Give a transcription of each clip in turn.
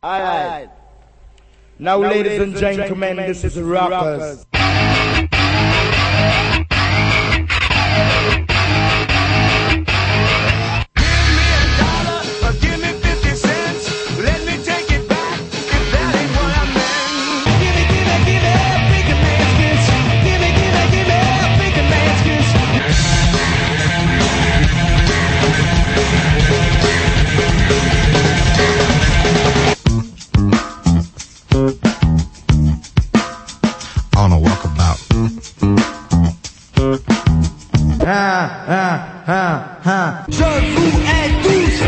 Alright. Now, ladies and gentlemen, this is Rockers. Je vous hais tous.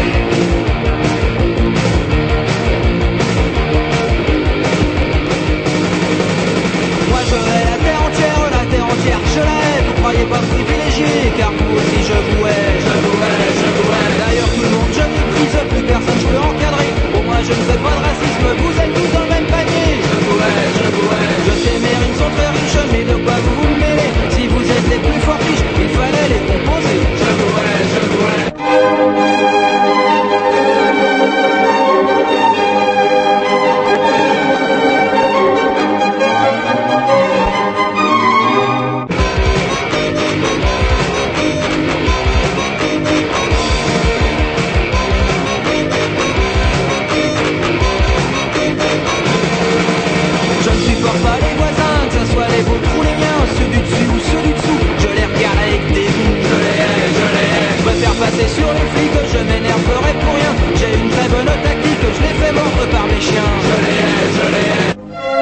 Moi je hais la terre entière, je la hais. Vous croyez pas privilégié, car vous aussi je vous hais. D'ailleurs tout le monde je méprise, plus personne je peux encadrer. Pour moi je ne fais pas de racisme, vous êtes tous dans le même panier. Je vous hais. Je sais mes rimes sont très riches, mais de quoi vous vous mêlez? Si vous êtes les plus forts riches, il fallait les composer. Je vous hais. Je ne supporte pas les voisins, que ce soit les vôtres ou les miens, ceux du dessus ou ceux du dessous, je les regarde avec dégoût. Je les hais. Je préfère passer sur les flics, je m'énerverai pour rien. J'ai une très bonne tactique, je les fais mordre par mes chiens. Je les hais.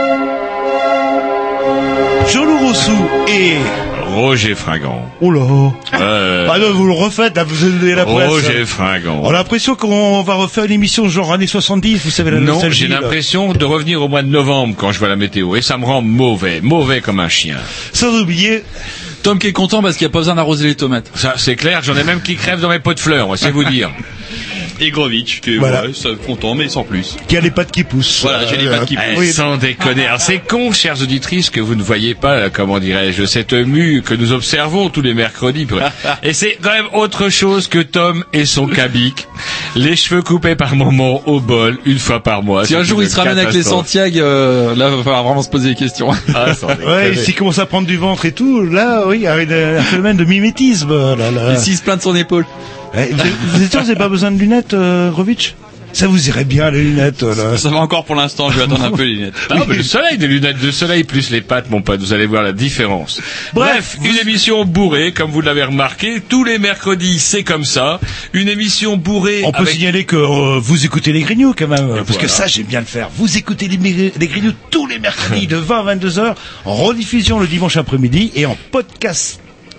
Jean-Loup Rossou et Roger Fringant. oh là ah non, vous le refaites, là, vous avez la presse. Roger Fringant. On a l'impression qu'on va refaire une émission genre années 70, vous savez, la Non, nostalgie. j'ai l'impression de revenir au mois de novembre quand je vois la météo, et ça me rend mauvais comme un chien. Sans oublier, Tom qui est content parce qu'il n'y a pas besoin d'arroser les tomates. Ça, c'est clair, j'en ai même qui crèvent dans mes pots de fleurs, c'est vous dire. Et Grovitch, qui est Voilà. ouais, ça, content, mais sans plus. qui a les pattes qui poussent. Voilà, j'ai les pattes qui Eh, poussent. sans déconner. Alors, c'est con, chères auditrices, que vous ne voyez pas, comment dirais-je, cette mue que nous observons tous les mercredis. Et c'est quand même autre chose que Tom et son cabic. Les cheveux coupés par moment au bol, une fois par mois. Si un C'est jour une il se ramène avec les catastrophe. Santiago, là va falloir vraiment se poser des questions. Ah, sans déconner. Ouais, s'il commence à prendre du ventre et tout, là, oui, il y a un phénomène de mimétisme. Là. Et s'il se plaint de son épaule. Vous êtes sûr que vous n'avez pas besoin de lunettes, Grovitch? Ça vous irait bien, les lunettes, là. Ça va encore pour l'instant, je vais attendre un peu les lunettes. Ah, mais le soleil, des lunettes de soleil plus les pattes, mon pote, vous allez voir la différence. Bref, une émission bourrée, comme vous l'avez remarqué, tous les mercredis, c'est comme ça. Une émission bourrée. On peut avec... signaler que vous écoutez les Grignoux quand même, parce voilà. que ça j'aime bien le faire. Vous écoutez les Grignoux tous les mercredis de 20 à 22h, en rediffusion le dimanche après-midi et en podcast.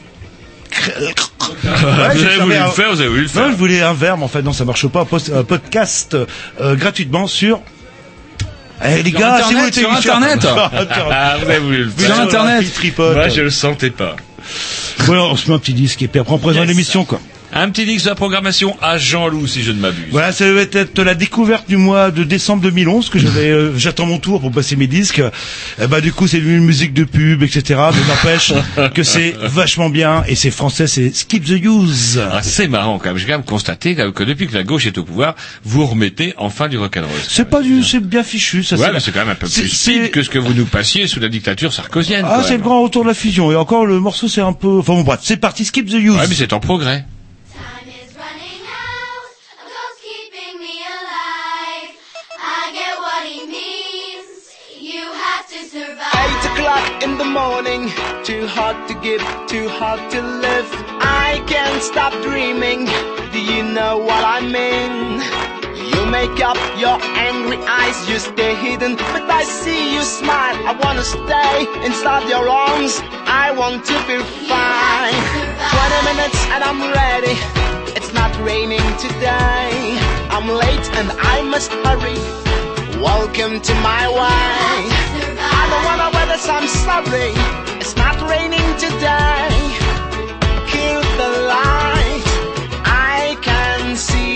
Vous avez voulu le faire, vous avez voulu le faire. Non, je voulais un verbe, en fait, non, ça marche pas. Podcast gratuitement sur. Eh, les Sur gars, Internet, si vous sur Internet. Ah, vous avez voulu le Sur faire. Internet. Moi, je le sentais pas. Ouais, on se met un petit disque et puis après on présente Yes. l'émission, quoi. Un petit disque de la programmation à Jean-Loup, si je ne m'abuse. Voilà, ça va être la découverte du mois de décembre 2011 que j'avais. J'attends mon tour pour passer mes disques. Du coup, c'est une musique de pub, etc. Mais n'empêche que c'est vachement bien et c'est français, c'est Skip the Use. Ah, c'est marrant quand même. J'ai quand même constaté que depuis que la gauche est au pouvoir, vous remettez enfin du rock'n'roll. C'est bien fichu, ça. Ouais, mais c'est quand même un peu plus speed que ce que vous nous passiez sous la dictature sarkozienne. Ah, quand c'est même. le grand retour de la fusion. Et encore, le morceau, c'est un peu. Enfin bon, bref, c'est parti. Skip the Use. Ouais, mais c'est en progrès. Time is running out, a ghost keeping me alive. I get what he means, you have to survive. 8 o'clock in the morning, too hard to give, too hard to live. I can't stop dreaming, do you know what I mean? You make up your angry eyes, you stay hidden, but I see you smile. I wanna stay inside your arms, I want to be fine. 20 minutes and I'm ready, it's not raining today. I'm late and I must hurry, welcome to my way. I don't wanna wear this, I'm sorry, it's not raining today. Kill the light, I can see.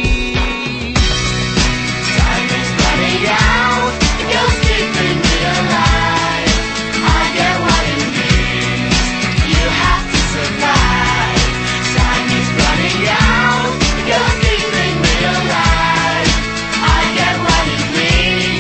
Time is running out, the ghost keeping me alive. I get what it means, you have to survive. Time is running out, the ghost keeping me alive. I get what it means.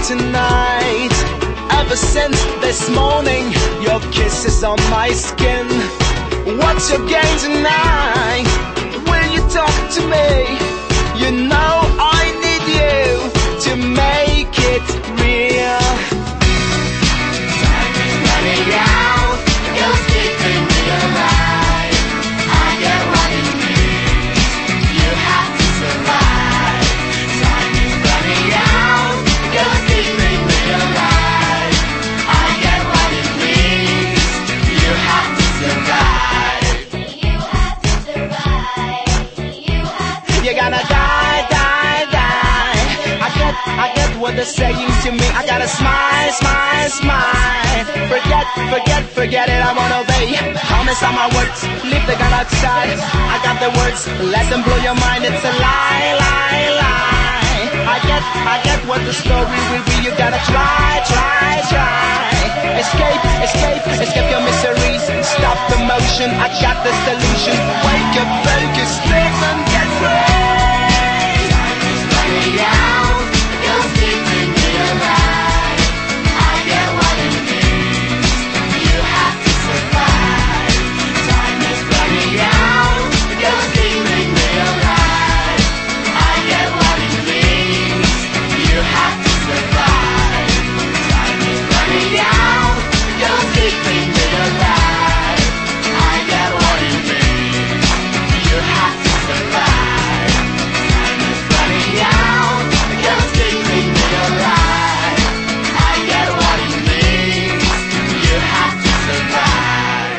tonight. Ever since this morning, your kiss is on my skin. What's your game tonight? Will you talk to me? You know I need you to make it real. Time is running out, you're keeping me alive. I get what it means, you have to survive. Time is running out, you're keeping me alive. I get what it means, you have to survive. You have to survive. You have to You're gonna die, die, die. I get what they're saying to me. I gotta smile, smile, smile. Forget it, I won't obey. Promise on my words, leave the gun outside. I got the words, let them blow your mind. It's a lie, lie, lie. I get what the story will be. You gotta try, try, try. Escape your miseries. Stop the motion, I got the solution. Wake up, focus, live and get free. Time is running out, you're keeping me alive. I get what it means, you have to survive. Time is running out, you're keeping me alive. I get what it means, you have to survive. Time is running out, you're keeping me alive. I get what it means, you have to survive. Time is running out, you're keeping me alive. I get what it means, you have to survive.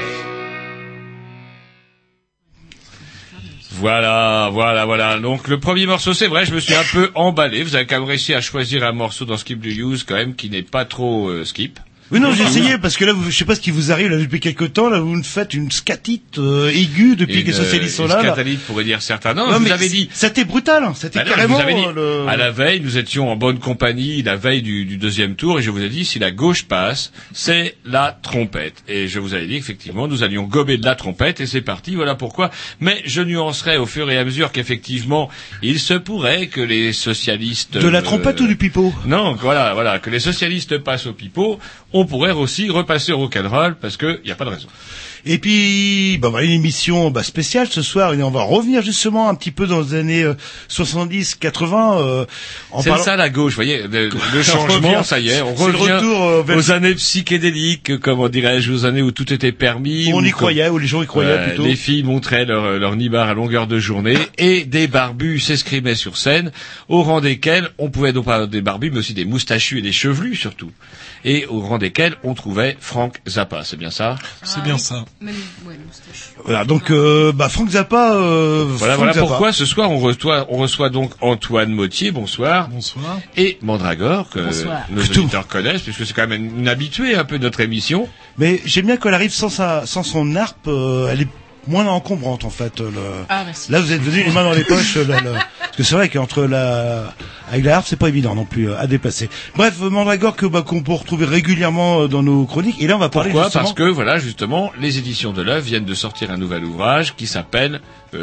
Voilà. Donc le premier morceau, c'est vrai, je me suis un peu emballé. Vous avez quand même réussi à choisir un morceau dans Skip the Use quand même qui n'est pas trop skip. Oui, non, j'ai essayé, parce que là, je sais pas ce qui vous arrive, là, depuis quelque temps, là, vous me faites une scatite aiguë depuis que les socialistes sont là. Une scatalite pourrait dire certains. Non, mais vous avez dit. C'était brutal, hein, c'était carrément, vous avez dit, à la veille, nous étions en bonne compagnie, la veille du deuxième tour, et je vous ai dit, si la gauche passe, c'est la trompette. Et je vous avais dit, effectivement, nous allions gober de la trompette, et c'est parti, voilà pourquoi. Mais je nuancerai au fur et à mesure qu'effectivement, il se pourrait que les socialistes... De la trompette ou du pipeau? Non, voilà, que les socialistes passent au pipeau, on pourrait aussi repasser au rock'n'roll, parce que y a pas de raison. Et puis, bah, une émission spéciale ce soir, et on va revenir justement un petit peu dans les années 70, 80. C'est ça la gauche, vous voyez, le changement, ça y est, on revient aux années psychédéliques, comment dirais-je, aux années où tout était permis. Où on y croyait, où les gens y croyaient plutôt. Les filles montraient leur nibar à longueur de journée, et des barbus s'escrimaient sur scène, au rang desquels on pouvait non pas des barbus, mais aussi des moustachus et des chevelus surtout. Et au rang desquels on trouvait Frank Zappa, c'est bien ça? C'est bien ça. Même, ouais, moustache. Voilà, donc Frank Zappa. Voilà pourquoi ce soir on reçoit donc Antoine Mottier, bonsoir. Bonsoir. Et Mandragore, que nos auditeurs connaissent, puisque c'est quand même une habituée un peu de notre émission. Mais j'aime bien qu'elle arrive sans son harpe, elle est moins encombrante en fait. Merci. Là vous êtes venu les mains dans les poches, parce que c'est vrai qu'entre avec la harpe c'est pas évident non plus à déplacer. Bref, Mandragore qu'on peut retrouver régulièrement dans nos chroniques, et là on va parler Pourquoi justement... Parce que voilà justement les éditions de l'œuvre viennent de sortir un nouvel ouvrage qui s'appelle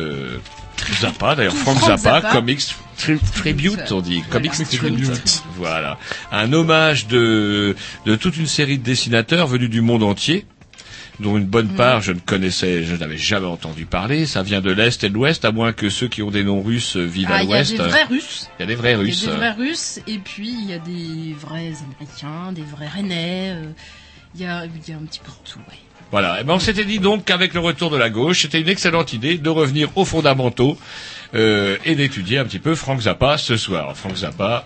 Zappa, d'ailleurs Frank Zappa, Comics Tribute, on dit Comics Tribute. Voilà, un hommage de toute une série de dessinateurs venus du monde entier, dont une bonne part je n'avais jamais entendu parler. Ça vient de l'Est et de l'Ouest, à moins que ceux qui ont des noms russes vivent à l'Ouest. Il y a des vrais Russes. Il y a des vrais Russes. Il y a des vrais Russes, et puis il y a des vrais Américains, des vrais Rennais. Il y a un petit peu de tout, ouais. Voilà. Et ben on s'était dit donc qu'avec le retour de la gauche, c'était une excellente idée de revenir aux fondamentaux et d'étudier un petit peu Frank Zappa ce soir. Frank Zappa.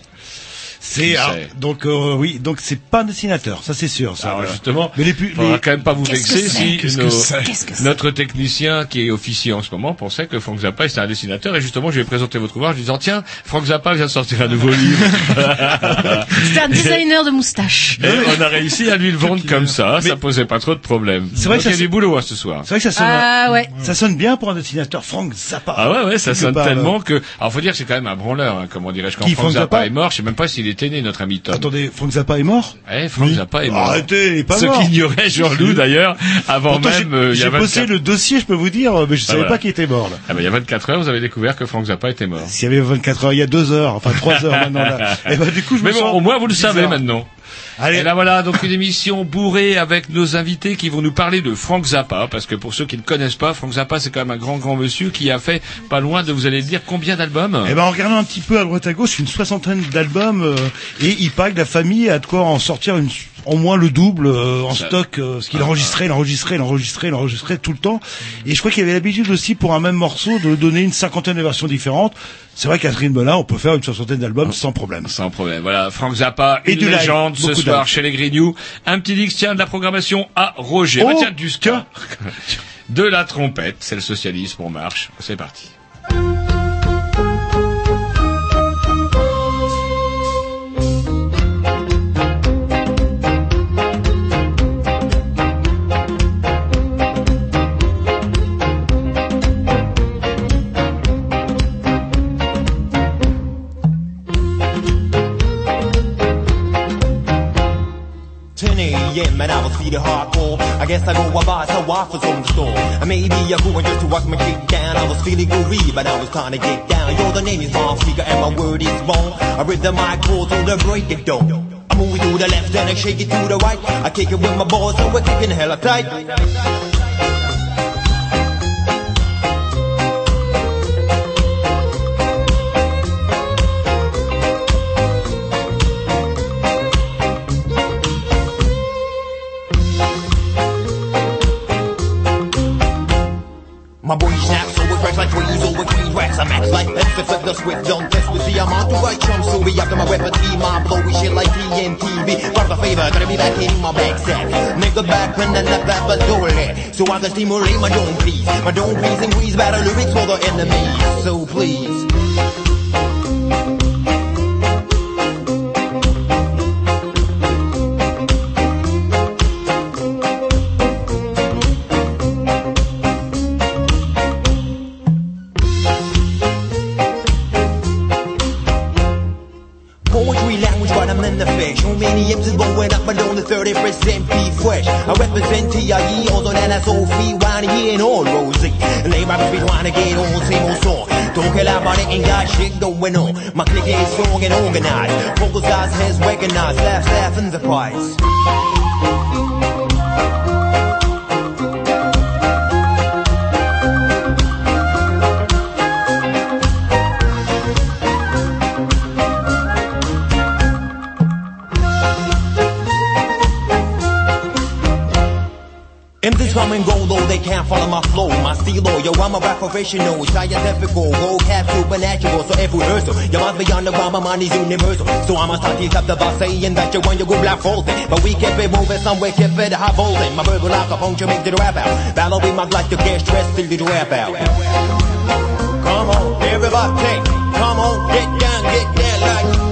Donc c'est pas un dessinateur, ça c'est sûr. Ça, alors justement, mais on va quand même pas vous vexer si notre c'est technicien qui est officier en ce moment pensait que Frank Zappa était un dessinateur, et justement je lui ai présenté votre ouvrage en disant tiens, Frank Zappa vient de sortir un nouveau livre. C'est un designer de moustache. Et on a réussi à lui le vendre comme ça posait pas trop de problèmes. C'est vrai qu'il y a du boulot ce soir. C'est vrai que ça sonne, ça sonne bien pour un dessinateur, Frank Zappa. Ah ouais, ça sonne tellement que, alors faut dire que c'est quand même un branleur, comment dirais-je, quand Frank Zappa est mort, je sais même pas s'il était né, notre ami Tom. Attendez, Frank Zappa est mort? Frank Zappa est mort. Arrêtez, il est pas Ce mort. qu'ignorait Jean-Loup d'ailleurs, avant Pourtant, même, il y j'ai a bossé 24... le dossier, je peux vous dire, mais je savais voilà. pas qu'il était mort, là. Ah ben, il y a 24 heures, vous avez découvert que Frank Zappa était mort. S'il y avait 24 heures, il y a 2 heures, enfin 3 heures maintenant, là. Et du coup, je me Mais bon, sens au moins vous le bizarre. savez maintenant. Allez. Et là voilà, donc une émission bourrée avec nos invités qui vont nous parler de Frank Zappa, parce que pour ceux qui ne connaissent pas, Frank Zappa c'est quand même un grand monsieur qui a fait pas loin de, vous allez le dire, combien d'albums? En regardant un petit peu à droite à gauche, une 60aine d'albums, et il paraît que la famille a de quoi en sortir au moins le double en stock, ce qu'il enregistrait tout le temps. Et je crois qu'il avait l'habitude aussi pour un même morceau de donner une 50aine de versions différentes. C'est vrai qu'à ce rythme-là, on peut faire une 60aine d'albums sans problème. Sans problème. Voilà, Frank Zappa, Et une du live, légende ce beaucoup soir live. chez les Grignoux. Un petit disque, tiens, de la programmation à Roger. Oh, Tiens, du ska. De la trompette, c'est le socialisme en marche. C'est parti. And I was feeling hardcore. I guess I go and buy some waffles from the store. And maybe I go and just to walk my kick down. I was feeling groovy, but I was trying to get down. Yo, the name is Bomb Speaker and my word is bone. I rip the mic full to the break it down. I move it to the left and I shake it to the right. I kick it with my balls and we're kicking the hell up tight. My boy snaps so it cracks like trees over green racks. I'm act like X, flip the switch, don't test me. See, I'm on to right chum, so be after my weapon team. I'm blowing shit like TNT. Part of the favor, gotta be back in my back set. Nigga back when I left that but door lit. So I can stimulate my dome please. My dome please and squeeze better lyrics for the enemies. So please. But only 30% be fresh. I represent TIE, also that I so free, whiny here and all rosy. Lay rappers be trying to get on same old song. Don't care about it, ain't got shit going on. My clique is strong and organized. Focus guys has recognized, laugh in the price. Come and go, though they can't follow my flow. My stilo, yo, I'm a rap professional, scientific, vocab supernatural, so every rehearsal, you must be on the ground, my mind is universal. So I'ma start to up the boss saying that you want you go black folding. But we keep it moving somewhere, keep it high volting. My verbal like a puncture, make the rap out. Battle with my like to get stressed till the rap out. Come on, everybody, come on, get down like.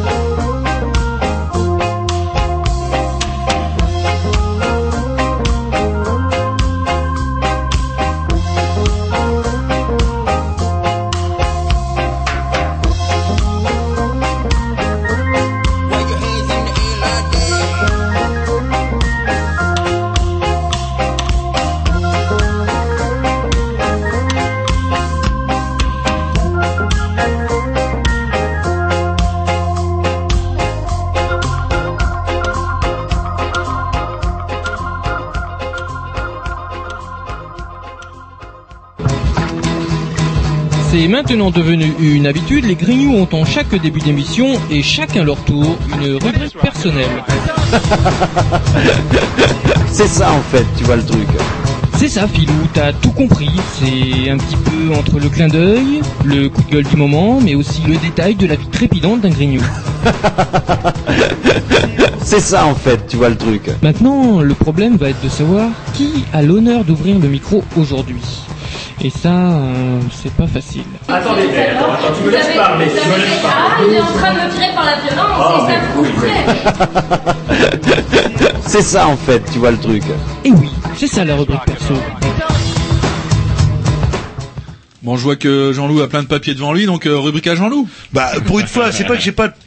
C'est maintenant devenu une habitude, les Grignoux ont en chaque début d'émission et chacun leur tour une rubrique personnelle. C'est ça en fait, tu vois le truc. C'est ça Philou, t'as tout compris, c'est un petit peu entre le clin d'œil, le coup de gueule du moment, mais aussi le détail de la vie trépidante d'un Grignou. C'est ça en fait, tu vois le truc. Maintenant, le problème va être de savoir qui a l'honneur d'ouvrir le micro aujourd'hui. Et ça, c'est pas facile. Attendez, tu me laisses parler, tu me laisses parler. Ah, il est en train de me tirer par la violence, et ça me frustrait. C'est ça en fait, tu vois le truc. Et oui, c'est ça la rubrique perso. Bon, je vois que Jean-Loup a plein de papiers devant lui, donc rubrique à Jean-Loup. Bah, pour une fois, c'est pas que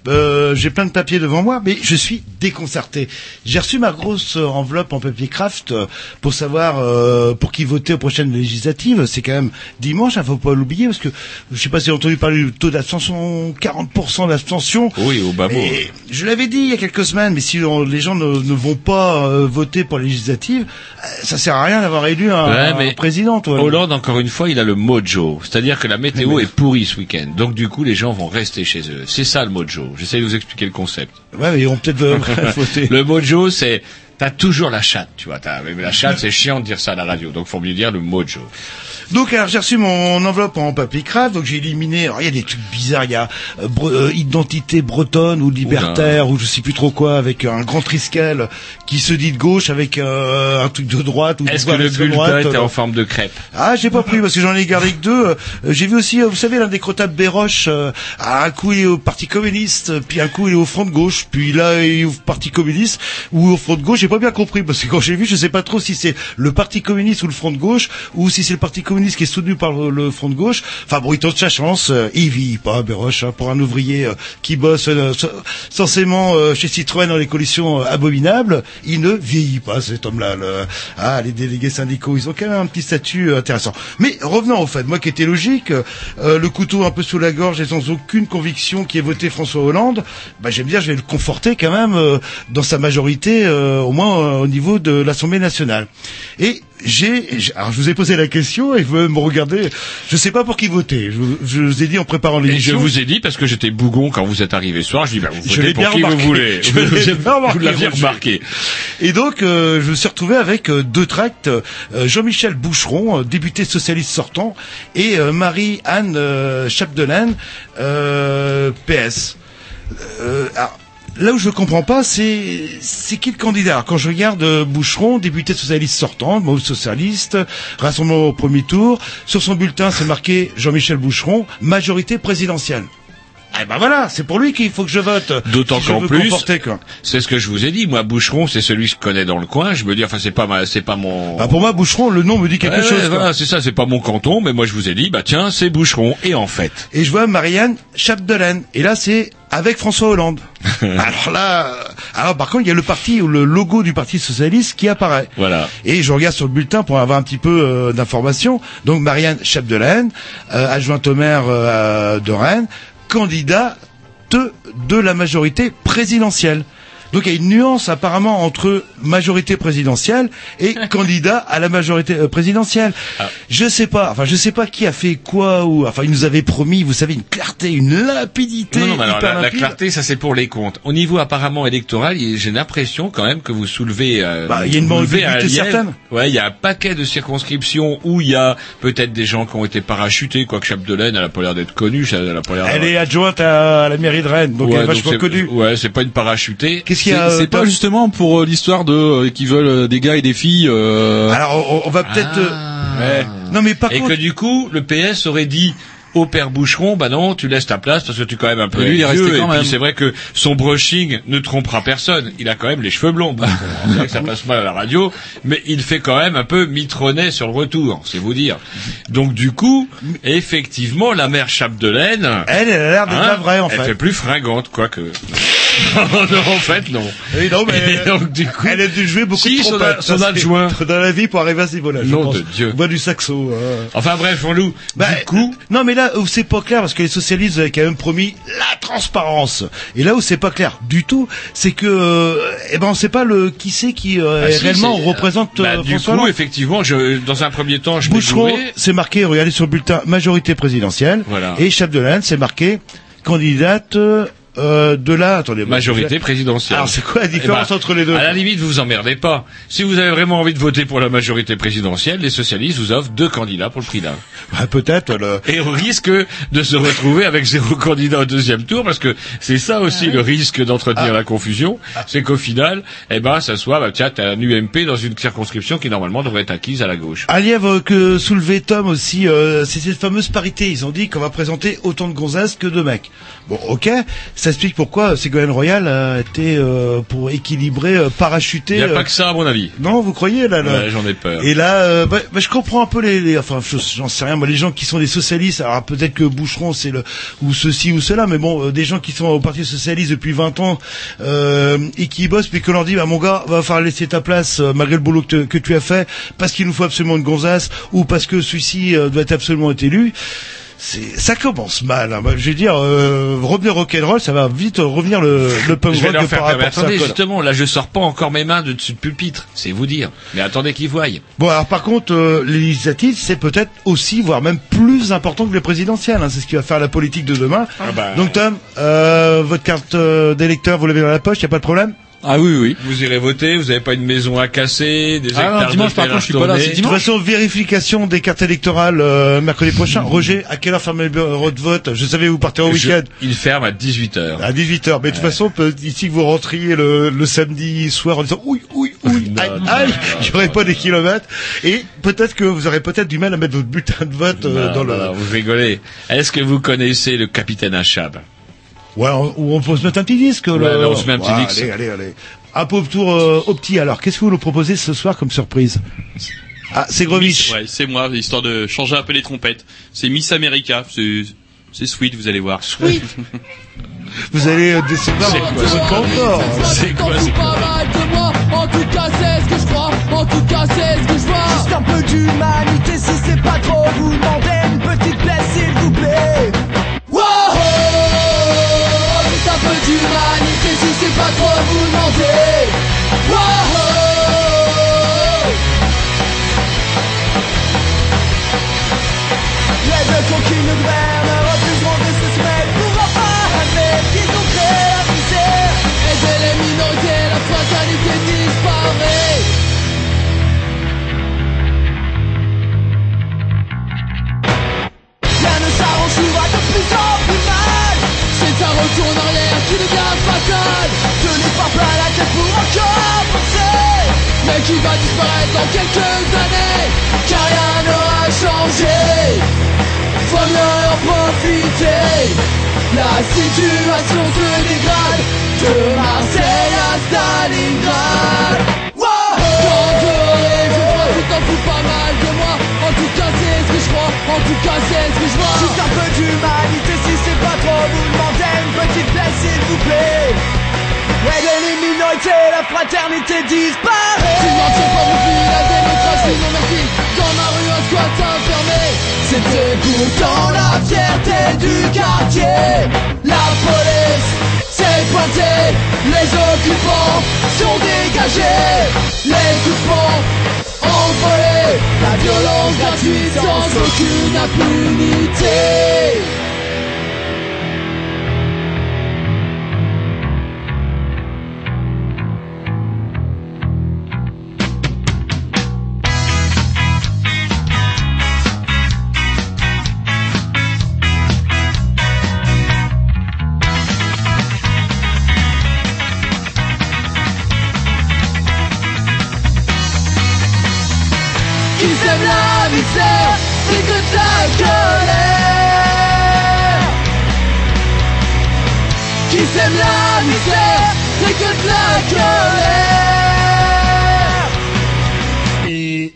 j'ai plein de papiers devant moi, mais je suis déconcerté. J'ai reçu ma grosse enveloppe en papier craft pour savoir pour qui voter aux prochaines législatives. C'est quand même dimanche, faut pas l'oublier, parce que je sais pas si vous avez entendu parler du taux d'abstention, 40% d'abstention. Oui, au bas mot. Et je l'avais dit il y a quelques semaines, mais si les gens ne vont pas voter pour les législatives, ça sert à rien d'avoir élu un président. Toi. Hollande, encore une fois, il a le mojo. C'est-à-dire que la météo est pourrie ce week-end. Donc, du coup, les gens vont rester chez eux. C'est ça, le mojo. J'essaie de vous expliquer le concept. Ouais, mais ils vont peut-être voter. Le mojo, c'est, t'as toujours la chatte, tu vois. Mais la chatte, c'est chiant de dire ça à la radio. Donc, faut mieux dire le mojo. Donc, alors, j'ai reçu mon enveloppe en papier craft, donc j'ai éliminé, alors, il y a des trucs bizarres, il y a identité bretonne ou libertaire, ou je sais plus trop quoi, avec un grand triskel qui se dit de gauche, avec un truc de droite. Est-ce que le bulletin était en forme de crêpe? Ah, j'ai pas pris, parce que j'en ai gardé que deux. J'ai vu aussi, vous savez, l'indécrottable Béroche, un coup il est au Parti communiste, puis un coup il est au Front de gauche, puis là il est au Parti communiste, ou au Front de gauche, j'ai pas bien compris, parce que quand j'ai vu, je sais pas trop si c'est le Parti communiste ou le Front de gauche, ou si c'est le Parti communiste qui est soutenu par le Front de gauche. Enfin bon, il tente sa chance, il vit pas, Béroche, pour un ouvrier qui bosse censément chez Citroën dans les conditions abominables, il ne vieillit pas, cet homme-là. Les délégués syndicaux, ils ont quand même un petit statut intéressant. Mais revenons au fait, moi qui étais logique, le couteau un peu sous la gorge et sans aucune conviction qui ait voté François Hollande, bah j'aime bien, je vais le conforter quand même dans sa majorité, au moins au niveau de l'Assemblée nationale. Et alors je vous ai posé la question et vous me regardez, je sais pas pour qui voter. Je vous ai dit en préparant l'émission. Et je vous ai dit parce que j'étais bougon quand vous êtes arrivé ce soir. Je dis vous votez pour qui remarqué. Vous voulez. Vous l'aviez remarqué. Et donc je me suis retrouvé avec deux tracts, Jean-Michel Boucheron, député socialiste sortant, et Marie-Anne Chapdelaine, PS. Alors, là où je comprends pas, c'est qui le candidat. Alors, quand je regarde Boucheron, député socialiste sortant, mot socialiste, rassemblement au premier tour, sur son bulletin c'est marqué Jean-Michel Boucheron, majorité présidentielle. Eh ben voilà, c'est pour lui qu'il faut que je vote. D'autant si qu'en plus, quoi. C'est ce que je vous ai dit. Moi, Boucheron, c'est celui que je connais dans le coin. Je me dis, enfin, c'est pas mon. Bah pour moi, Boucheron, le nom me dit quelque chose. Voilà, c'est ça. C'est pas mon canton, mais moi, je vous ai dit, bah tiens, c'est Boucheron. Et en fait. Et je vois Marianne Chapdelaine. Et là, c'est avec François Hollande. Alors par contre, il y a le parti ou le logo du Parti socialiste qui apparaît. Voilà. Et je regarde sur le bulletin pour avoir un petit peu d'informations. Donc Marianne Chapdelaine, adjointe au maire de Rennes, candidate de la majorité présidentielle. Donc il y a une nuance apparemment entre majorité présidentielle et candidat à la majorité présidentielle. Je sais pas qui a fait quoi il nous avait promis, vous savez, une clarté, une limpidité. Non, mais alors, la clarté, ça c'est pour les comptes. Au niveau apparemment électoral, j'ai l'impression quand même que vous soulevez. Il y a une mobilité certaine. Ouais, il y a un paquet de circonscriptions où il y a peut-être des gens qui ont été parachutés, quoique Chapdelaine, elle a pas l'air d'être connue. Elle est adjointe à la mairie de Rennes, donc elle est vachement connue. Ouais, c'est pas une parachutée. C'est pas justement pour l'histoire de qui veulent des gars et des filles. Alors on va peut-être. Non mais par contre. Et que du coup le PS aurait dit au père Boucheron, bah non, tu laisses ta place parce que tu es quand même un peu lui, il est resté quand même. Puis c'est vrai que son brushing ne trompera personne. Il a quand même les cheveux blonds. C'est vrai que ça passe mal à la radio, mais il fait quand même un peu mitronnet sur le retour, c'est vous dire. Donc du coup, effectivement, la mère Chapdelaine, elle a l'air d'être la vraie en fait. Elle fait plus fringante, quoique. Non, en fait, non. Oui, non, mais donc, du coup, elle a dû jouer beaucoup de trompettes. Son adjoint. Dans la vie pour arriver à ce niveau-là. Nom de Dieu. Bois du saxo. Enfin bref, on loue. Du coup. Non, mais là où c'est pas clair, parce que les socialistes avaient quand même promis la transparence. Et là où c'est pas clair du tout, c'est que, on sait pas qui c'est qui réellement représente du François coup, Hollande. effectivement, dans un premier temps, je Boucheron, c'est marqué, regardez sur le bulletin, majorité présidentielle. Voilà. Et Chapdelaine, c'est marqué candidate de la majorité présidentielle. Alors c'est quoi la différence entre les deux? À la limite, vous vous emmerdez pas. Si vous avez vraiment envie de voter pour la majorité présidentielle, les socialistes vous offrent 2 candidats pour le prix d'un. Peut-être. Et au risque de se retrouver avec 0 candidat au deuxième tour, parce que c'est ça aussi le risque d'entretenir la confusion, c'est qu'au final, ça soit, tiens, t'as un UMP dans une circonscription qui normalement devrait être acquise à la gauche. Un lièvre que soulevait Tom aussi, c'est cette fameuse parité. Ils ont dit qu'on va présenter autant de gonzesses que de mecs. Bon, ok. ça explique pourquoi Ségolène Royal a été pour équilibrer, parachuté. Il n'y a pas que ça, à mon avis. Non, vous croyez là, Ouais, j'en ai peur. Et là, je comprends un peu enfin, j'en sais rien. Moi, les gens qui sont des socialistes, alors peut-être que Boucheron, c'est ou ceci ou cela, mais bon, des gens qui sont au Parti socialiste depuis 20 ans et qui bossent, puis que leur dit, bah mon gars, va falloir laisser ta place malgré le boulot que tu as fait, parce qu'il nous faut absolument une gonzasse ou parce que celui-ci doit être absolument être élu. Ça commence mal. Hein. Je veux dire, revenir rock'n'roll, ça va vite revenir le punk Je vais rock leur de faire par peur. Mais rapport à attendez, ça. justement, là, je sors pas encore mes mains de dessus le pupitre. C'est vous dire. Mais attendez qu'ils voient. Bon, alors par contre, les législatives, c'est peut-être aussi, voire même plus important que les présidentielles. Hein. C'est ce qui va faire la politique de demain. Donc Tom, votre carte d'électeur, vous l'avez dans la poche, y a pas de problème? Ah oui. Vous irez voter, vous n'avez pas une maison à casser, des hectares non, dimanche, de par terre contre, à je suis pas là, retourner. c'est De toute dimanche. façon, vérification des cartes électorales mercredi prochain. Roger, à quelle heure ferme le bureau de vote? Je savais vous partez au week-end. Il ferme à 18h. À 18h. Mais de toute façon, ici que vous rentriez le samedi soir en disant aïe, il y aurait pas des kilomètres. Et peut-être que vous aurez peut-être du mal à mettre votre bulletin de vote dans le... Non, vous rigolez. Est-ce que vous connaissez le capitaine Achab? Ouais, on peut se mettre un petit disque. Ouais, là. on se met un petit disque. Allez. Un pauvre tour au petit. Alors, qu'est-ce que vous nous proposez ce soir comme surprise? Ah, c'est Grovitch. Ouais, c'est moi, histoire de changer un peu les trompettes. C'est Miss America, c'est sweet, vous allez voir. Sweet. Vous allez décevoir votre confort. C'est quoi pas mal de moi, en tout cas c'est ce que je crois, en tout cas c'est ce que je vois. Juste un peu d'humanité si c'est pas trop vous demandez une petite place s'il vous plaît. Wow, juste un peu d'humanité si c'est pas trop vous demander. Wow, Les deux cons qui nous gouvernent refuseront de se soumettre pour enfin admettre qu'ils ont créé la misère. aider les minorités, la fraternité disparaît. Rien ne s'arrangera de plus en plus mal. C'est un retour en arrière qui devient fatal. De nous faire plein la tête pour encore penser. Mais qui va disparaître dans quelques années, car rien n'aura changé. Faut mieux en profiter. La situation se dégrade, de Marseille à Stalingrad. Quand j'aurai je crois tu t'en fous pas mal de moi. En tout cas c'est ce que je crois, en tout cas c'est ce que je vois. Juste un peu d'humanité si c'est pas trop vous demandez une petite place s'il vous plaît. Régler les minorités, la fraternité disparaît. Tu n'en tiens pas profit, la démocratie non merci. Dans ma rue un squat enfermé. C'était pourtant la fierté du quartier. La police s'est pointée, les occupants sont dégagés, les coups de poing envolés, la violence gratuite sans aucune impunité. Qui sème la misère, c'est que ta colère. Qui sème la misère, c'est que ta colère. Et...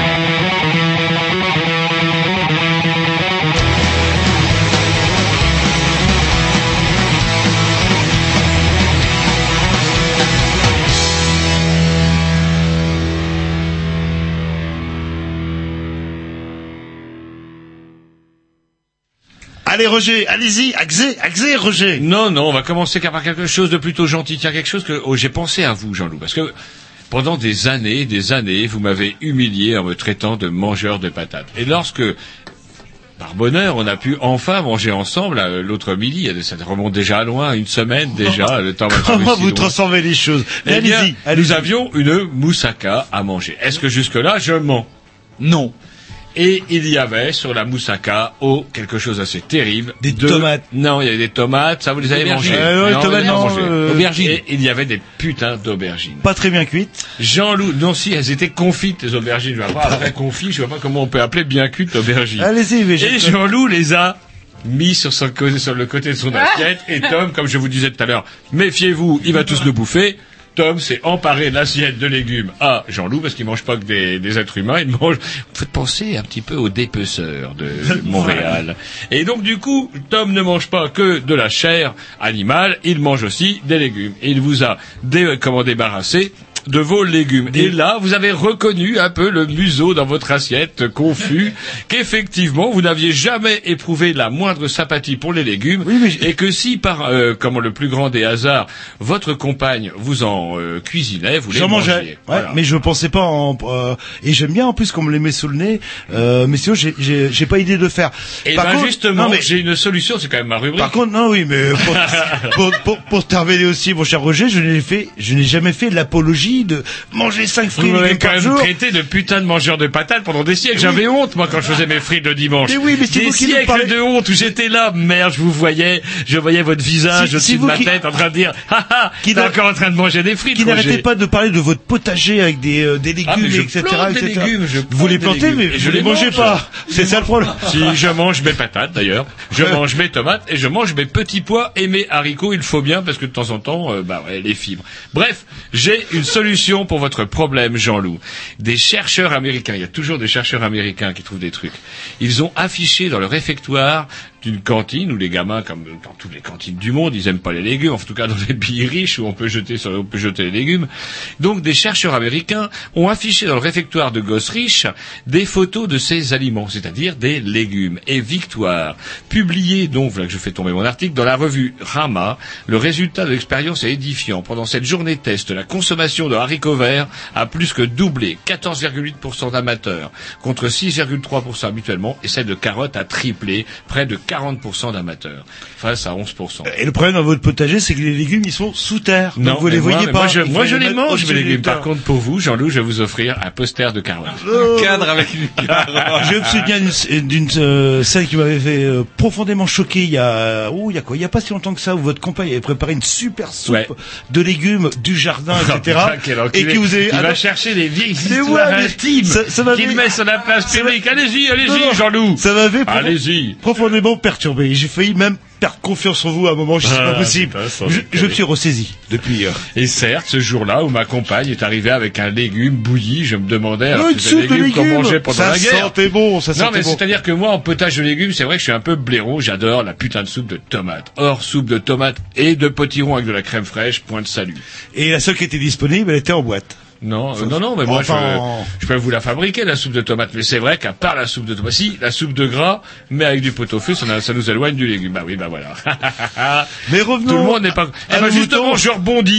Allez Roger, allez-y, axez Roger. Non, on va commencer par quelque chose de plutôt gentil. Tiens, quelque chose que j'ai pensé à vous, Jean-Loup, parce que pendant des années, vous m'avez humilié en me traitant de mangeur de patates. Et lorsque, par bonheur, on a pu enfin manger ensemble l'autre midi, ça remonte déjà à loin, une semaine déjà, le temps va pas Comment si vous loin. transformez les choses? Eh bien, Allez-y. nous avions une moussaka à manger. Est-ce que jusque-là, je mens? Non. Et il y avait sur la moussaka, quelque chose assez terrible. Des tomates. Non, il y avait des tomates, ça vous les avez mangées. ouais, Non, tomates, vous les avez non, mangées. aubergines. Et il y avait des putains d'aubergines. Pas très bien cuites. Jean-Loup, non si, elles étaient confites, les aubergines. Je vois pas, après confites, je vois pas comment on peut appeler bien cuites aubergines. Allez-y, Et Jean-Loup les a mis sur le côté de son assiette. Et Tom, comme je vous disais tout à l'heure, méfiez-vous, il va tous le bouffer. Tom s'est emparé de l'assiette de légumes à Jean-Loup, parce qu'il mange pas que des êtres humains, il mange... Vous faites penser un petit peu aux dépeceurs de Montréal. Et donc, du coup, Tom ne mange pas que de la chair animale, il mange aussi des légumes. Et il vous a débarrassé de vos légumes. Et là, vous avez reconnu un peu le museau dans votre assiette, confus, qu'effectivement, vous n'aviez jamais éprouvé la moindre sympathie pour les légumes, et que si par, comme le plus grand des hasards, votre compagne vous en cuisinait, vous les mangeais. mangiez. Ouais, Voilà. mais je pensais pas et j'aime bien en plus qu'on me les met sous le nez, mais sinon j'ai pas idée de le faire. Et Par ben contre- justement, non, mais- j'ai une solution, c'est quand même ma rubrique. Par contre, non, oui, mais pour te révéler aussi, mon cher Roger, je n'ai jamais fait l'apologie de manger 5 fruits et Vous m'avez légumes quand par même jour. traité de putain de mangeur de patates pendant des siècles. J'avais honte, moi, quand je faisais mes frites le dimanche. Mais oui, mais c'est des vous qui nous siècles parlez- de honte où j'étais là, merde, je voyais votre visage Si au-dessus de vous ma qui- tête en train de dire, haha, Qui t'es n'a- encore en train de manger des frites, Qui Roger. n'arrêtait pas de parler de votre potager avec des légumes, Ah, mais je etc., plante des etc. légumes, je Vous les plante des plantez, légumes. mais Et je les mangez mange. pas. C'est ça le problème. Si je mange mes patates d'ailleurs, je mange mes tomates et je mange mes petits pois et mes haricots, il faut bien parce que de temps en temps, les fibres. Bref, j'ai une solution pour votre problème, Jean-Loup. Des chercheurs américains, il y a toujours des chercheurs américains qui trouvent des trucs. Ils ont affiché dans le réfectoire d'une cantine où les gamins, comme dans toutes les cantines du monde, ils aiment pas les légumes, en tout cas dans les pays riches où on peut jeter les légumes. Donc des chercheurs américains ont affiché dans le réfectoire de gosses riches des photos de ces aliments, c'est-à-dire des légumes. Et Victoire, publié donc, voilà que je fais tomber mon article, dans la revue Rama, le résultat de l'expérience est édifiant. Pendant cette journée test, la consommation de haricots verts a plus que doublé, 14,8% d'amateurs, contre 6,3% habituellement, et celle de carottes a triplé, près de 40% d'amateurs, face à 11%. Et le problème dans votre potager, c'est que les légumes, ils sont sous terre. Non, Donc vous les mais voyez mais pas. Moi, Il je faut les mettre mange, au-dessus mes du légumes. Par terre. contre, pour vous, Jean-Loup, je vais vous offrir un poster de carottes. Cadre avec une Je me souviens d'une scène qui m'avait fait profondément choquer il y a quoi, il y a pas si longtemps que ça, où votre compagne avait préparé une super soupe Ouais. de légumes du jardin, Oh, etc. putain, quel enculé. Et qui vous est Il va chercher les vieilles Mais histoires ouais, mais intimes ça m'avait- qu'il met sur la place ça publique. Allez-y, Non, non, Jean-Loup. Ça m'avait Allez-y. profondément perturbé. J'ai failli même perdre confiance en vous à un moment. Je sais Ah, pas possible. putain, sans Je déconner. me suis ressaisi depuis. Et certes, ce jour-là où ma compagne est arrivée avec un légume bouilli, je me demandais, alors Une que c'est soupe des de légumes qu'on légumes. mangeait pendant Ça la guerre. sentait bon, ça Non, sentait mais bon. c'est-à-dire que moi, en potage de légumes, c'est vrai que je suis un peu blaireau, j'adore la putain de soupe de tomates. Or, soupe de tomates et de potiron avec de la crème fraîche, point de salut. Et la seule qui était disponible, elle était en boîte. Non, non, mais moi, Enfin, je peux vous la fabriquer, la soupe de tomates. Mais c'est vrai qu'à part la soupe de tomates, si, la soupe de gras, mais avec du pot-au-feu, ça nous éloigne du légume. Bah oui, bah voilà. Mais revenons. Tout le monde n'est pas... Eh à ben nos justement, moutons.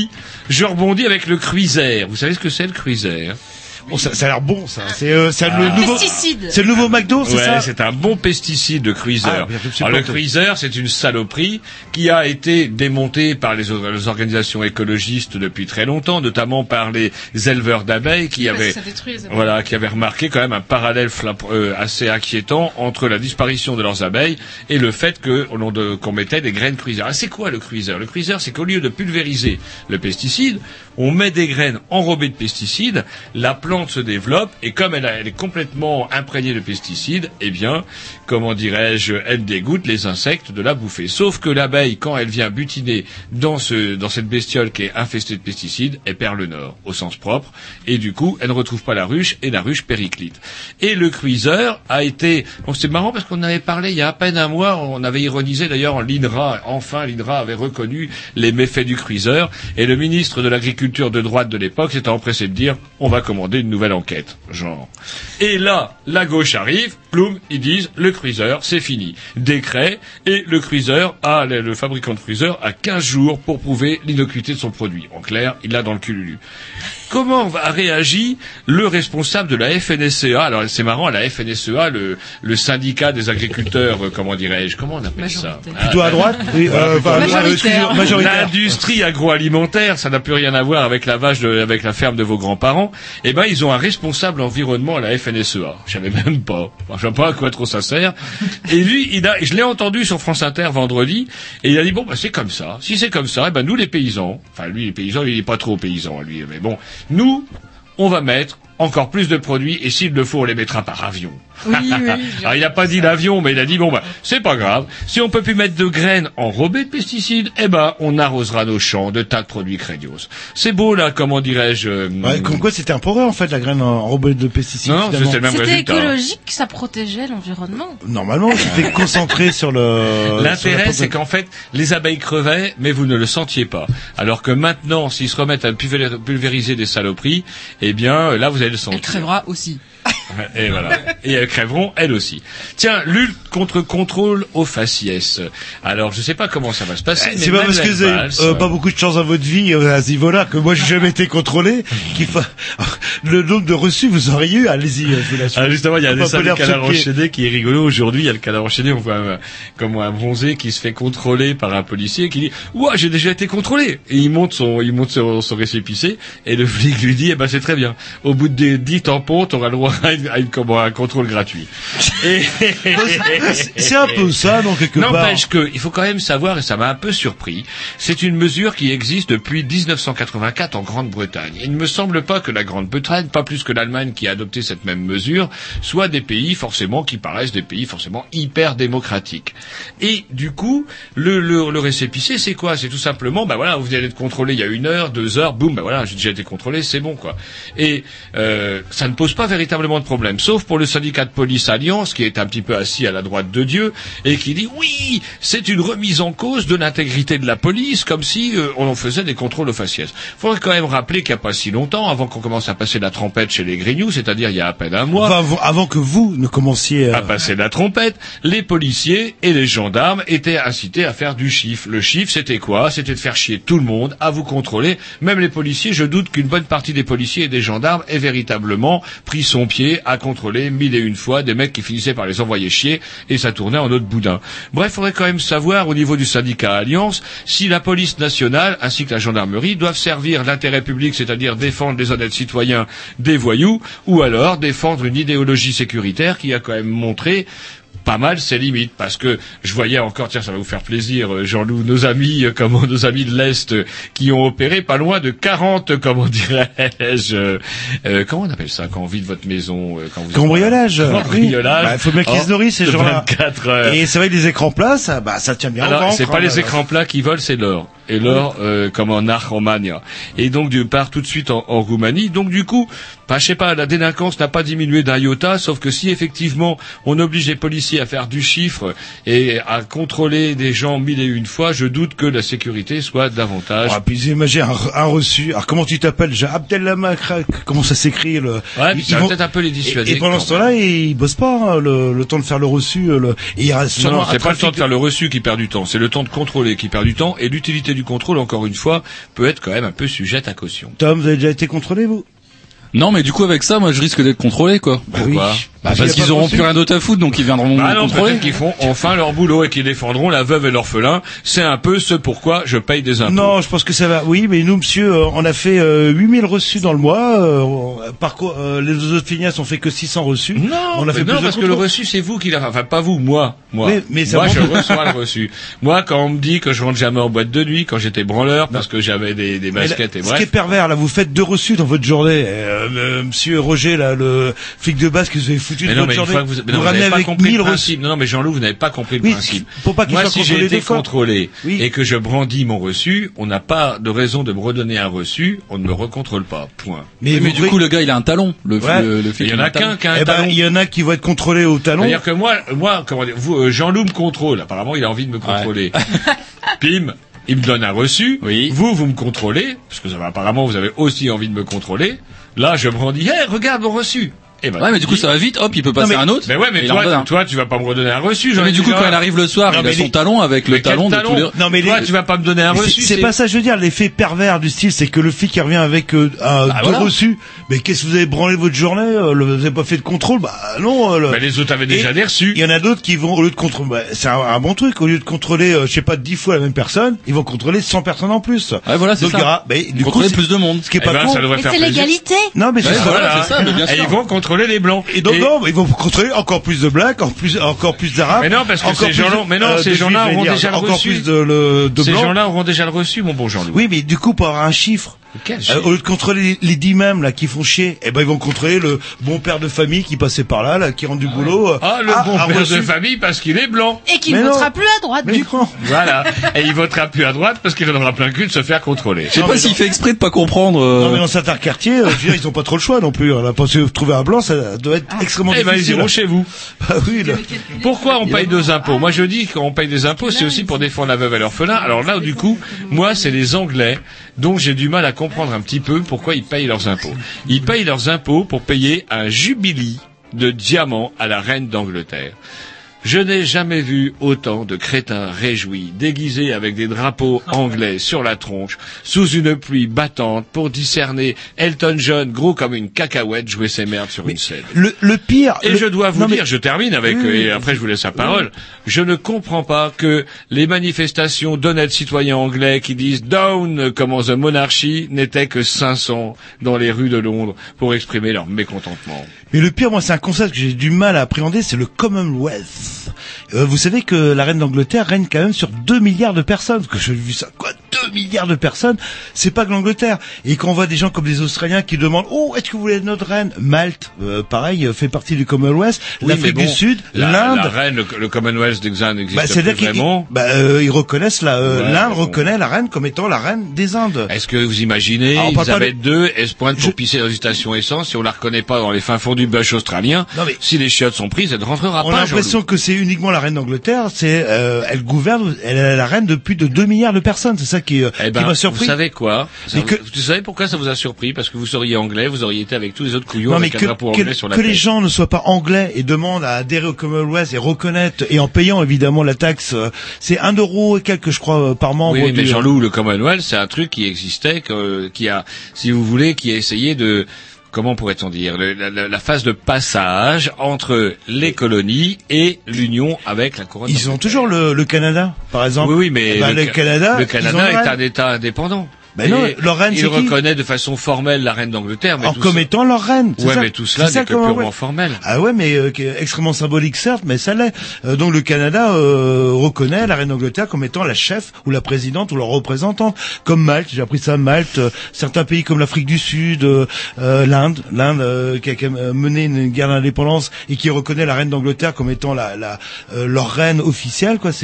je rebondis avec le cuisère. Vous savez ce que c'est, le cuisère? Oh, ça a l'air bon, ça. C'est le nouveau. Pesticide. C'est le nouveau McDo, c'est Ouais, ça? c'est un bon pesticide, le Cruiser. Ah, bien, je me suis Alors, le planté. Cruiser, c'est une saloperie qui a été démontée par les organisations écologistes depuis très longtemps, notamment par les éleveurs d'abeilles qui Parce que avaient, ça détruit les abeilles. voilà, qui avaient remarqué quand même un parallèle assez inquiétant entre la disparition de leurs abeilles et le fait qu'on mettait des graines Cruiser. Ah, c'est quoi le Cruiser? Le Cruiser, c'est qu'au lieu de pulvériser le pesticide, on met des graines enrobées de pesticides, la plante se développe, et comme elle est complètement imprégnée de pesticides, eh bien, comment dirais-je, elle dégoûte les insectes de la bouffer. Sauf que l'abeille, quand elle vient butiner dans cette bestiole qui est infestée de pesticides, elle perd le nord, au sens propre, et du coup, elle ne retrouve pas la ruche, et la ruche périclite. Et le Cruiser a été, bon, c'est marrant parce qu'on avait parlé il y a à peine un mois, on avait ironisé d'ailleurs l'INRA, enfin l'INRA avait reconnu les méfaits du Cruiser, et le ministre de l'Agriculture de droite de l'époque s'était empressé de dire, on va commander une nouvelle enquête, genre. Et là, la gauche arrive, ploum, ils disent, le Cruiser, c'est fini. Décret, et le Cruiser le fabricant de Cruiser a 15 jours pour prouver l'innocuité de son produit. En clair, il l'a dans le cululu. Comment a réagi le responsable de la FNSEA? Alors c'est marrant, la FNSEA, le syndicat des agriculteurs, comment dirais-je, comment on appelle ça? Plutôt à droite? Oui, Majoritaire. majoritaire. L'industrie agroalimentaire, ça n'a plus rien à voir avec la vache, avec la ferme de vos grands-parents. Eh ben, ils ont un responsable environnement à la FNSEA. Je savais même pas. Enfin, je sais pas à quoi trop ça sert. Et lui, je l'ai entendu sur France Inter vendredi, et il a dit, bon, bah, c'est comme ça. Si c'est comme ça, nous, les paysans, enfin, lui, les paysans, il est pas trop paysan, lui, mais bon, nous, on va mettre encore plus de produits, et s'il le faut, on les mettra par avion. Oui, oui. Alors, il n'a pas dit l'avion, mais il a dit, bon, bah, c'est pas grave. Si on peut plus mettre de graines enrobées de pesticides, eh ben, on arrosera nos champs de tas de produits craignos. C'est beau, là, comment dirais-je, Ouais, comme quoi c'était un progrès en fait la graine enrobée de pesticides. Non, finalement. c'est le même C'était résultat. écologique, ça protégeait l'environnement. Normalement, c'était concentré sur le. L'intérêt, c'est qu'en fait, les abeilles crevaient, mais vous ne le sentiez pas. Alors que maintenant, s'ils se remettent à pulvériser des saloperies, eh bien, là, vous allez le sentir. Elle crèvera aussi. Et voilà. Et elles crèveront, elles aussi. Tiens, lutte contre contrôle aux faciès. Alors, je sais pas comment ça va se passer. C'est pas parce que vous avez pas beaucoup de chance dans votre vie à ce niveau-là que moi j'ai jamais été contrôlé qu'il faut le nombre de reçus vous auriez eu. Allez-y, je vous laisse. Ah, justement, il y a Faut des pas salles de l'air canard sur le pied. enchaîné qui est rigolo aujourd'hui. Il y a le canard enchaîné, on voit comme un bronzé qui se fait contrôler par un policier qui dit ouah, j'ai déjà été contrôlé. Et il monte son récépissé et le flic lui dit eh ben c'est très bien. Au bout de 10 tampons, t'auras le droit à un contrôle gratuit. Et C'est un peu ça, donc quelque part. n'empêche que, il faut quand même savoir, et ça m'a un peu surpris, c'est une mesure qui existe depuis 1984 en Grande-Bretagne. Il ne me semble pas que la Grande-Bretagne, pas plus que l'Allemagne qui a adopté cette même mesure, soit des pays forcément qui paraissent des pays forcément hyper démocratiques. Et du coup, le récépissé, c'est quoi? C'est tout simplement, bah voilà, vous allez être contrôlé il y a 1 heure, 2 heures, boum, bah voilà, j'ai déjà été contrôlé, c'est bon quoi. Et ça ne pose pas véritablement de problème, sauf pour le syndicat de police Alliance, qui est un petit peu assis à la droite de Dieu, et qui dit oui, c'est une remise en cause de l'intégrité de la police, comme si on en faisait des contrôles aux faciès. Faudrait quand même rappeler qu'il n'y a pas si longtemps, avant qu'on commence à passer la trompette chez les Grignoux, c'est-à-dire il y a à peine un mois, Avant que vous ne commenciez à passer la trompette, les policiers et les gendarmes étaient incités à faire du chiffre. Le chiffre, c'était quoi? C'était de faire chier tout le monde, à vous contrôler. Même les policiers, je doute qu'une bonne partie des policiers et des gendarmes aient véritablement pris son pied à contrôler 1001 fois des mecs qui finissaient par les envoyer chier, et ça tournait en autre boudin. Bref, faudrait quand même savoir, au niveau du syndicat Alliance, si la police nationale, ainsi que la gendarmerie, doivent servir l'intérêt public, c'est-à-dire défendre les honnêtes citoyens des voyous, ou alors défendre une idéologie sécuritaire qui a quand même montré pas mal ses limites, parce que je voyais encore, tiens, ça va vous faire plaisir, Jean-Loup, nos amis de l'Est qui ont opéré pas loin de 40, comment dirais-je, comment on appelle ça quand on vide votre maison, quand vous cambriolage. Cambriolage. Bah, faut bien qu'ils se nourrissent ces de gens-là. 24 heures. Et c'est vrai que les écrans plats, ça tient bien. Alors, au ventre, c'est pas hein, les écrans plats qui volent, c'est l'or. Et l'or, comme en Armania. Et donc, part tout de suite en Roumanie. Donc, du coup, je sais pas, la délinquance n'a pas diminué d'un iota, sauf que si effectivement, on oblige les policiers à faire du chiffre et à contrôler des gens 1001 fois, je doute que la sécurité soit davantage. Ah, puis imagine un reçu. Alors, comment tu t'appelles? Abdelhamid, comment ça s'écrit, Ouais, puis ça va peut-être un peu les dissuader. Et pendant ce temps-là, ils bossent pas, hein, le temps de faire le reçu, et il reste sûrement Non, c'est un pas le temps trafic de faire le reçu qui perd du temps, c'est le temps de contrôler qui perd du temps, et l'utilité du contrôle, encore une fois, peut être quand même un peu sujette à caution. Tom, vous avez déjà été contrôlé, vous? Non, mais du coup, avec ça, moi, je risque d'être contrôlé, quoi. Pourquoi? Parce qu'ils auront plus rien d'autre à foutre, donc ils viendront me non, contrôler. peut-être qu'ils font enfin leur boulot et qu'ils défendront la veuve et l'orphelin. C'est un peu ce pourquoi je paye des impôts. Non, je pense que ça va. Oui, mais nous, monsieur, on a fait 8000 reçus dans le mois. Les autres feignasses ont fait que 600 reçus. Non, on a fait non, plus de parce que le contrôles. reçu, c'est vous qui l'avez. Enfin, pas vous, moi. Oui, mais ça moi, je montre- reçois le reçu. Moi, quand on me dit que je rentre jamais en boîte de nuit, quand j'étais branleur, parce que j'avais des Mais baskets et ce qui est bref. pervers, là, vous faites 2 reçus dans votre journée. Monsieur Roger, là, le flic de base que vous avez foutu Mais de non, votre mais une journée, fois que vous vous ramenez n'avez pas avec compris 1000 le reçus. principe. Non, mais Jean-Loup, vous n'avez pas compris le Oui, principe. pour pas qu'il Moi, soit si j'ai contrôlé été 2 fois. contrôlé Oui. et que je brandis mon reçu, on n'a pas de raison de me redonner un reçu, on ne me recontrôle pas. Point. Mais du coup, le gars, il a un talon. Le flic, Il y en a qu'un qui a un Eh ben, talon. il y en a qui vont être contrôlés au talon. C'est-à-dire que moi, comment dire, vous, Jean-Loup me contrôle. Apparemment, il a envie de me contrôler. Pim, il me donne un reçu. Oui. Vous me contrôlez, parce que apparemment, vous avez aussi envie de me contrôler. Là, je brandis, hey, regarde mon reçu. Eh ben, Ouais, mais du coup, ça va vite. Hop, il peut passer à un autre. Mais ouais, mais et il en redonne un. toi, tu vas pas me redonner un reçu. Mais du coup, quand il arrive le soir, Non, il a mais son les- talon avec le Mais quel talon de talon tous les. Non, mais toi, tu vas pas me donner un Mais reçu. c'est pas ça, je veux dire, l'effet pervers du style, c'est que le flic qui revient avec 2 voilà. reçus. Mais qu'est-ce que vous avez branlé votre journée? Vous avez pas fait de contrôle? Bah non. Mais les autres avaient déjà des reçus. Il y en a d'autres qui vont, au lieu de contrôler, c'est un bon truc, au lieu de contrôler, je sais pas, 10 fois la même personne, ils vont contrôler 100 personnes en plus. Ouais, voilà, c'est Donc, ça. il y aura, du coup, Contrôler c'est- plus de monde. ce qui est Eh pas ben, con. ça devrait Mais faire c'est plaisir. l'égalité. Non, mais c'est Ouais, ça. voilà, c'est ça, mais bien Et sûr. ils vont contrôler les blancs. Et donc, non, ils vont contrôler encore plus de blacks, encore plus d'arabes. Mais non, parce que encore ces plus gens-là, de- mais non, ces de gens-là juifs, auront je veux déjà dire, le encore reçu. plus de Ces blancs. gens-là auront déjà le reçu, mon bon Jean-Loup. Oui, mais du coup, pour avoir un chiffre, Quel Au lieu de contrôler les 10 mêmes là qui font chier, eh ben ils vont contrôler le bon père de famille qui passait par là qui rentre du boulot. Le bon père de famille parce qu'il est blanc. Et qui ne votera plus à droite, du coup. Voilà. Et il votera plus à droite parce qu'il en aura plein le cul de se faire contrôler. Je sais pas s'il fait exprès de pas comprendre. Non mais dans certains quartiers, je veux dire, ils ont pas trop le choix non plus. Là, parce que trouver un blanc, ça doit être extrêmement difficile. Eh ben ils iront chez vous. Bah oui. Là. Pourquoi on paye deux impôts? Moi je dis qu'on paye des impôts, c'est aussi pour défendre la veuve et l'orphelin. Alors là, du coup, moi c'est les Anglais, donc j'ai du mal à comprendre un petit peu pourquoi ils payent leurs impôts. Ils payent leurs impôts pour payer un jubilé de diamants à la reine d'Angleterre. Je n'ai jamais vu autant de crétins réjouis, déguisés avec des drapeaux anglais sur la tronche, sous une pluie battante, pour discerner Elton John, gros comme une cacahuète, jouer ses merdes sur une scène. Le pire... Et je dois vous dire, je termine avec, et après je vous laisse la parole, je ne comprends pas que les manifestations d'honnêtes citoyens anglais qui disent « Down » comment the monarchy n'étaient que 500 dans les rues de Londres pour exprimer leur mécontentement. Mais le pire, moi, c'est un concept que j'ai du mal à appréhender, c'est le Commonwealth. Vous savez que la reine d'Angleterre règne quand même sur 2 milliards de personnes. Parce que j'ai vu ça, quoi, 2 milliards de personnes, c'est pas que l'Angleterre. Et quand on voit des gens comme des Australiens qui demandent « Oh, est-ce que vous voulez être notre reine ?» Malte, pareil, fait partie du Commonwealth. Oui, L'Afrique du Sud, l'Inde... La reine, le Commonwealth d'Inde n'existe plus vraiment. Ils reconnaissent l'Inde reconnaît la reine comme étant la reine des Indes. Est-ce que vous imaginez, Elisabeth II, elle se pointe pour pisser dans une station essence, si on la reconnaît pas dans les fins fonds du bush australien, si les chiottes sont prises, elle ne rentrera pas. On a l'impression que c'est uniquement la reine d'Angleterre, elle gouverne, elle est la reine de plus de 2 milliards de personnes, c'est ça qui m'a surpris. Vous savez quoi? Vous savez pourquoi ça vous a surpris? Parce que vous seriez anglais, vous auriez été avec tous les autres couillons avec un drapeau anglais sur la tête. Que les gens ne soient pas anglais et demandent à adhérer au Commonwealth et reconnaître, et en payant évidemment la taxe, c'est 1 euro et quelques, je crois, par membre. Oui, mais Jean-Loup, le Commonwealth, c'est un truc qui existait, qui a, si vous voulez, qui a essayé de, comment pourrait-on dire, la phase de passage entre les colonies et l'union avec la couronne. Ils ont toujours le Canada, par exemple. Oui, mais le Canada est un État indépendant. Ben non, leur reine, il reconnaît de façon formelle la reine d'Angleterre, mais comme étant leur reine. Ouais, mais tout cela n'est que purement formel. Ah ouais, mais extrêmement symbolique certes, mais ça l'est. Donc le Canada reconnaît la reine d'Angleterre comme étant la chef ou la présidente ou la représentante. Comme Malte, j'ai appris ça à Malte. Certains pays comme l'Afrique du Sud, l'Inde qui a mené une guerre d'indépendance et qui reconnaît la reine d'Angleterre comme étant leur reine officielle. Quoi,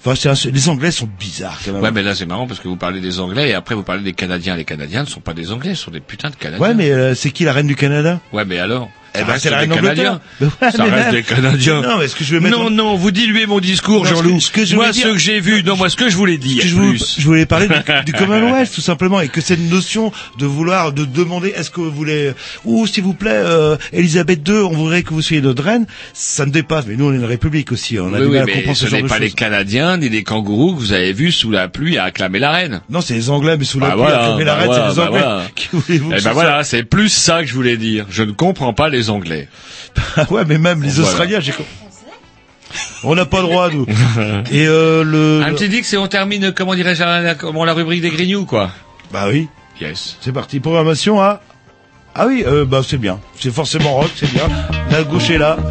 les Anglais sont bizarres quand même. Ouais, mais là c'est marrant parce que vous parlez des Anglais et après vous parlez des Canadiens. Les Canadiens ne sont pas des Anglais, ce sont des putains de Canadiens. Ouais, mais c'est qui la reine du Canada? Ouais, mais alors? C'est la reine d'Angleterre. Ça reste des Canadiens. Non, mais est-ce que je vais mettre... Non, vous diluez mon discours, Jean-Loup. Moi, ce que j'ai vu, moi, ce que je voulais dire. Je voulais parler du Commonwealth, tout simplement, et que cette notion de vouloir, de demander, est-ce que vous voulez, ou s'il vous plaît, Elisabeth II, on voudrait que vous soyez notre reine, ça me dépasse. Mais nous, on est une république aussi. On a du mal à comprendre ce genre de choses. Ce n'est pas les Canadiens ni les kangourous que vous avez vus sous la pluie à acclamer la reine. Non, c'est les Anglais, mais sous la pluie à acclamer la reine, c'est les Anglais. Qui voulez-vous? Eh ben voilà, c'est plus ça que je voulais dire. Je ne comprends pas les Anglais. Ouais, mais même les Australiens, on n'a pas le droit, nous. Et un petit dit que on termine, comment dirais-je, la rubrique des Grignoux, quoi. Bah oui. Yes. C'est parti. Programmation à... Ah oui, bah c'est bien. C'est forcément rock, c'est bien. La gauche est là.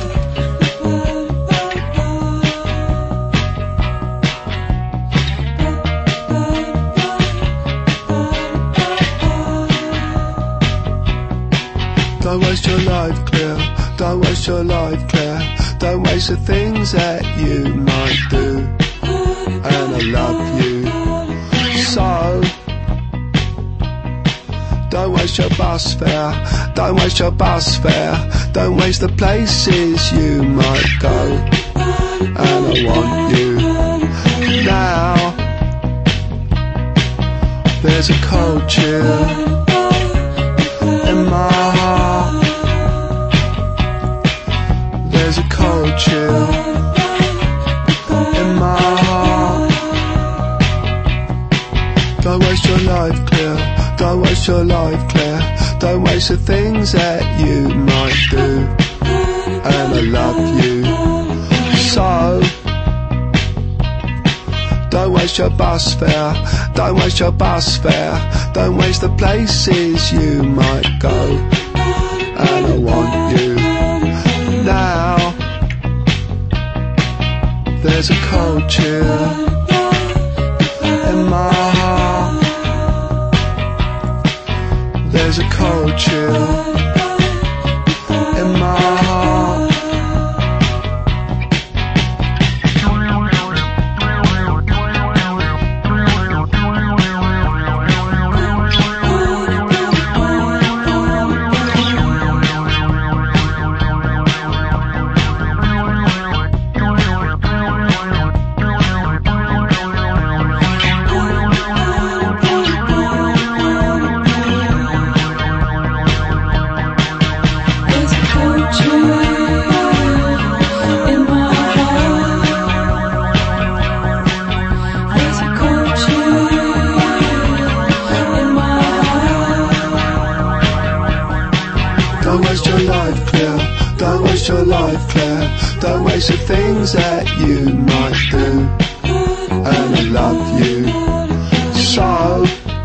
Don't waste your life, Claire. Don't waste your life, Claire. Don't waste the things that you might do. And I love you so. Don't waste your bus fare. Don't waste your bus fare. Don't waste the places you might go. And I want you now. There's a cold chill in my heart. There's a cold chill in my heart. Don't waste your life, Claire. Don't waste your life, Claire. Don't waste the things that you might do. And I love you so. Don't waste your bus fare. Don't waste your bus fare. Don't waste the places you might go. And I want you now. There's a cold chill in my heart. culture in my heart. Don't waste your life, Claire. Don't waste your life, Claire. Don't waste the things that you might do. And I love you so.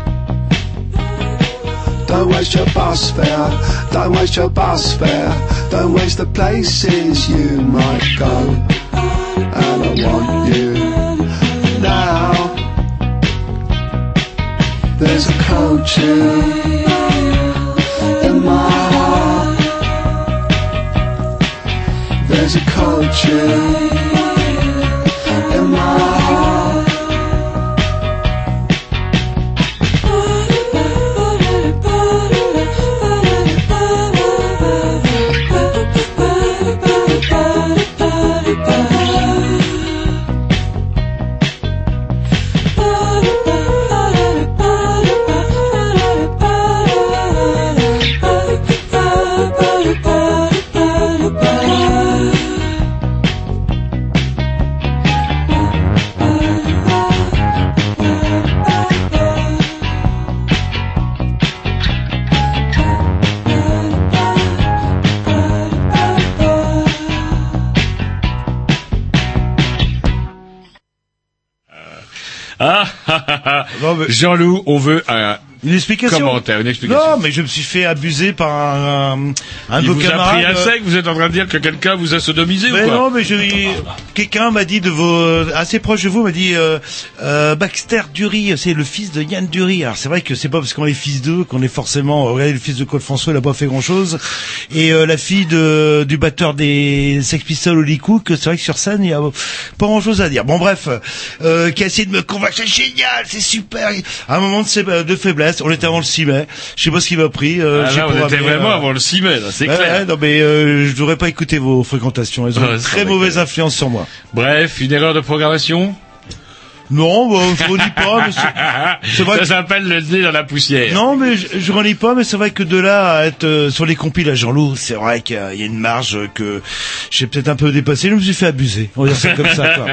Don't waste your bus fare. Don't waste your bus fare. Don't waste the places you might go. And I want you now. There's a culture in my heart. There's a culture in my heart. Jean-Loup, on veut une explication. Commentaire, une explication. Non, mais je me suis fait abuser par un de vos vous camarades. a pris un sec, vous êtes en train de dire que quelqu'un vous a sodomisé Mais ou quoi? non, mais quelqu'un m'a dit assez proche de vous, m'a dit, Baxter Dury, c'est le fils de Yann Dury. Alors c'est vrai que c'est pas parce qu'on est fils d'eux qu'on est forcément, regardez le fils de Claude François, il a pas fait grand chose. Et, la fille du batteur des Sex Pistols, Holly Cook, c'est vrai que sur scène, il y a pas grand chose à dire. Bon, bref, qui a essayé de me convaincre, c'est génial, c'est super. À un moment de faiblesse, on était avant le 6 mai, je sais pas ce qui m'a pris. On était vraiment avant le 6 mai, là, c'est clair. Ouais, non, mais je devrais pas écouter vos fréquentations, elles ont une très mauvaise influence sur moi. Bref, une erreur de programmation? Non, je relis pas, mais c'est vrai. Ça s'appelle le nez dans la poussière. Non, mais je relis pas, mais c'est vrai que de là à être sur les compiles à Jean-Loup, c'est vrai qu'il y a une marge que j'ai peut-être un peu dépassée. Je me suis fait abuser. On va dire ça comme ça, quoi.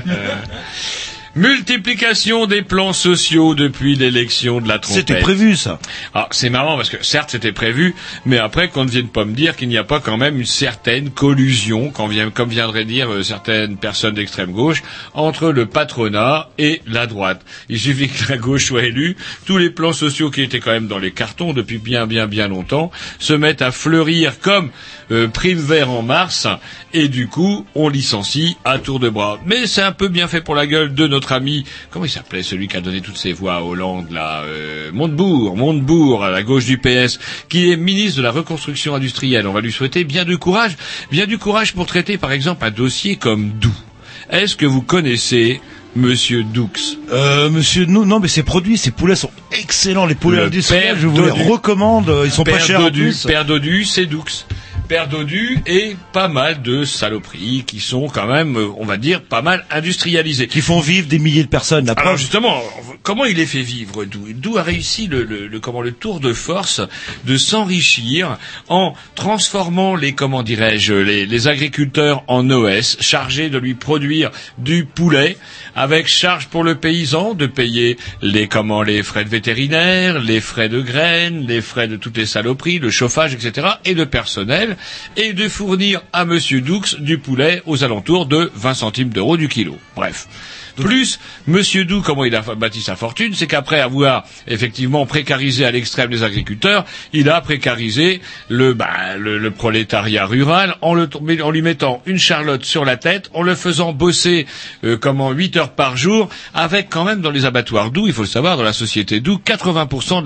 Multiplication des plans sociaux depuis l'élection de la trompette. C'était prévu, ça. Ah, c'est marrant parce que certes c'était prévu, mais après qu'on ne vienne pas me dire qu'il n'y a pas quand même une certaine collusion, comme viendraient dire certaines personnes d'extrême gauche, entre le patronat et la droite. Il suffit que la gauche soit élue, tous les plans sociaux qui étaient quand même dans les cartons depuis bien longtemps se mettent à fleurir comme prime vert en mars, et du coup on licencie à tour de bras. Mais c'est un peu bien fait pour la gueule de notre ami, comment il s'appelait, celui qui a donné toutes ses voix à Hollande, là, Montebourg, à la gauche du PS, qui est ministre de la reconstruction industrielle. On va lui souhaiter bien du courage pour traiter par exemple un dossier comme Doux. Est-ce que vous connaissez Monsieur Doux? Non, mais ces produits, ces poulets sont excellents, les poulets industriels, je vous les recommande, ils sont pas chers en plus. Père Dodu, c'est Doux. Père Dodu et pas mal de saloperies qui sont quand même, on va dire, pas mal industrialisées. Qui font vivre des milliers de personnes. Alors justement, comment il les fait vivre, Doux? Doux a réussi le tour de force de s'enrichir en transformant les agriculteurs en OS, chargés de lui produire du poulet, avec charge pour le paysan de payer les frais de vétérinaire, les frais de graines, les frais de toutes les saloperies, le chauffage, etc., et de personnel, et de fournir à Monsieur Doux du poulet aux alentours de 20 centimes d'euros du kilo. Bref. Plus, Monsieur Doux, comment il a bâti sa fortune, c'est qu'après avoir effectivement précarisé à l'extrême les agriculteurs, il a précarisé le prolétariat rural en lui mettant une charlotte sur la tête, en le faisant bosser 8 heures par jour, avec quand même dans les abattoirs Doux, il faut le savoir, dans la société Doux, 80%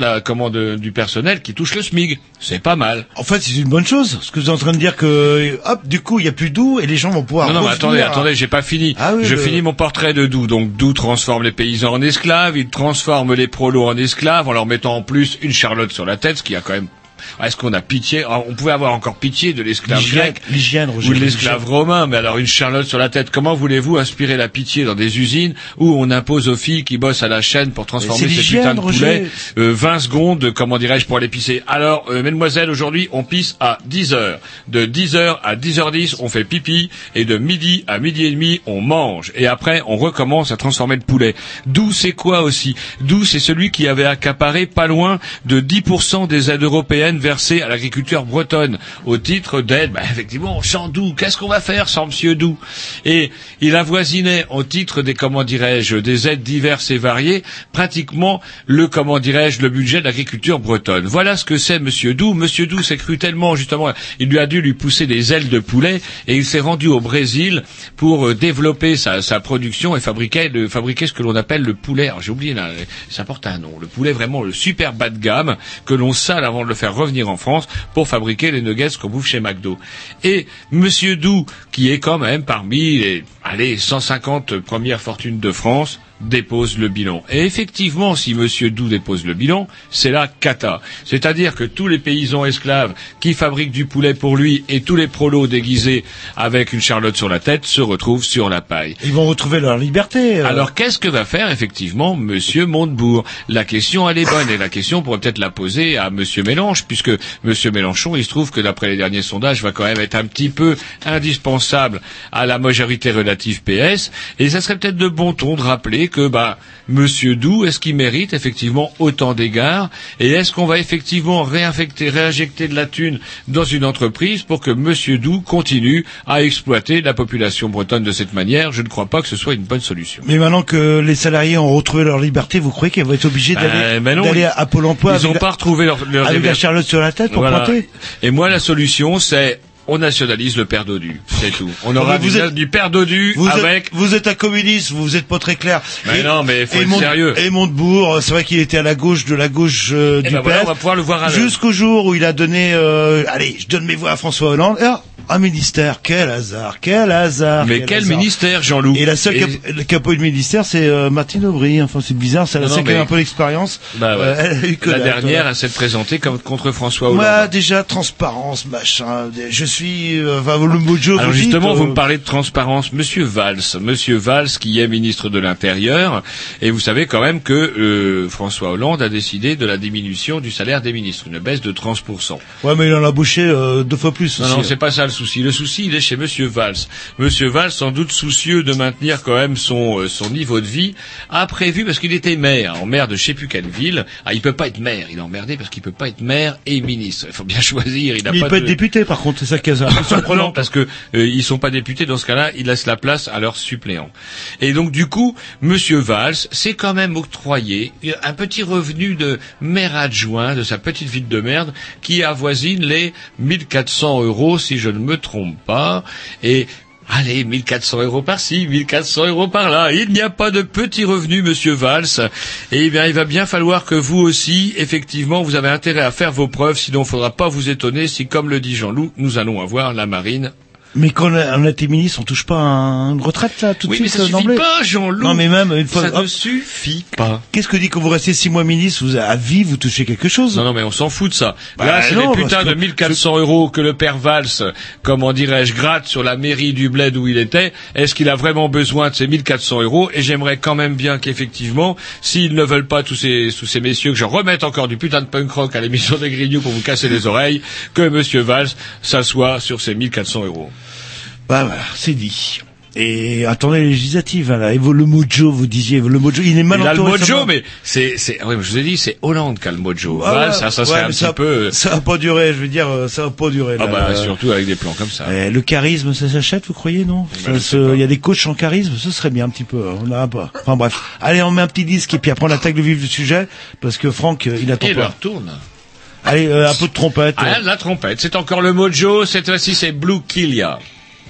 du personnel qui touche le SMIC. C'est pas mal. En fait, c'est une bonne chose. Ce que vous êtes en train de dire que, hop, du coup, il y a plus Doux et les gens vont pouvoir. Non, mais attendez, j'ai pas fini. Ah oui, finis mon portrait de Doux. Donc, Doux transforme les paysans en esclaves, il transforme les prolos en esclaves en leur mettant en plus une charlotte sur la tête, ce qui a quand même. Est-ce qu'on a pitié? On pouvait avoir encore pitié de l'esclave grec ou de l'esclave romain, mais alors une charlotte sur la tête, comment voulez-vous inspirer la pitié dans des usines où on impose aux filles qui bossent à la chaîne pour transformer ces putains de poulets 20 secondes, pour aller pisser? Alors, mesdemoiselles, aujourd'hui, on pisse à 10 heures. De 10 heures à 10h10, on fait pipi, et de midi à midi et demi, on mange. Et après, on recommence à transformer le poulet. Doux, c'est quoi aussi? Doux, c'est celui qui avait accaparé pas loin de 10% des aides européennes versées à l'agriculture bretonne au titre d'aide. Effectivement, sans Doux, qu'est-ce qu'on va faire sans Monsieur Doux? Et il avoisinait au titre des des aides diverses et variées, pratiquement le budget de l'agriculture bretonne. Voilà ce que c'est Monsieur Doux. Monsieur Doux s'est cru tellement, justement, il lui a dû lui pousser des ailes de poulet et il s'est rendu au Brésil pour développer sa production et fabriquer ce que l'on appelle le poulet. Alors j'ai oublié, là, ça porte un nom. Le poulet vraiment le super bas de gamme que l'on sale avant de le faire revenir en France pour fabriquer les nuggets qu'on bouffe chez McDo. Et Monsieur Doux, qui est quand même parmi les 150 premières fortunes de France, dépose le bilan. Et effectivement, si Monsieur Doux dépose le bilan, c'est la cata. C'est-à-dire que tous les paysans esclaves qui fabriquent du poulet pour lui et tous les prolos déguisés avec une charlotte sur la tête se retrouvent sur la paille. Ils vont retrouver leur liberté. Alors qu'est-ce que va faire effectivement Monsieur Montebourg? La question, elle est bonne, et la question, on pourrait peut-être la poser à Monsieur Mélenchon, puisque Monsieur Mélenchon, il se trouve que d'après les derniers sondages, va quand même être un petit peu indispensable à la majorité relative PS, et ça serait peut-être de bon ton de rappeler que Monsieur Doux, est-ce qu'il mérite effectivement autant d'égards, et est-ce qu'on va effectivement réinjecter de la thune dans une entreprise pour que Monsieur Doux continue à exploiter la population bretonne de cette manière? Je ne crois pas que ce soit une bonne solution. Mais maintenant que les salariés ont retrouvé leur liberté, vous croyez qu'ils vont être obligés d'aller à Pôle emploi? Ils n'ont pas retrouvé leur avec la charlotte sur la tête pour pointer? Et moi, la solution, c'est on nationalise le père Dodu, c'est tout. On aura du père Dodu avec... Vous êtes un communiste, vous êtes pas très clair. Mais non, mais faut être sérieux. Et Montebourg, c'est vrai qu'il était à la gauche de la gauche du PS. Voilà, on va pouvoir le voir à jusqu'au jour où il a donné... allez, je donne mes voix à François Hollande. Un ministère, quel hasard. Mais quel ministère, Jean-Loup? Et la seule qui a pas eu de ministère, c'est Martine Aubry. Enfin, c'est bizarre, c'est la seule qui a un peu d'expérience. Elle a eu que la dernière, elle s'est présentée contre François Hollande. Moi, déjà, transparence, machin. Je suis... le mojo... Alors justement, vous me parlez de transparence. Monsieur Valls, qui est ministre de l'Intérieur, et vous savez quand même que François Hollande a décidé de la diminution du salaire des ministres, une baisse de 30%. Ouais, mais il en a bouché 2 fois plus aussi. Non, c'est pas ça le souci. Le souci, il est chez Monsieur Valls. Monsieur Valls, sans doute soucieux de maintenir quand même son niveau de vie, a prévu, parce qu'il était maire de je sais plus quelle ville. Il peut pas être maire. Il est emmerdé parce qu'il peut pas être maire et ministre. Il faut bien choisir. Il peut être député, par contre. C'est ça qui est surprenant. Non, parce que ils sont pas députés. Dans ce cas-là, ils laissent la place à leurs suppléants. Et donc, du coup, Monsieur Valls s'est quand même octroyé un petit revenu de maire adjoint de sa petite ville de merde qui avoisine les 1400 €, si je ne me trompe pas. Et allez, 1400 € par-ci, 1400 € par-là. Il n'y a pas de petit revenu, Monsieur Valls. Et bien, il va bien falloir que vous aussi, effectivement, vous avez intérêt à faire vos preuves. Sinon, il ne faudra pas vous étonner si, comme le dit Jean-Loup, nous allons avoir la marine. Mais quand on a été ministre, on touche pas à une retraite, là, tout de suite, mais ça suffit pas, Jean-Loup. Non, mais même, une fois... Ça ne suffit pas. Qu'est-ce que dit quand vous restez 6 mois ministre, à vie, vous touchez quelque chose? Non, mais on s'en fout de ça. Là, c'est les putains de 1400 € que le père Valls, gratte sur la mairie du bled où il était. Est-ce qu'il a vraiment besoin de ces 1400 €? Et j'aimerais quand même bien qu'effectivement, s'ils ne veulent pas tous ces messieurs, que je remette encore du putain de punk rock à l'émission des Grignoux pour vous casser les oreilles, que Monsieur Valls s'assoie sur ces 1400 €. Voilà, c'est dit. Et attendez les législatives, hein, là. Et le mojo, vous disiez, le mojo, il est mal Il a le entouré. mojo, mais oui, je vous ai dit, c'est Hollande qui a le mojo. Ah, Voilà, ça serait un petit peu. Ça va pas durer, je veux dire, ça va pas durer. Ah là. bah, surtout avec des plans comme ça. Le charisme, ça s'achète, vous croyez, non? Il y a des coachs en charisme, ce serait bien un petit peu. On a pas. Enfin bref. Allez, on met un petit disque et puis après on attaque le vif du sujet parce que Franck, il attend Et pas. leur tourne. Allez, un peu de trompette. Ah, la trompette. C'est encore le mojo. Cette fois-ci, c'est Blue Kilia.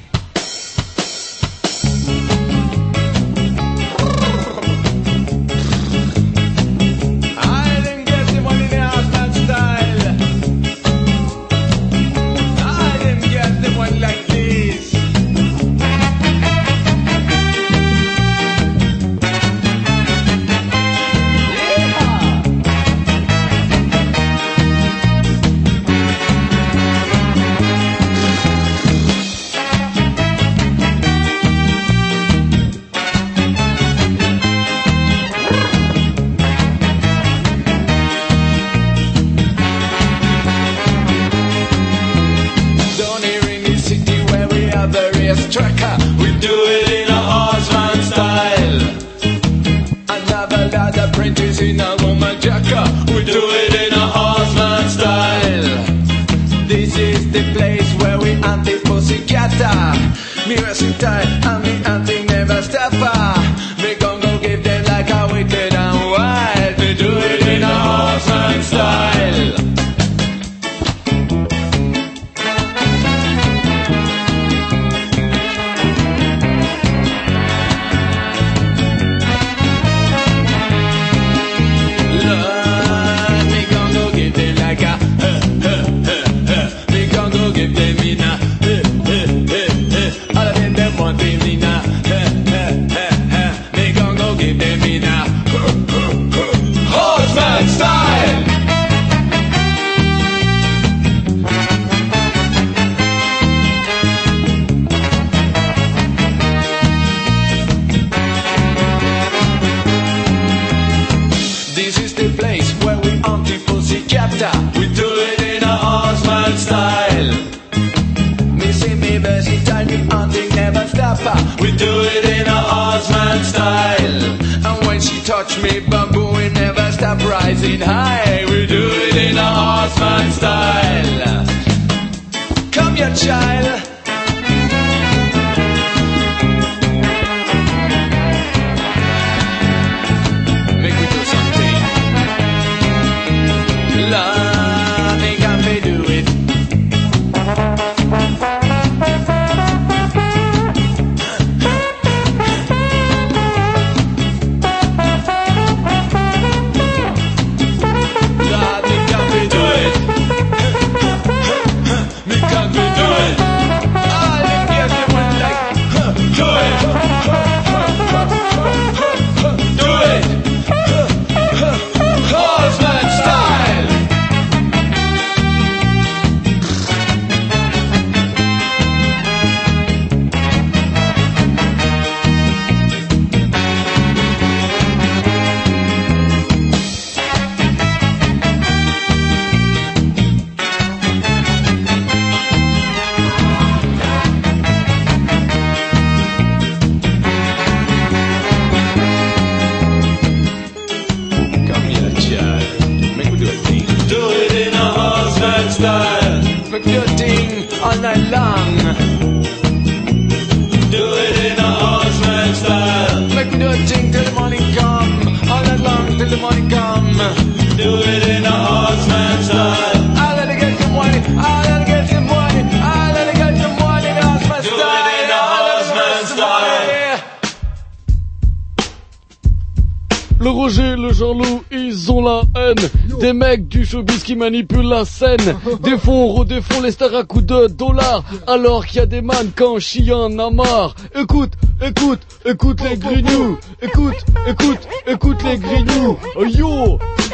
Le Roger, le Jean-Loup, ils ont la haine. Des mecs du showbiz qui manipulent la scène. Défont, redéfont les stars à coups de dollars. Alors qu'il y a des man quand chien en a marre. Écoute, écoute, écoute les grignoux. Écoute, écoute, écoute les grignoux. Yo,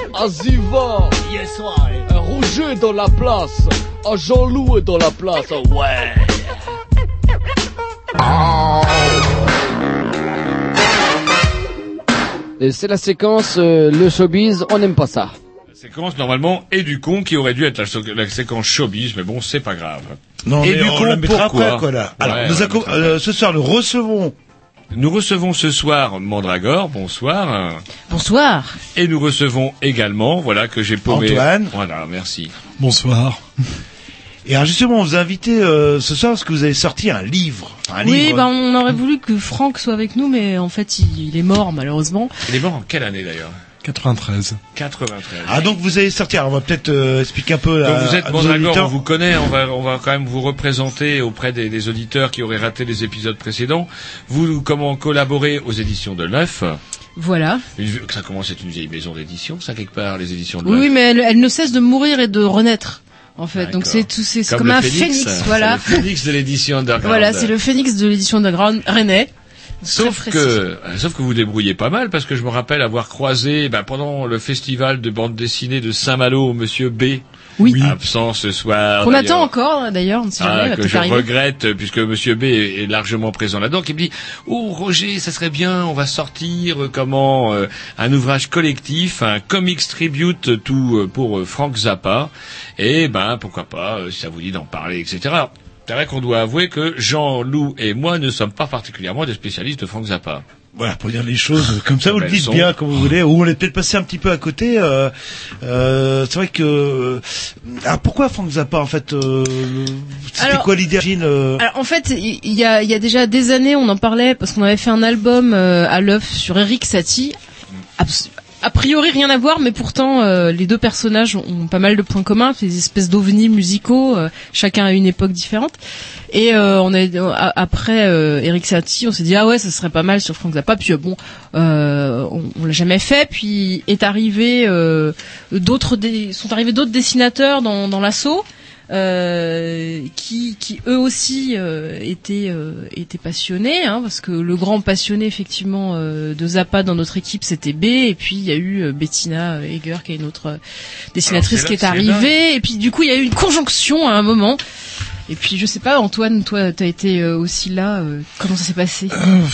Aziva. Roger est dans la place. Jean-Loup est dans la place. Ouais. Et c'est la séquence le showbiz, on n'aime pas ça. séquence normalement et du con qui aurait dû être la séquence showbiz, mais bon, c'est pas grave. Non, et mais du on con, la mettra pourquoi après, quoi, là. Alors, Ouais, ce soir, nous recevons ce soir Mandragore, bonsoir. Bonsoir. Et nous recevons également, voilà, que j'ai paumé. Antoine. Voilà, merci. Bonsoir. Et alors justement, on vous a invité ce soir parce que vous avez sorti un livre. Oui, bah on aurait voulu que Franck soit avec nous, mais en fait, il est mort malheureusement. Il est mort en quelle année d'ailleurs? 93. 93. Ah, donc vous avez sorti, alors on va peut-être expliquer un peu Donc vous êtes Mandragore, on auditeurs. vous connaît, on va quand même vous représenter auprès des auditeurs qui auraient raté les épisodes précédents. Vous, comment collaborez aux éditions de l'œuf? Voilà. Ça commence à être une vieille maison d'édition, ça, quelque part, les éditions de Oui, l'œuf. oui, mais elle ne cesse de mourir et de renaître. En fait, donc c'est comme un phénix, voilà. C'est le phénix de l'édition Underground. Voilà, c'est le phénix de l'édition Underground rennais. Sauf que vous débrouillez pas mal, parce que je me rappelle avoir croisé, pendant le festival de bande dessinée de Saint-Malo, Monsieur B. Oui. Absent ce soir. Qu'on d'ailleurs. attend encore, d'ailleurs, on ne sait jamais, Que peut je arriver. regrette, puisque Monsieur B est largement présent là-dedans, qui me dit, oh, Roger, ça serait bien, on va sortir, un ouvrage collectif, un comics tribute, tout, pour Frank Zappa. Et, pourquoi pas, si ça vous dit d'en parler, etc. Alors, c'est vrai qu'on doit avouer que Jean-Loup et moi ne sommes pas particulièrement des spécialistes de Frank Zappa. Voilà, pour dire les choses comme ça, vous le Elles dites sont. bien comme vous voulez, ou on est peut-être passé un petit peu à côté. C'est vrai que... alors pourquoi Frank Zappa, en fait c'était Alors, quoi l'idée Alors en fait, il y a déjà des années, on en parlait parce qu'on avait fait un album à l'œuf sur Eric Satie. A priori rien à voir, mais pourtant les deux personnages ont pas mal de points communs, des espèces d'ovnis musicaux, chacun à une époque différente. Et après Eric Satie, on s'est dit ah ouais, ça serait pas mal sur Frank Zappa. Puis on l'a jamais fait. Puis sont arrivés d'autres dessinateurs dans l'assaut. Qui eux aussi étaient passionnés, parce que le grand passionné effectivement de Zappa dans notre équipe c'était B, et puis il y a eu Bettina Eger qui est une autre dessinatrice qui est arrivée, et puis du coup il y a eu une conjonction à un moment. Et puis je sais pas, Antoine, toi t'as été aussi là, comment ça s'est passé?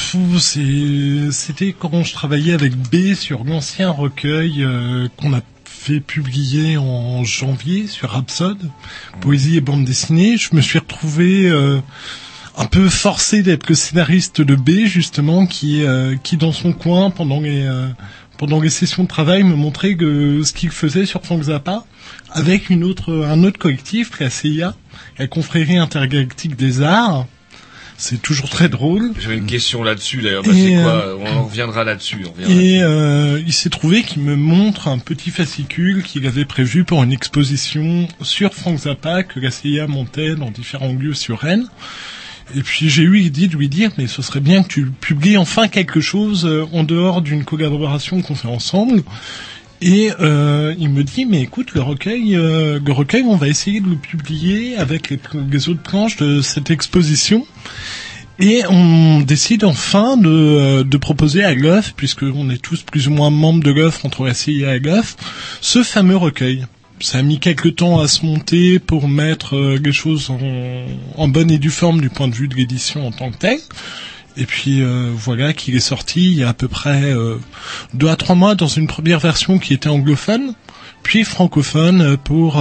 C'était quand je travaillais avec B sur l'ancien recueil qu'on a fait publier en janvier sur Rhapsode, poésie et bande dessinée. Je me suis retrouvé un peu forcé d'être le scénariste de B, justement, qui dans son coin pendant les sessions de travail me montrait ce qu'il faisait sur Frank Zappa avec un autre collectif, la CIA, la Confrérie intergalactique des arts. C'est toujours très drôle. J'avais une question là-dessus d'ailleurs. C'est quoi? On reviendra là-dessus. Il s'est trouvé qu'il me montre un petit fascicule qu'il avait prévu pour une exposition sur Frank Zappa que la CIA montait dans différents lieux sur Rennes. Et puis j'ai eu l'idée de lui dire, mais ce serait bien que tu publies enfin quelque chose en dehors d'une collaboration qu'on fait ensemble. Et il me dit, mais écoute, le recueil, on va essayer de le publier avec les autres planches de cette exposition. Et on décide enfin de proposer à l'œuf, puisqu'on est tous plus ou moins membres de l'œuf entre la CIA et l'œuf, ce fameux recueil. Ça a mis quelques temps à se monter pour mettre les choses en bonne et due forme du point de vue de l'édition en tant que telle. Et puis voilà qu'il est sorti il y a à peu près 2 à 3 mois dans une première version qui était anglophone, puis francophone pour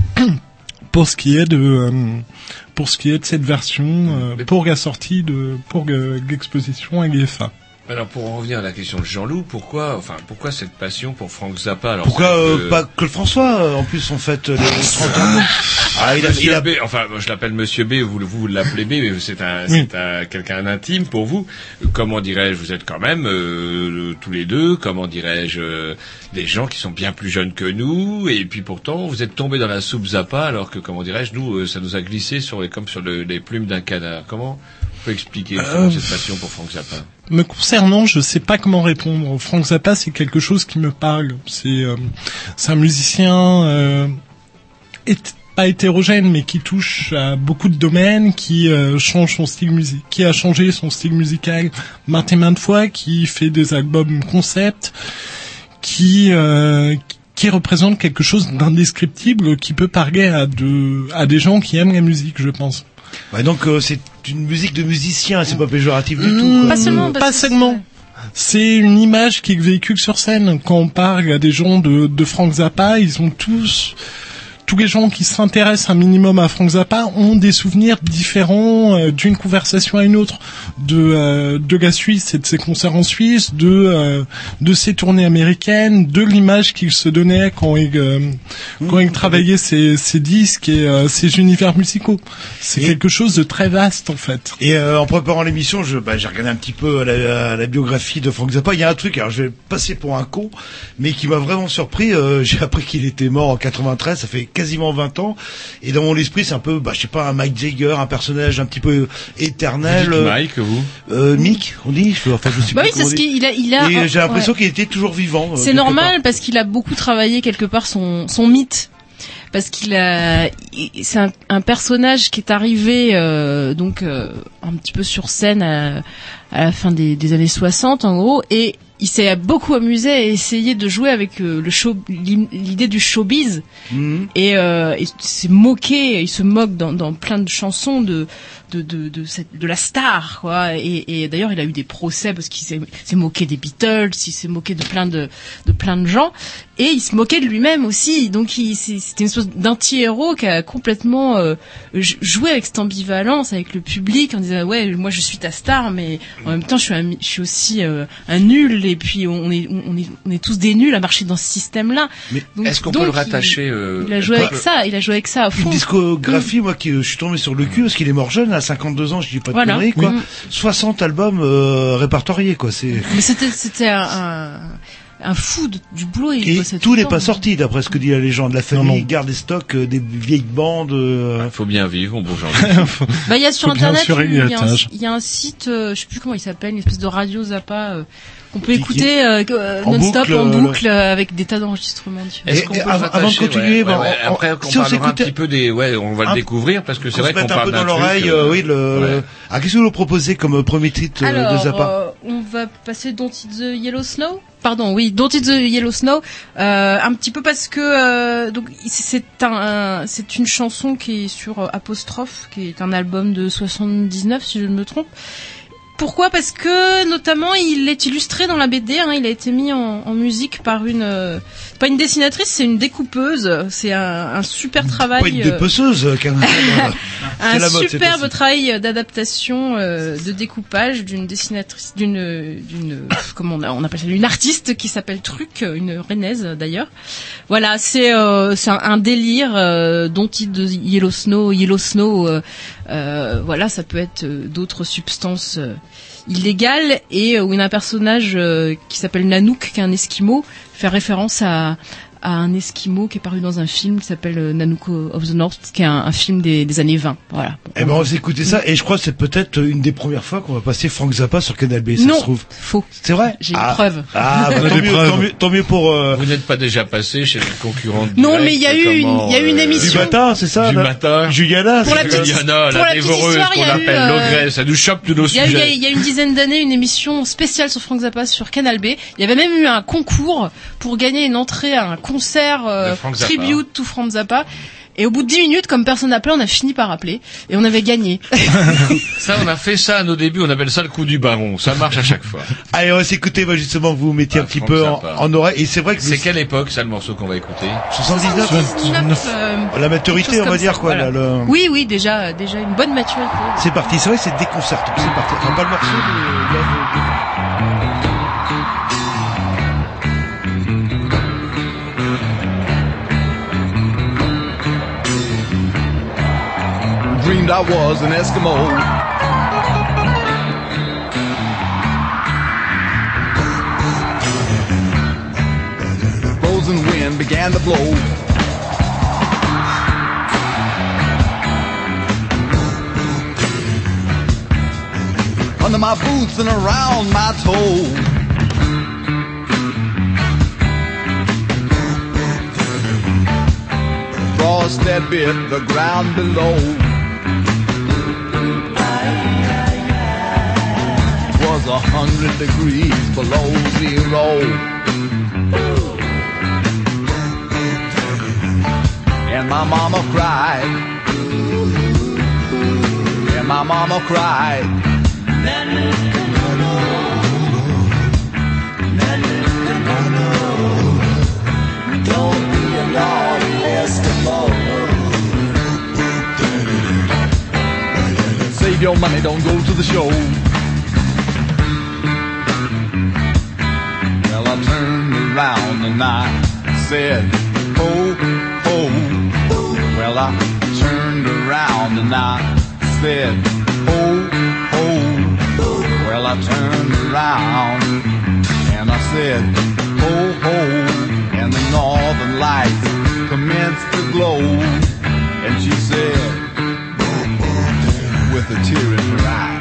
ce qui est de cette version pour la sortie pour l'exposition à l'IFA. Alors pour en revenir à la question de Jean-Loup, pourquoi cette passion pour Frank Zappa? Alors pourquoi pas que le François en plus on fête les 30 ans. B, enfin moi, je l'appelle Monsieur B, vous l'appelez B, mais c'est quelqu'un d'intime pour vous. Comment dirais-je, vous êtes quand même tous les deux, comment dirais-je, des gens qui sont bien plus jeunes que nous, et puis pourtant vous êtes tombés dans la soupe Zappa, alors que comment dirais-je, nous ça nous a glissé comme sur les plumes d'un canard. Comment on peut expliquer cette passion pour Frank Zappa? Me concernant, je sais pas comment répondre. Frank Zappa, c'est quelque chose qui me parle. C'est un musicien pas hétérogène, mais qui touche à beaucoup de domaines, qui change son style qui a changé son style musical maintes et maintes fois, qui fait des albums concept, qui représente quelque chose d'indescriptible, qui peut parler à des gens qui aiment la musique, je pense. Ouais, donc c'est une musique de musicien, c'est pas péjoratif du tout. Pas seulement. c'est une image qu'ils véhiculent sur scène. Quand on parle à des gens de Frank Zappa, ils ont tous les gens qui s'intéressent un minimum à Frank Zappa ont des souvenirs différents d'une conversation à une autre, de la Suisse et de ses concerts en Suisse, de ses tournées américaines, de l'image qu'il se donnait quand il travaillait ses disques et ses univers musicaux. C'est quelque chose de très vaste en fait. Et en préparant l'émission, j'ai regardé un petit peu la biographie de Frank Zappa. Il y a un truc, alors je vais passer pour un con, mais qui m'a vraiment surpris. J'ai appris qu'il était mort en 93, ça fait quasiment 20 ans, et dans mon esprit c'est un peu, je sais pas, un Mick Jagger, un personnage un petit peu éternel. Vous dites Mike, vous Mick, on dit, je sais oui, plus c'est ce qu'il a. Et j'ai l'impression qu'il était toujours vivant. C'est normal parce qu'il a beaucoup travaillé quelque part son mythe. Parce c'est un personnage qui est arrivé un petit peu sur scène à la fin des années 60 en gros, et il s'est beaucoup amusé à essayer de jouer avec l'idée du showbiz et il s'est moqué, il se moque dans plein de chansons de la star, quoi. Et d'ailleurs il a eu des procès parce qu'il s'est moqué des Beatles, il s'est moqué de plein de gens, et il se moquait de lui-même aussi. Donc c'était une espèce d'anti-héros qui a complètement joué avec cette ambivalence avec le public en disant ouais, moi je suis ta star, mais en même temps je suis aussi un nul, et puis on est tous des nuls à marcher dans ce système-là. Mais est-ce qu'on peut le rattacher il a joué avec ça à fond. Une discographie, moi je suis tombé sur le cul parce qu'il est mort jeune, à 52 ans, je dis pas de conneries, quoi. 60 albums répertoriés, quoi. Mais c'était un fou du boulot. Et tout n'est pas sorti, d'après ce que dit la légende. La famille garde des stocks des vieilles bandes. Faut bien vivre, bon genre. Il y a sur internet, il y a un site, je sais plus comment il s'appelle, une espèce de radio Zappa qu'on peut écouter non-stop en boucle avec des tas d'enregistrements. Est-ce qu'on peut avant de continuer, après on parlera un petit peu on va le découvrir parce que c'est vrai qu'on parle un peu d'un dans l'oreille. Qu'est-ce que vous proposez comme premier titre de Zappa? On va passer Don't Eat the Yellow Snow. Pardon, oui, Don't Eat the Yellow Snow, un petit peu parce que donc c'est une chanson qui est sur Apostrophe, qui est un album de 79 si je ne me trompe. Pourquoi ? Parce que notamment il est illustré dans la BD, il a été mis en musique par pas une dessinatrice, c'est une découpeuse. C'est un super travail. Pas une dépeceuse, un superbe travail d'adaptation, de découpage d'une dessinatrice, comment on appelle ça, une artiste qui s'appelle Truc, une rennaise d'ailleurs. Voilà, c'est un délire. Don't Eat the Yellow Snow. Voilà, ça peut être d'autres substances illégales, et où il y a un personnage qui s'appelle Nanook, qui est un esquimau, fait référence à un esquimau qui est paru dans un film qui s'appelle Nanook of the North, qui est un film des années 20. Voilà. Eh ben on va écouter ça, et je crois que c'est peut-être une des premières fois qu'on va passer Frank Zappa sur Canal B, ça se trouve. Faux. C'est vrai? J'ai une preuve. Tant mieux pour Vous n'êtes pas déjà passé chez le concurrent direct? Non, mais il y a eu une émission. Du matin, c'est ça? Du matin. Juliana, la dévoreuse qu'on appelle l'ogresse, ça nous chope tous nos sujets. Il y a une dizaine d'années, une émission spéciale sur Frank Zappa sur Canal B. Il y avait même eu un concours pour gagner une entrée à un concert tribute to Frank Zappa. Et au bout de 10 minutes, comme personne n'appelait, on a fini par appeler. Et on avait gagné. Ça, on a fait ça à nos débuts, on appelle ça le coup du baron. Ça marche à chaque fois. Allez, on va s'écouter, justement, vous mettiez un petit peu en oreille. Et c'est vrai que c'est quelle époque, ça, le morceau qu'on va écouter? 79. La maturité, on va dire, quoi. Voilà. Oui, déjà une bonne maturité. C'est parti. C'est vrai que c'est déconcertant. C'est parti. Enfin, pas le morceau, mais dreamed I was an Eskimo. Frozen wind began to blow. Under my boots and around my toes. Frost that bit the ground below. Was 100 degrees below zero. And my mama cried. And my mama cried. your money don't go to the show. Well, I turned around and I said, ho, ho. Well, I turned around and I said, ho, ho. Well, I turned around and I said, ho, ho. And the northern lights commenced to glow. And she said, with a tear in her eye,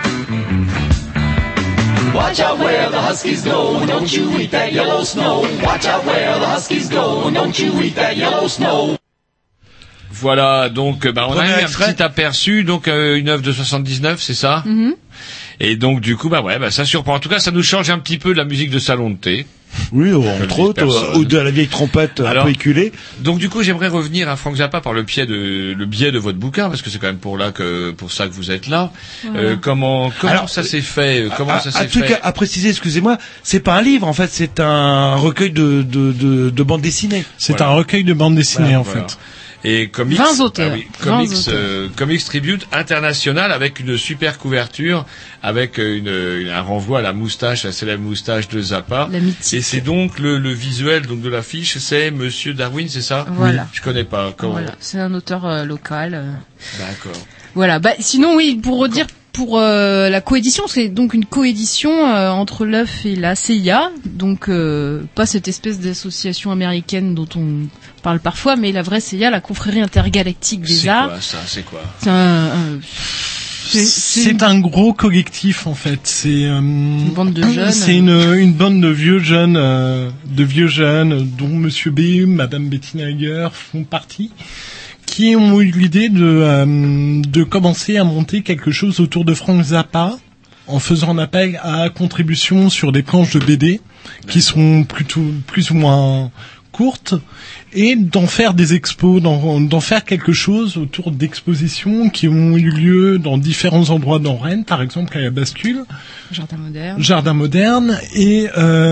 Watch out where the huskies go, don't you eat that yellow snow. Watch out where the huskies go, don't you eat that yellow snow. Voilà, donc on a Premier eu un extrait. petit aperçu, donc une œuvre de 79, c'est ça? Et donc du coup, ça surprend. En tout cas, ça nous change un petit peu de la musique de salon de thé. Oui, entre autres, ou de la vieille trompette un peu éculée. Donc du coup, j'aimerais revenir à Frank Zappa par le biais de votre bouquin, parce que c'est quand même pour ça que vous êtes là. Voilà. Comment Alors, ça s'est fait? Un truc à préciser, excusez-moi, c'est pas un livre, en fait, c'est un recueil de bandes dessinées. C'est un recueil de bandes dessinées, en Voilà. fait. Et comics, 20 auteurs. Comics Tribute International avec une super couverture, avec un renvoi à la moustache, la célèbre moustache de Zappa. La mythique. Et c'est donc le visuel donc de l'affiche, c'est Monsieur Darwin, c'est ça? Voilà. Je connais pas. Comment? Voilà, c'est un auteur local. D'accord. Voilà. Sinon, oui, pour redire pour la coédition, c'est donc une coédition entre l'œuf et la CIA, donc pas cette espèce d'association américaine dont on parle parfois, mais la vraie CIA, la confrérie intergalactique des arts. C'est quoi? C'est un gros collectif en fait. C'est une bande de jeunes. C'est une bande de vieux jeunes, dont Monsieur B, Madame Bettina Hager font partie, qui ont eu l'idée de commencer à monter quelque chose autour de Frank Zappa en faisant appel à contributions sur des planches de BD qui sont plutôt plus ou moins courtes, et d'en faire des expos, d'en faire quelque chose autour d'expositions qui ont eu lieu dans différents endroits dans Rennes, par exemple à la Bascule, Jardin Moderne, et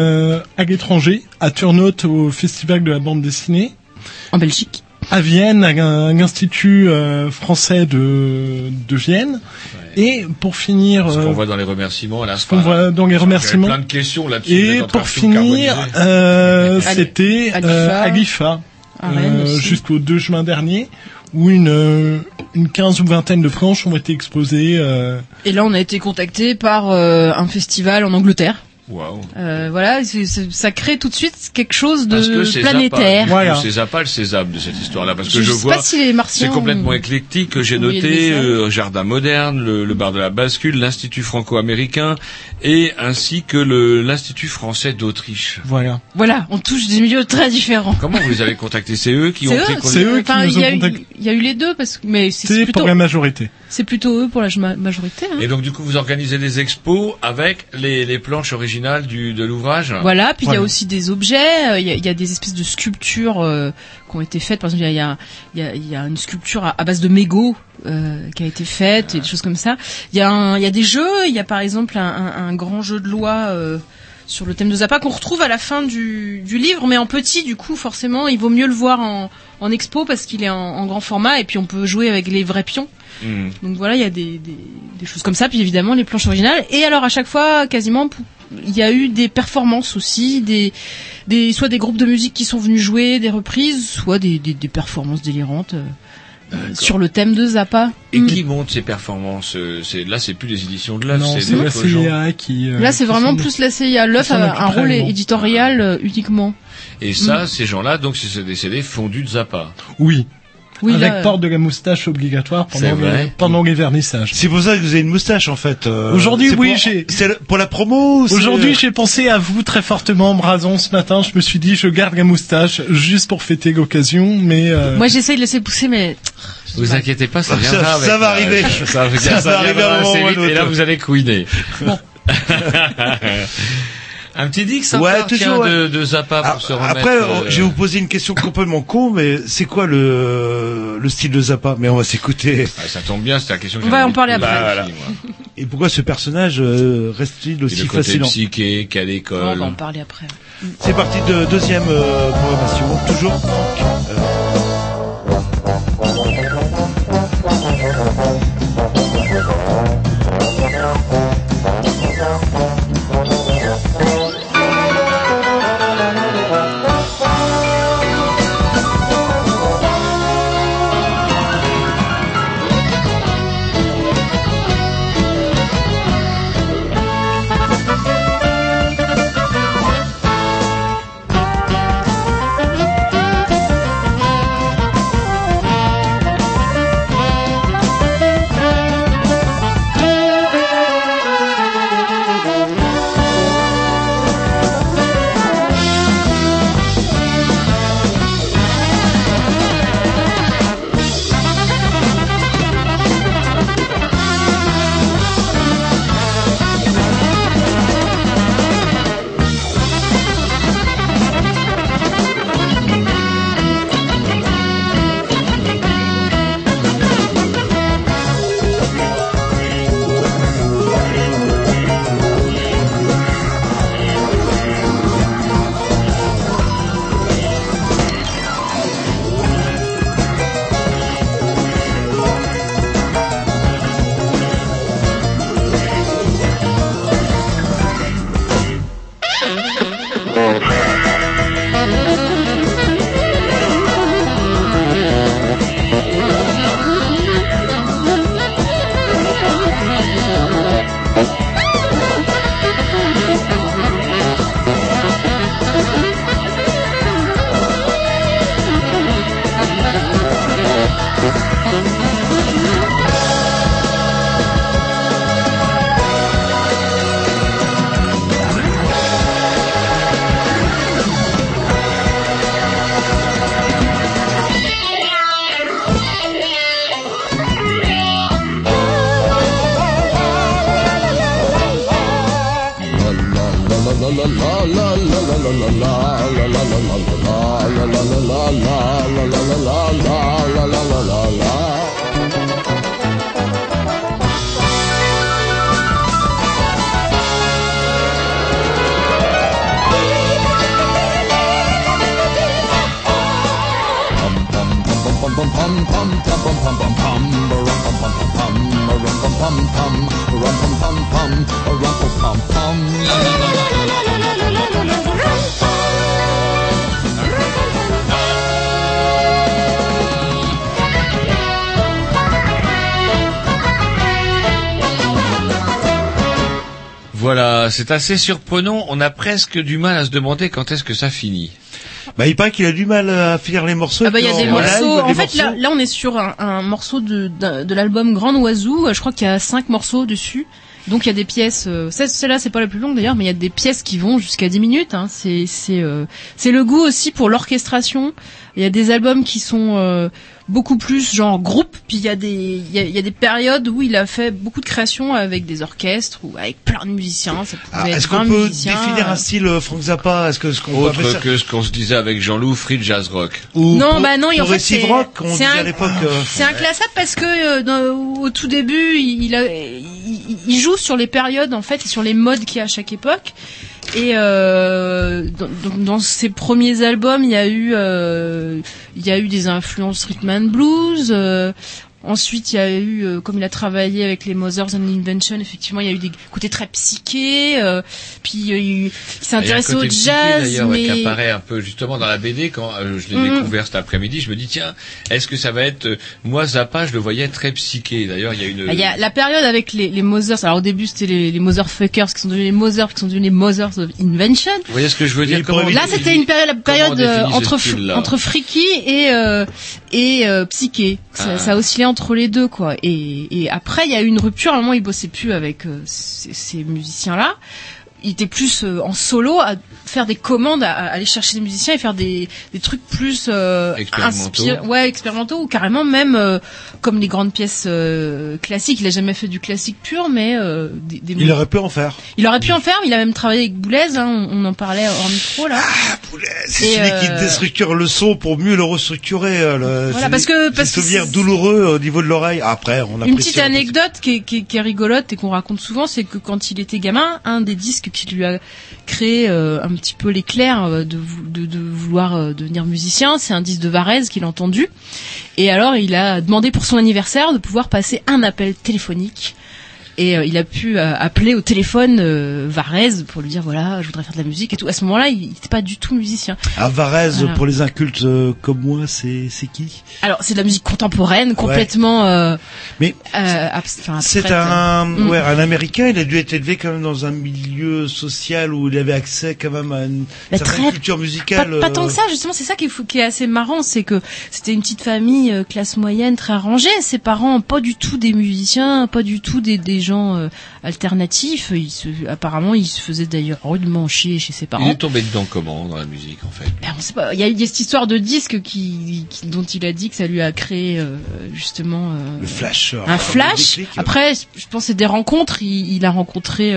à l'étranger, à Turnhout au Festival de la bande dessinée, en Belgique, à Vienne, à l'Institut français de Vienne. Et pour finir, ce qu'on voit dans les remerciements, là, ce qu'on voit dans les remerciements, plein de questions là-dessus. et pour finir, c'était à l'IFA, jusqu'au 2 juin dernier, où une 15 ou vingtaine de planches ont été exposées. Et là, on a été contacté par un festival en Angleterre. Wow. Voilà, ça crée tout de suite quelque chose Parce que de c'est planétaire. Zappa, voilà. C'est Zappa le sésame de cette histoire-là, parce que je sais vois, pas si les Martiens c'est complètement ont éclectique. Que j'ai envoyé noté le message. Jardin Moderne, le bar de la Bascule, l'Institut franco-américain, et ainsi que l'Institut français d'Autriche. Voilà. Voilà, on touche des milieux très différents. Comment vous les avez contactés? C'est eux qui ont C'est pris eux, c'est eux qui enfin, nous ont contactés. Il y a eu les deux, mais c'est plutôt pour la majorité. C'est plutôt eux pour la majorité. Hein. Et donc du coup vous organisez des expos avec les planches originales de l'ouvrage. Voilà, puis il y a aussi des objets, il y a des espèces de sculptures qui ont été faites. Par exemple, il y a une sculpture à base de mégots qui a été faite et des choses comme ça. Il y a des jeux, il y a par exemple un grand jeu de loi sur le thème de Zappa qu'on retrouve à la fin du livre, mais en petit. Du coup, forcément, il vaut mieux le voir en expo parce qu'il est en grand format, et puis on peut jouer avec les vrais pions. Donc voilà, il y a des choses comme ça, puis évidemment les planches originales. Et alors à chaque fois, quasiment, il y a eu des performances aussi, soit des groupes de musique qui sont venus jouer des reprises, soit des performances délirantes sur le thème de Zappa. Et qui monte ces performances? C'est plus les éditions de l'œuf, c'est la CIA qui. Là, c'est vraiment plus la CIA. L'œuf a un rôle éditorial uniquement. Et ça, ces gens-là, donc c'est des CD fondus de Zappa. Oui. Oui, avec là, port de la moustache obligatoire pendant les vernissages. C'est pour ça que vous avez une moustache en fait. Aujourd'hui, oui, c'est pour la promo. Aujourd'hui, j'ai pensé à vous très fortement, Brazon, ce matin. Je me suis dit, je garde la moustache juste pour fêter l'occasion, mais. Moi, j'essaye de laisser pousser, mais. Vous inquiétez pas, ça viendra. Ça va arriver. Ça va arriver assez vite. Et là, vous allez couiner. Bon. Un petit dix sympa de Zappa pour se remettre. Après, je vais vous poser une question complètement con, mais c'est quoi le style de Zappa? Mais on va s'écouter. Ça tombe bien, c'était la question que on va en parler après. Voilà. Et pourquoi ce personnage reste-t-il aussi fascinant? Le côté psyché, qu'à l'école. On va en parler après. C'est parti de deuxième programmation. Toujours Franck. Voilà, c'est assez surprenant. On a presque du mal à se demander quand est-ce que ça finit. Bah, il paraît qu'il a du mal à finir les morceaux. Ah bah, il y a des en morceaux. live, En les fait, morceaux. là, on est sur un morceau de l'album Grand Oiseau. Je crois qu'il y a 5 morceaux dessus. Donc, il y a des pièces, celle-là, c'est pas la plus longue d'ailleurs, mais il y a des pièces qui vont jusqu'à 10 minutes, hein. C'est le goût aussi pour l'orchestration. Il y a des albums qui sont, beaucoup plus genre groupe, puis il y a des périodes où il a fait beaucoup de créations avec des orchestres ou avec plein de musiciens. Ça pouvait être Est-ce qu'on 20 peut musiciens. définir un style Frank Zappa? Est-ce que ce qu'on peut appeler Autre ça que ce qu'on se disait avec Jean-Loup, free jazz rock. ou Non, pro- bah non, en fait, progressive c'est rock, on disait à l'époque. C'est inclassable parce que au tout début, il joue sur les périodes en fait, et sur les modes qu'il y a à chaque époque. Et dans ses premiers albums, il y a eu des influences rhythm and blues. Ensuite, il y a eu, comme il a travaillé avec les Mothers and Invention, effectivement, il y a eu des côtés très psychés. Puis il s'est intéressé au jazz, d'ailleurs, mais qui apparaît un peu justement dans la BD quand je l'ai découvert cet après-midi. Je me dis tiens, est-ce que ça va être moi Zappa, je le voyais très psyché. D'ailleurs, il y a une. Il y a la période avec les Mothers. Alors au début, c'était les Motherfuckers qui sont devenus les Mothers, qui sont devenus les Mothers of Invention. Vous voyez ce que je veux dire? Là, c'était une période, on définit ce style-là entre freaky et psyché. Ça oscillait entre les deux, quoi. Et après, il y a eu une rupture. À un moment, il bossait plus avec ces musiciens-là. Il était plus en solo à faire des commandes, à aller chercher des musiciens et faire des trucs plus expérimentaux ou carrément même comme les grandes pièces classiques. Il a jamais fait du classique pur, mais Il aurait pu en faire. il aurait pu en faire. Il a même travaillé avec Boulez, hein, on en parlait hors micro là. C'est celui qui déstructure le son pour mieux le restructurer. Voilà, parce que souvenir douloureux au niveau de l'oreille. Après, on a une petite anecdote qui est rigolote et qu'on raconte souvent, c'est que quand il était gamin, un des disques qui lui a créé un petit peu l'éclair de vouloir devenir musicien, c'est un disque de Varèse qu'il a entendu. Et alors, il a demandé pour son anniversaire de pouvoir passer un appel téléphonique. Et il a pu appeler au téléphone Varèse pour lui dire voilà, je voudrais faire de la musique et tout. À ce moment-là, il n'était pas du tout musicien. Ah, Varèse, Voilà. pour les incultes comme moi, c'est qui? Alors, c'est de la musique contemporaine, complètement. Mais c'est un Américain. Il a dû être élevé quand même dans un milieu social où il avait accès quand même à une certaine culture musicale. Pas tant que ça, justement, c'est ça qui est assez marrant, c'est que c'était une petite famille classe moyenne très rangée. Ses parents, pas du tout des musiciens, pas du tout des gens alternatifs. Apparemment, il se faisait d'ailleurs rudement chier chez ses parents. Il est tombé dedans comment dans la musique en fait? Ben, on sait pas. Il y a cette histoire de disque dont il a dit que ça lui a créé justement le flash. Un flash. Après, je pense que c'est des rencontres. Il a rencontré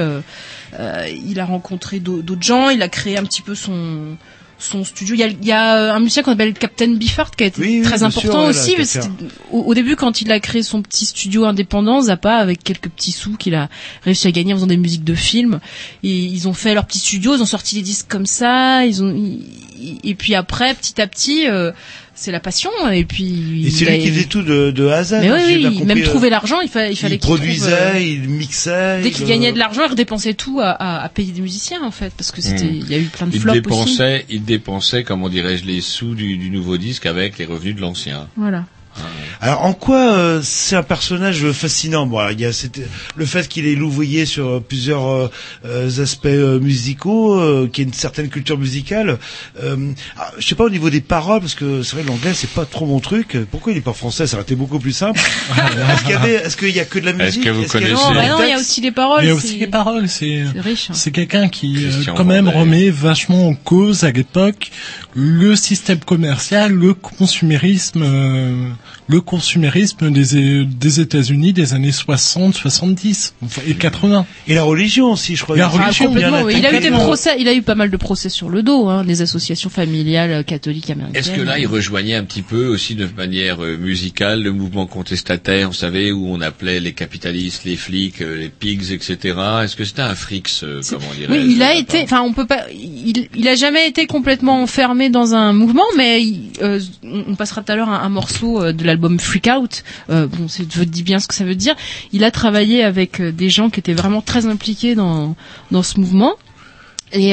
d'autres gens. Il a créé un petit peu son studio. Il y a un musicien qu'on appelle Captain Bifford qui a été très important aussi. Mais au début, quand il a créé son petit studio indépendant, Zappa, avec quelques petits sous qu'il a réussi à gagner en faisant des musiques de films, et ils ont fait leur petit studio, ils ont sorti des disques comme ça, et puis après, petit à petit, c'est la passion, et puis... Et c'est lui qui faisait tout de A à Z. Mais oui, même trouver l'argent, il fallait qu'il produisait, il mixait. Dès qu'il gagnait de l'argent, il redépensait tout à payer des musiciens, en fait, parce que il y a eu plein de flops aussi. Il dépensait, comment dirais-je, les sous du nouveau disque avec les revenus de l'ancien. Voilà. Alors en quoi c'est un personnage fascinant? Bon, il y a le fait qu'il est l'ouvrier sur plusieurs aspects musicaux, qu'il y ait une certaine culture musicale. Je sais pas au niveau des paroles, parce que c'est vrai l'anglais c'est pas trop mon truc. Pourquoi il est pas français? Ça aurait été beaucoup plus simple. Est-ce qu'il y a que de la musique? Est-ce que vous connaissez? Non, il y a aussi des paroles. Il y a aussi des paroles. C'est riche. C'est quelqu'un qui quand même remet vachement en cause à l'époque le système commercial, le consumérisme. le consumérisme des États-Unis des années 60, 70 et 80. Et la religion aussi, je crois. La religion, complètement, oui. Il a eu des procès, il a eu pas mal de procès sur le dos, hein, des associations familiales catholiques américaines. Est-ce que là, il rejoignait un petit peu aussi de manière musicale le mouvement contestataire, vous savez, où on appelait les capitalistes, les flics, les pigs, etc. Est-ce que c'était un frics, comment dirais-je? Oui, il a été, enfin, on peut pas, il a jamais été complètement enfermé dans un mouvement, mais on passera tout à l'heure un morceau de l'album Freak Out. Bon, je dis bien ce que ça veut dire. Il a travaillé avec des gens qui étaient vraiment très impliqués dans ce mouvement, et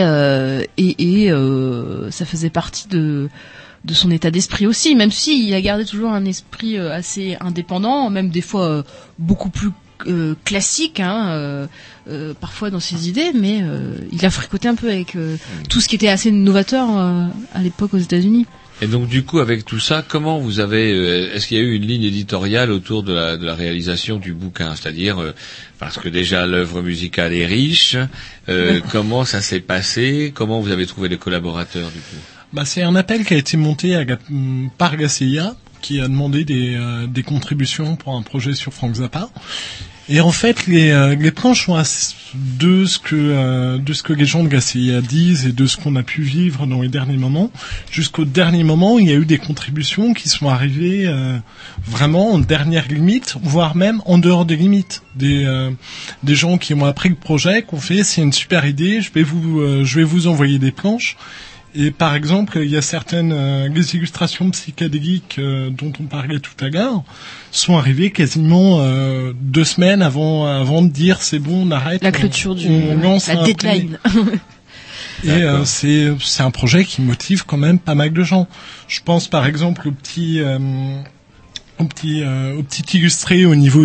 ça faisait partie de son état d'esprit aussi, même si il a gardé toujours un esprit assez indépendant, même des fois beaucoup plus classique, hein, parfois dans ses idées, mais il a fricoté un peu avec tout ce qui était assez novateur à l'époque aux États-Unis. Et donc du coup, avec tout ça, comment vous avez, est-ce qu'il y a eu une ligne éditoriale autour de la réalisation du bouquin, c'est-à-dire parce que déjà l'œuvre musicale est riche, comment ça s'est passé, comment vous avez trouvé les collaborateurs du coup? Bah, c'est un appel qui a été monté par Gaceya, qui a demandé des contributions pour un projet sur Frank Zappa. Et en fait, les planches sont de ce que les gens de Gaceya disent et de ce qu'on a pu vivre dans les derniers moments. Jusqu'au dernier moment, il y a eu des contributions qui sont arrivées vraiment en dernière limite, voire même en dehors des limites. Des gens qui ont appris le projet, qui ont fait c'est une super idée, je vais vous envoyer des planches. Et par exemple, il y a certaines les illustrations psychédéliques dont on parlait tout à l'heure sont arrivées quasiment 2 semaines avant de dire c'est bon, on arrête. La clôture on lance la deadline. Et c'est un projet qui motive quand même pas mal de gens. Je pense par exemple au petit illustré au niveau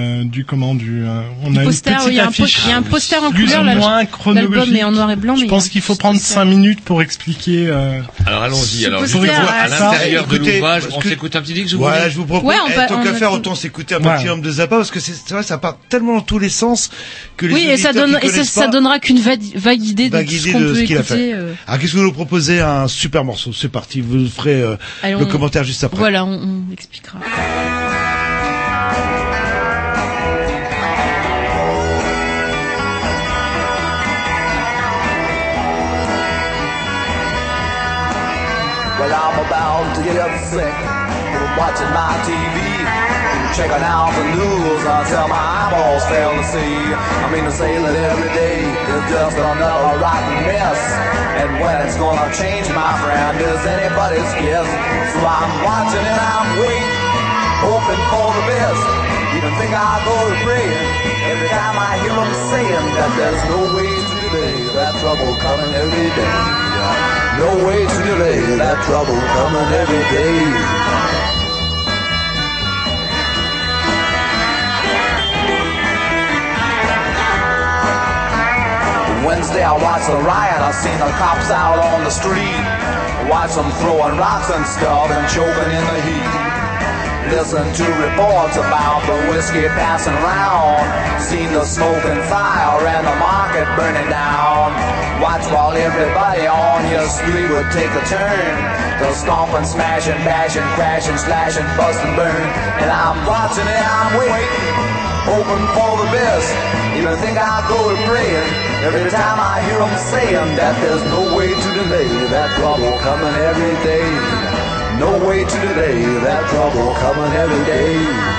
on a poster, une petite affiche. Il y a un poster en plus couleur, ou moins chronologique. l'album est en noir et blanc. Je pense qu'il faut prendre 5 minutes pour expliquer. Alors allons-y. Alors poster, à l'intérieur de écoutez, l'ouvrage, parce on que- s'écoute un petit disque. Voilà, je vous propose, Ouais, tant qu'à faire, autant s'écouter un Ouais. maximum de Zappa, parce que c'est vrai, ça part tellement dans tous les sens que les Oui, et ça auditeurs donne, qui et ça, connaissent ça pas- donnera qu'une vague idée de vague tout ce idée qu'on de peut ce qu'il a écouter. fait. Alors, qu'est-ce que vous nous proposez? Un super morceau. C'est parti. Vous ferez Allez, le commentaire juste après. Voilà, on expliquera. Well, I'm about to get sick from watching my TV, checking out the news until my eyeballs fail to see. I mean to say that every day is just another rotten mess, and when it's gonna change, my friend, is anybody's guess. So I'm watching and I'm waiting, hoping for the best. Even think I go to praying every time I hear them saying that there's no way to delay that trouble coming every day. No way to delay that trouble coming every day. Wednesday I watched the riot, I seen the cops out on the street. Watch them throwing rocks and stuff and choking in the heat. Listen to reports about the whiskey passing round. Seen the smoke and fire and the market burning down. Watch while everybody on your street would take a turn. They'll stomp and smash and bash and crash and slash and bust and burn. And I'm watching and I'm waiting, hoping for the best. Even think I go to praying every time I hear them saying that there's no way to delay that trouble coming every day. No way to delay that trouble coming every day.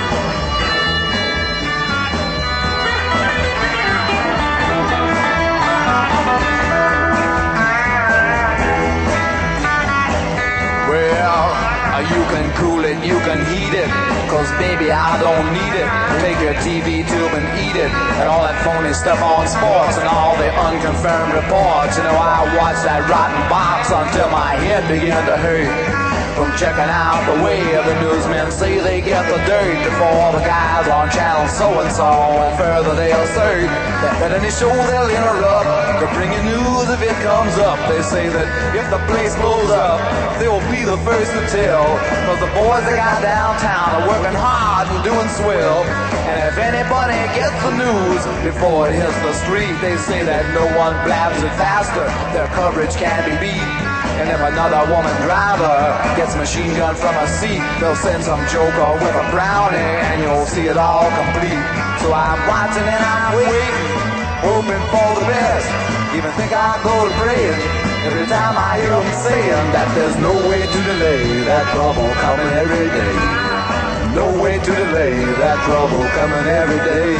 Well, you can cool it, you can heat it, cause baby I don't need it. Take your TV tube and eat it, and all that phony stuff on sports and all the unconfirmed reports. You know, I watched that rotten box until my head began to hurt. From checking out the way the newsmen say they get the dirt before the guys on channel so-and-so, and further they assert that any show they'll interrupt to bring you news if it comes up. They say that if the place blows up, they will be the first to tell, cause the boys they got downtown are working hard and doing swell. And if anybody gets the news before it hits the street, they say that no one blabs it faster, their coverage can't be beat. And if another woman driver gets a machine gun from a seat, they'll send some joker with a brownie, and you'll see it all complete. So I'm watching and I'm waiting, hoping for the best. Even think I go to praying every time I hear them saying that there's no way to delay that trouble coming every day. No way to delay that trouble coming every day.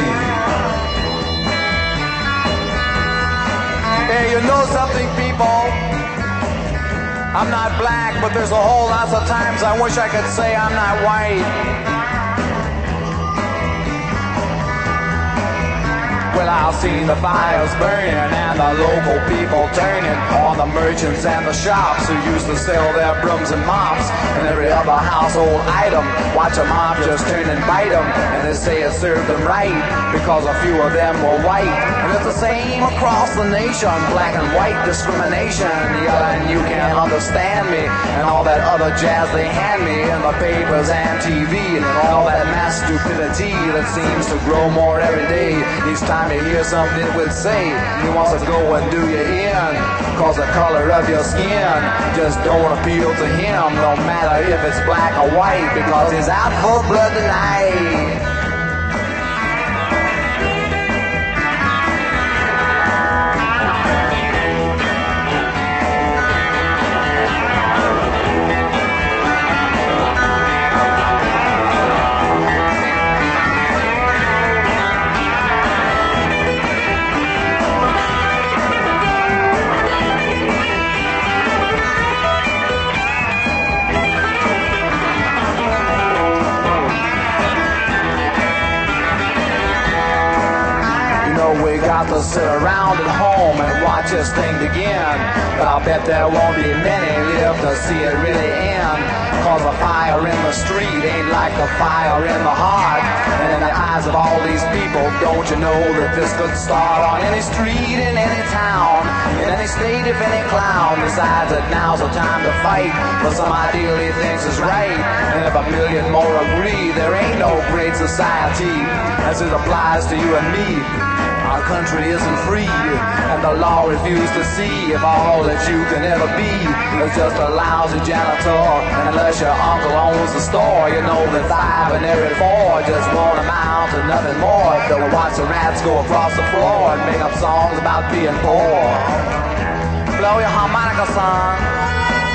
Hey, you know something, people? I'm not black, but there's a whole lot of times I wish I could say I'm not white. Well, I've seen the fires burning and the local people turning on the merchants and the shops who used to sell their brooms and mops and every other household item. Watch a mob just turn and bite them, and they say it served them right because a few of them were white. And it's the same across the nation, black and white discrimination, yelling you can't understand me and all that other jazz they hand me in the papers and TV and all that mass stupidity that seems to grow more every day. Each time you hear something it would say, he wants to go and do you in, cause the color of your skin just don't appeal to him, no matter if it's black or white, because he's out for blood tonight. We got to sit around at home and watch this thing begin, but I'll bet there won't be many live to see it really end, cause the fire in the street ain't like the fire in the heart. And in the eyes of all these people, don't you know that this could start on any street in any town, in any state if any clown decides that now's the time to fight for some ideal he thinks is right. And if a million more agree, there ain't no great society as it applies to you and me. Our country isn't free, and the law refuses to see if all that you can ever be is just a lousy janitor. And unless your uncle owns the store, you know that 5 in every 4 just won't amount to nothing more. They'll watch the rats go across the floor and make up songs about being poor. Blow your harmonica, son.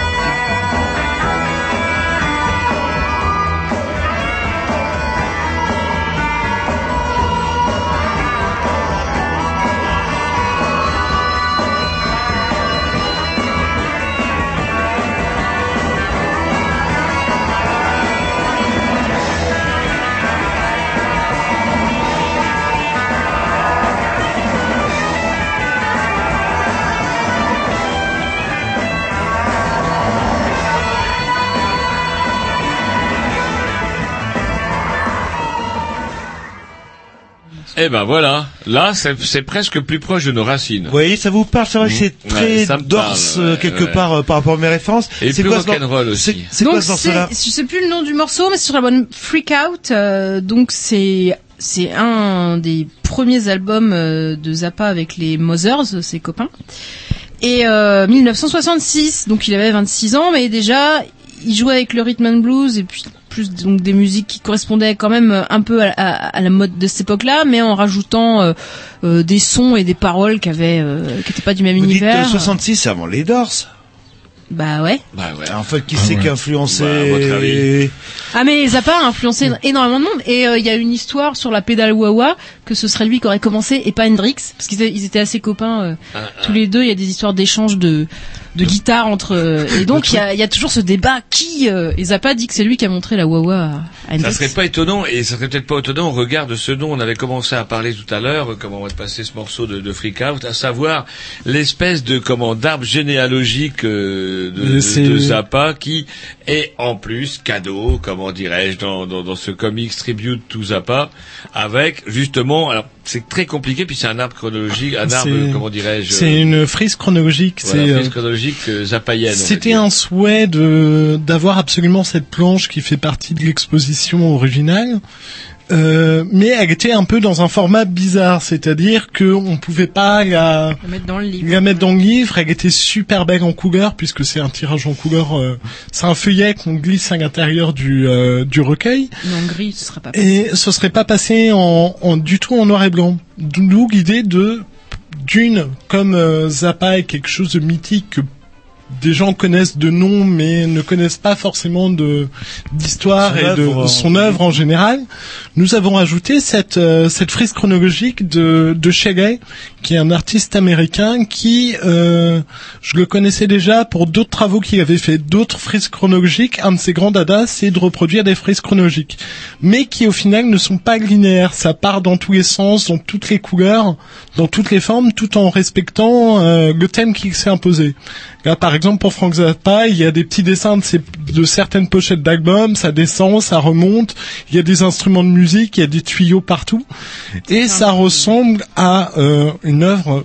Eh ben voilà, là c'est presque plus proche de nos racines. Oui, ça vous parle, c'est vrai que c'est très Dorse quelque part par rapport à mes références. Et c'est plus quoi rock'n'roll aussi. C'est quoi ce morceau-là ? Je sais plus le nom du morceau, mais c'est sur l'album Freak Out. Donc c'est un des premiers albums de Zappa avec les Mothers, ses copains. Et 1966, donc il avait 26 ans, mais déjà il jouait avec le rhythm and blues et puis plus donc des musiques qui correspondaient quand même un peu à la mode de cette époque-là, mais en rajoutant des sons et des paroles qui étaient pas du même univers. 66, c'est avant les Doors. Bah ouais. En fait, qui c'est qui a influencé votre avis. Ah mais Zappa a influencé énormément de monde, et il y a une histoire sur la pédale wah-wah que ce serait lui qui aurait commencé et pas Hendrix, parce qu'ils étaient assez copains tous les deux. Il y a des histoires d'échanges de guitare entre et donc il y a toujours ce débat qui et Zappa dit que c'est lui qui a montré la wah-wah à Hendrix. Ça serait pas étonnant, et ça serait peut-être pas étonnant au regard de ce dont on avait commencé à parler tout à l'heure, comment on va passer ce morceau de Freak Out, à savoir l'espèce de d'arbre généalogique de Zappa qui est en plus cadeau, comment dirais-je, dans ce comics tribute to Zappa, avec justement, alors c'est très compliqué, puis c'est un arbre chronologique, comment dirais-je, c'est une frise chronologique, voilà, c'est frise chronologique zappaienne. C'était un souhait d'avoir absolument cette planche qui fait partie de l'exposition originale. mais elle était un peu dans un format bizarre, c'est-à-dire que on pouvait pas la mettre dans le livre. La mettre dans le livre. Elle était super belle en couleur puisque c'est un tirage en couleur. C'est un feuillet qu'on glisse à l'intérieur du recueil. Mais en gris, ce serait pas. Et ce serait pas passé du tout en noir et blanc. D'où l'idée comme Zappa est quelque chose de mythique que des gens connaissent de nom mais ne connaissent pas forcément d'histoire et de son œuvre en général. Nous avons ajouté cette frise chronologique de Shelley, qui est un artiste américain qui je le connaissais déjà pour d'autres travaux qu'il avait fait, d'autres frises chronologiques. Un de ses grands dadas, c'est de reproduire des frises chronologiques, mais qui au final ne sont pas linéaires. Ça part dans tous les sens, dans toutes les couleurs, dans toutes les formes, tout en respectant le thème qui s'est imposé. Là, par exemple, pour Frank Zappa, il y a des petits dessins de certaines pochettes d'albums, ça descend, ça remonte, il y a des instruments de musique, il y a des tuyaux partout, et ça ressemble à une œuvre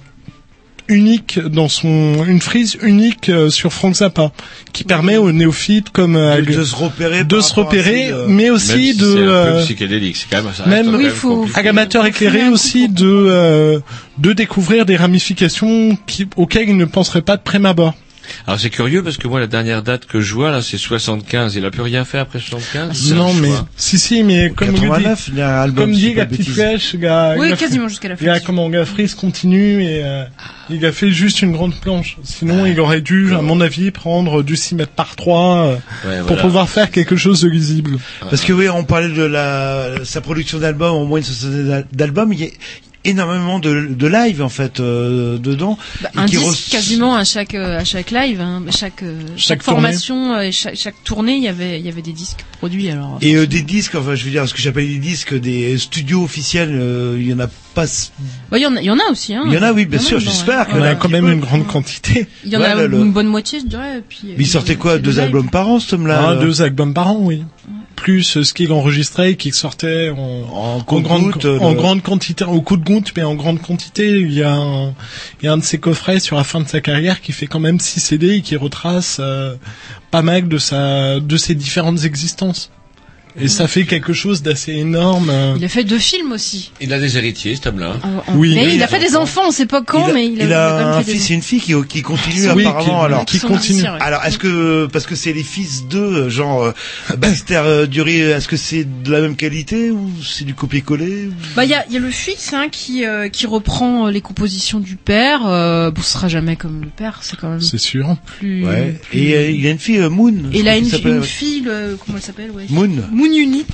unique une frise unique sur Frank Zappa, qui permet aux néophytes comme de se repérer, mais aussi même si c'est un peu psychédélique, c'est quand même ça. Même à l'amateur éclairé aussi de découvrir des ramifications auxquelles il ne penserait pas de prime abord. Alors c'est curieux parce que moi la dernière date que je vois là c'est 75. Il a plus rien fait après 75. Non mais si mais comme 89, comme dit la petite flèche, quasiment jusqu'à la fin. La frise continue et il a fait juste une grande planche. Sinon il aurait dû à mon avis prendre du 6 mètres par 3 pour pouvoir faire quelque chose de lisible. Parce que oui, on parlait de sa production d'albums, au moins une société d'albums. Il y a énormément de live en fait dedans. Un disque quasiment à chaque live, hein, chaque formation et chaque tournée, il y avait des disques produits. Alors. Et des disques, enfin je veux dire ce que j'appelle des disques, des studios officiels, il y en a pas. Il y en a aussi. Hein. Il y en a, oui, bien sûr, j'espère. Il y en a quand même une grande quantité. Il y en a une bonne moitié, je dirais. Puis, mais il sortait quoi, 2 albums par an, ce homme-là? 2 albums par an, oui. Plus ce qu'il enregistrait et qui sortait en grande quantité, au coup de goutte, mais en grande quantité. Il y a un de ses coffrets sur la fin de sa carrière qui fait quand même 6 CD et qui retrace pas mal de ses différentes existences. Et ça fait quelque chose d'assez énorme. Il a fait 2 films aussi. Il a des héritiers, cet homme-là. Oui. Mais il a fait des enfants, on sait pas quand, mais il a un fils et une fille qui continue apparemment. Qui continue. Alors, est-ce que parce que c'est les fils d'eux, genre Baxter Dury, est-ce que c'est de la même qualité ou c'est du copier-coller? Il y a le fils qui reprend les compositions du père. Bon, ce sera jamais comme le père, c'est quand même. C'est sûr. Plus. Ouais. Et il y a une fille Moon. Et il a une fille, comment elle s'appelle? Moon. Moon Unit.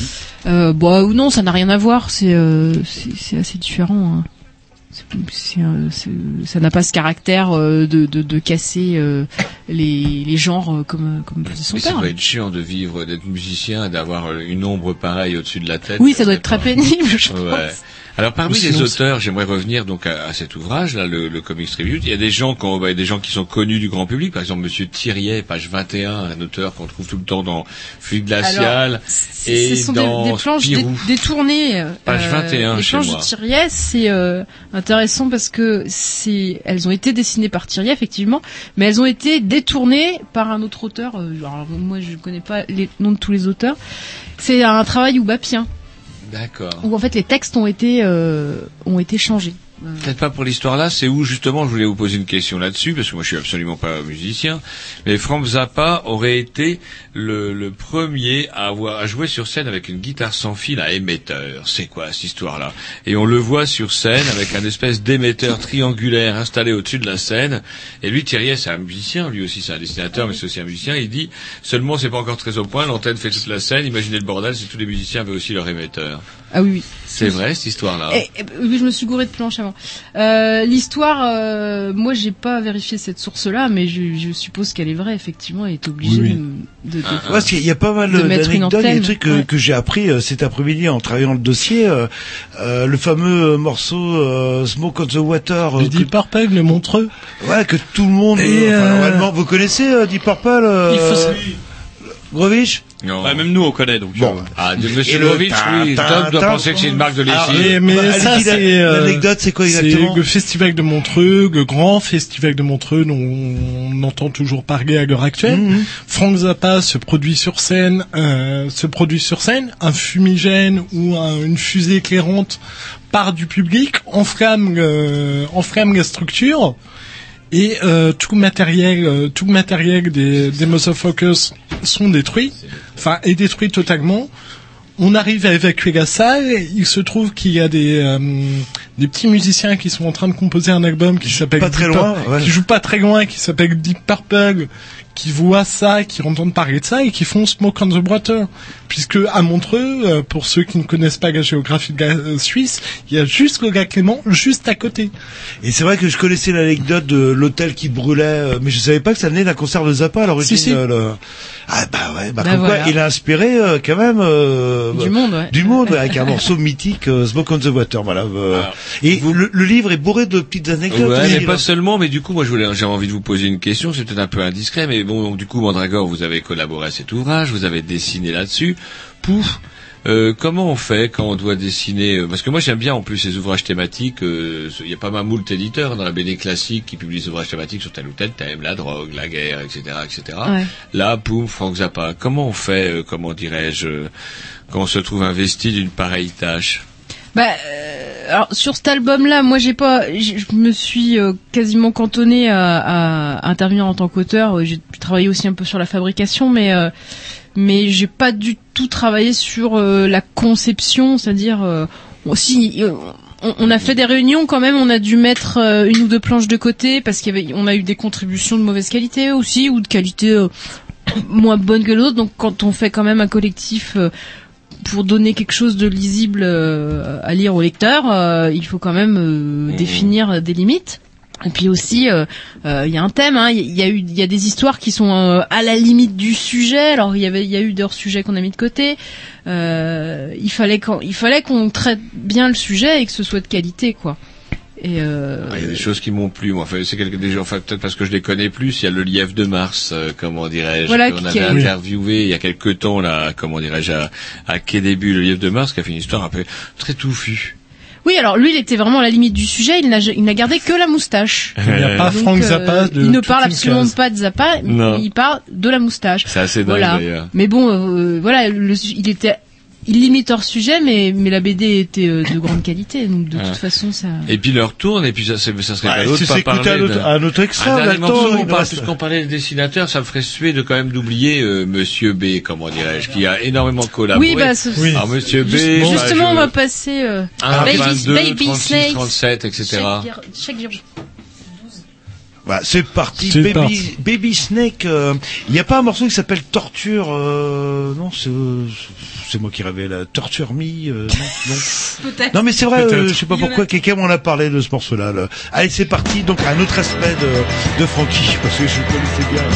Ou non, ça n'a rien à voir. C'est assez différent. Hein. Ça n'a pas ce caractère de casser les genres comme faisait son père. Ça doit être chiant de vivre, d'être musicien, d'avoir une ombre pareille au-dessus de la tête. Oui, ça doit être très pénible, je pense. Alors parmi les auteurs, j'aimerais revenir donc à cet ouvrage là, le Comics Tribute. Il y a des gens qui sont connus du grand public, par exemple Monsieur Thiriet, page 21, un auteur qu'on trouve tout le temps dans Fluide Glacial et ce sont dans des planches détournées. Page 21 les chez planches moi. de Thiriet, c'est intéressant parce que elles ont été dessinées par Thiriet effectivement, mais elles ont été détournées par un autre auteur. Alors moi je connais pas les noms de tous les auteurs. C'est un travail oubapien. D'accord. Où en fait les textes ont été changés. Peut-être pas pour l'histoire là, c'est où justement je voulais vous poser une question là-dessus, parce que moi je suis absolument pas musicien, mais Frank Zappa aurait été le premier à jouer sur scène avec une guitare sans fil à émetteur. C'est quoi cette histoire-là? Et on le voit sur scène avec un espèce d'émetteur triangulaire installé au-dessus de la scène, et lui Thiriet c'est un musicien, lui aussi c'est un dessinateur, mais c'est aussi un musicien, il dit seulement c'est pas encore très au point, l'antenne fait toute la scène, imaginez le bordel si tous les musiciens avaient aussi leur émetteur. Ah oui. C'est vrai cette histoire-là. Oui, je me suis gouré de planche avant. L'histoire, moi j'ai pas vérifié cette source-là, mais je suppose qu'elle est vraie effectivement, et est obligée de parce qu'il y a pas mal d'anecdotes, des trucs que j'ai appris cet après-midi en travaillant le dossier. Le fameux morceau Smoke on the Water. Deep Purple, le Montreux. Ouais, que tout le monde. Normalement, vous connaissez Deep Purple. Il faut Grovich. Non. Bah, même nous, on connaît, donc. Bon. Ah, de Monsieur Et le Lovitch, oui. Tom doit penser que c'est une marque de lessive. Mais Bah, ça, allez-y, c'est l'anecdote, c'est quoi exactement? C'est le festival de Montreux, le grand festival de Montreux dont on entend toujours parler à l'heure actuelle. Frank Zappa se produit sur scène, un fumigène ou une fusée éclairante part du public, enflamme la structure. Et tout le matériel des Motherfuckers sont détruits, est détruit totalement. On arrive à évacuer la salle. Il se trouve qu'il y a des petits musiciens qui sont en train de composer un album qui s'appelle qui joue pas très loin, qui s'appelle Deep Purple, qui voient ça, qui entendent parler de ça et qui font Smoke on the Water. Puisque à Montreux, pour ceux qui ne connaissent pas la géographie de la Suisse, il y a juste le lac Clément, juste à côté. Et c'est vrai que je connaissais l'anecdote de l'hôtel qui brûlait, mais je savais pas que ça venait d'un concert de Zappa à l'origine. Si. Ah bah ouais, Bah comme voilà. quoi il a inspiré quand même Du monde, ouais. du monde avec un morceau mythique, Smoke on the Water, voilà. Et le livre est bourré de petites anecdotes. Ouais, aussi, mais pas là. seulement, mais du coup, moi, j'ai envie de vous poser une question, c'est peut-être un peu indiscret, mais bon, donc, du coup, Mandragore, vous avez collaboré à cet ouvrage, vous avez dessiné là-dessus. Pouf! Comment on fait quand on doit dessiner parce que moi j'aime bien en plus ces ouvrages thématiques. Il y a pas mal moult éditeurs dans la BD classique qui publient des ouvrages thématiques sur tel ou tel thème, la drogue, la guerre, etc., etc. Ouais. Là, pouf, Frank Zappa. Comment on fait comment dirais-je quand on se trouve investi d'une pareille tâche? Alors sur cet album-là, moi je me suis quasiment cantonnée à intervenir en tant qu'auteur. J'ai travaillé aussi un peu sur la fabrication, mais j'ai pas du tout travaillé sur la conception, c'est-à-dire on a fait des réunions quand même, on a dû mettre une ou deux planches de côté parce on a eu des contributions de mauvaise qualité aussi ou de qualité moins bonne que l'autre. Donc quand on fait quand même un collectif pour donner quelque chose de lisible à lire au lecteur, il faut quand même définir des limites. Et puis aussi, il y a un thème. Il y a des histoires qui sont à la limite du sujet. Alors il y a eu des hors-sujets qu'on a mis de côté. Il fallait qu'on traite bien le sujet et que ce soit de qualité, quoi. Et il y a des choses qui m'ont plu. Moi, c'est peut-être parce que je les connais plus. Il y a le Lièvre de Mars, comment dirais-je, voilà, qu'on avait interviewé il y a quelque temps là, comment dirais-je, à Quai Début, le Lièvre de Mars, qui a fait une histoire un peu très touffue. oui, alors lui, il était vraiment à la limite du sujet. Il n'a gardé que la moustache. Il n'y a pas Donc, Frank Zappa de il ne toute parle une absolument case. pas de Zappa. Non. Il parle de la moustache. C'est assez dingue Voilà. d'ailleurs. Mais bon, voilà, il limite hors sujet, mais la BD était de grande qualité. Donc de toute façon, ça. Et puis leur tourne, et puis ça serait pas Si l'autre c'est pas écouter parler un autre extrait, un on a dernier le temps, morceau, il nous reste. puisqu'on parlait de dessinateur, ça me ferait suer de quand même d'oublier Monsieur B, comment dirais-je, qui a énormément collaboré. Oui, bah, Alors Monsieur B, justement, on va passer 1, Baby 22, Baby 36, Snakes. 37, etc. Chaque virgule. Voilà, c'est parti. C'est parti. Baby Snake. Il n'y a pas un morceau qui s'appelle Torture. Non, c'est moi qui rêvais là. Torture Me. Non. Peut-être. Non, mais c'est vrai. Peut-être. Je sais pas pourquoi quelqu'un m'en a parlé de ce morceau-là. Là. Allez, c'est parti. Donc un autre aspect de Frankie, parce que je le connaissais bien.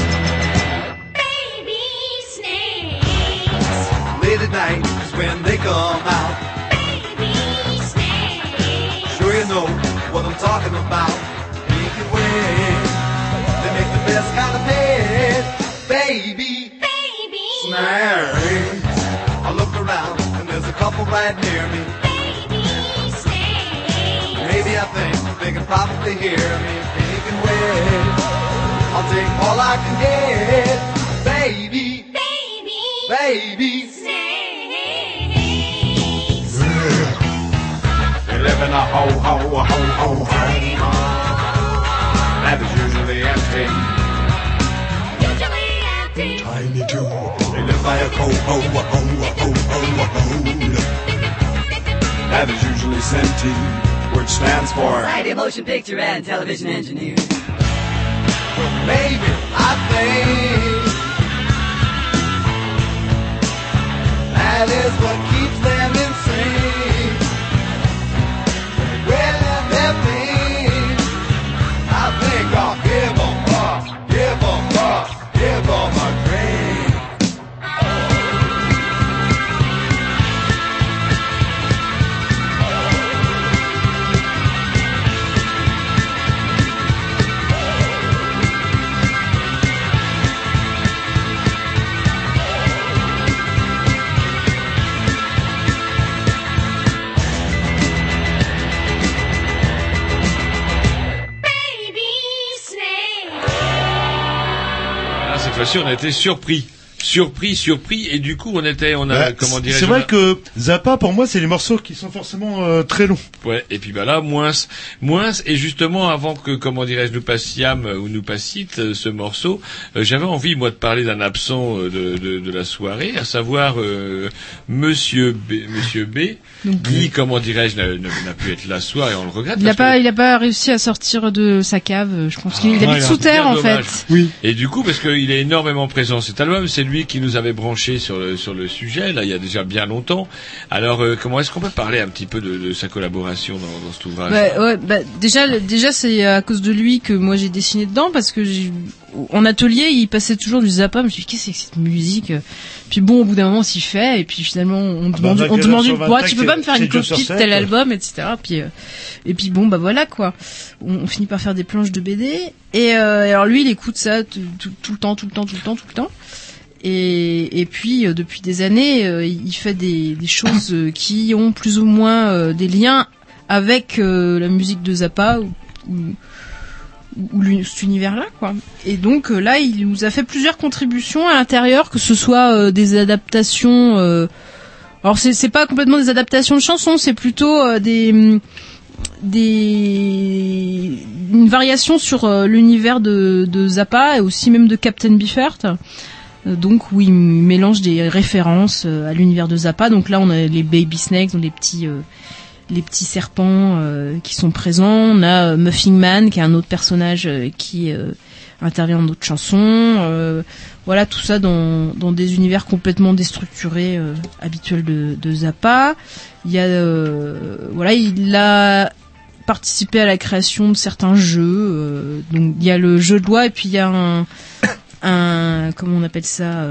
Baby snakes, Late at night is when they come out. baby snakes, Sure you know what I'm talking about. Make it way. They make the best kind of bed. Baby baby, snakes. I look around and there's a couple right near me. baby snakes, Maybe I think they can probably hear me making way. I'll take all I can get. Baby, baby, baby. snakes. They live in a home that is usually empty. Usually empty. Tiny too. They live by a home that is usually senti, which stands for Variety, motion picture, and television engineer. maybe I think that is what keeps them insane. Well, their pain, I think I'll give them a drink. sûr, on a été surpris, et du coup, comment dirais-je, c'est vrai que Zappa, pour moi, c'est les morceaux qui sont forcément très longs. ouais, et puis là, moins, et justement, avant que, comment dirais-je, nous passiez ce morceau, j'avais envie, moi, de parler d'un absent de la soirée, à savoir Monsieur B, Donc, qui, comment dirais-je, n'a pu être là ce soir, et on le regrette. Il a pas réussi à sortir de sa cave. Je pense qu'il habite sous terre, en dommage. fait. Oui. Et du coup, parce qu'il est énormément présent cet album, c'est lui qui nous avait branché sur le sujet, là, il y a déjà bien longtemps. Alors, comment est-ce qu'on peut parler un petit peu de sa collaboration dans cet ouvrage? Déjà, c'est à cause de lui que moi j'ai dessiné dedans, parce que en atelier, il passait toujours du Zappa. Je me suis dit, qu'est-ce que c'est que cette musique? Puis bon, au bout d'un moment, on s'y fait, et puis finalement, on demande, tu peux pas me faire une copie de tel album, etc. Et puis bon, bah voilà, quoi. On finit par faire des planches de BD, et alors lui, il écoute ça tout le temps. Et puis depuis des années, il fait des choses qui ont plus ou moins des liens avec la musique de Zappa ou cet univers-là, quoi. Et donc là, il nous a fait plusieurs contributions à l'intérieur, que ce soit des adaptations. Alors c'est pas complètement des adaptations de chansons, c'est plutôt une variation sur l'univers de Zappa et aussi même de Captain Beefheart. Donc où il mélange des références à l'univers de Zappa. Donc là, on a les Baby Snakes, donc les petits serpents qui sont présents. On a Muffin Man, qui est un autre personnage qui intervient dans d'autres chansons. Voilà, tout ça dans des univers complètement déstructurés habituels de Zappa. Il y a il a participé à la création de certains jeux. Donc il y a le jeu de loi, et puis il y a un comment on appelle ça,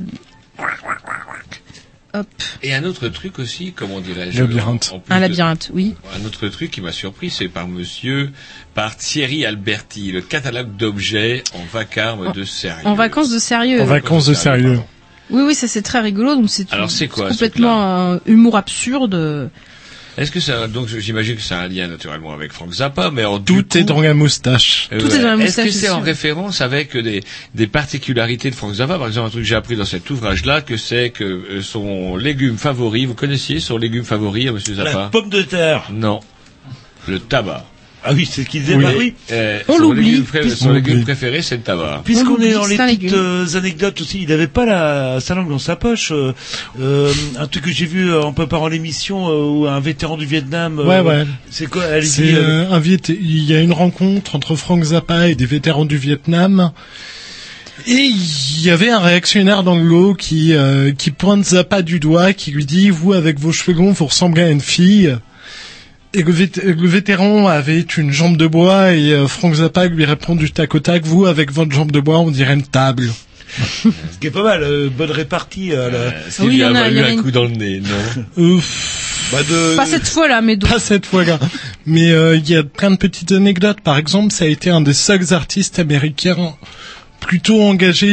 hop. Et un autre truc aussi, comment dirais-je, labyrinthe. Un labyrinthe, oui. Un autre truc qui m'a surpris, c'est par Thierry Alberti, le catalogue d'objets en vacarme de sérieux. En vacances de sérieux. En vacances de sérieux. Oui, ça c'est très rigolo. Donc c'est quoi, complètement un humour absurde. Est-ce que donc j'imagine que ça a un lien naturellement avec Frank Zappa, mais tout est dans la moustache. Tout est dans la moustache. Est-ce que c'est en référence avec des particularités de Frank Zappa? Par exemple, un truc que j'ai appris dans cet ouvrage-là, que c'est que son légume favori, vous connaissiez son légume favori, Monsieur Zappa? La pomme de terre. Non. Le tabac. Ah oui, c'est ce qu'il disait. Oui. Bah oui. On l'oublie. Son légume préféré, c'est le tabac. Puisqu'on est dans les petites anecdotes aussi, il n'avait pas sa langue dans sa poche. Un truc que j'ai vu en préparant l'émission, où un vétéran du Vietnam. Ouais. C'est quoi? Il y a une rencontre entre Frank Zappa et des vétérans du Vietnam. Et il y avait un réactionnaire dans le lot qui pointe Zappa du doigt, qui lui dit, vous avec vos cheveux longs, vous ressemblez à une fille. Et le vétéran avait une jambe de bois, et Frank Zappa lui répond du tac au tac, vous avec votre jambe de bois, on dirait une table. Ce qui est pas mal, bonne répartie. Est-ce qu'il lui a valu un coup dans le nez, non? Pas cette fois-là, mais d'autres. Pas cette fois-là. Mais il y a plein de petites anecdotes. Par exemple, ça a été un des seuls artistes américains plutôt engagés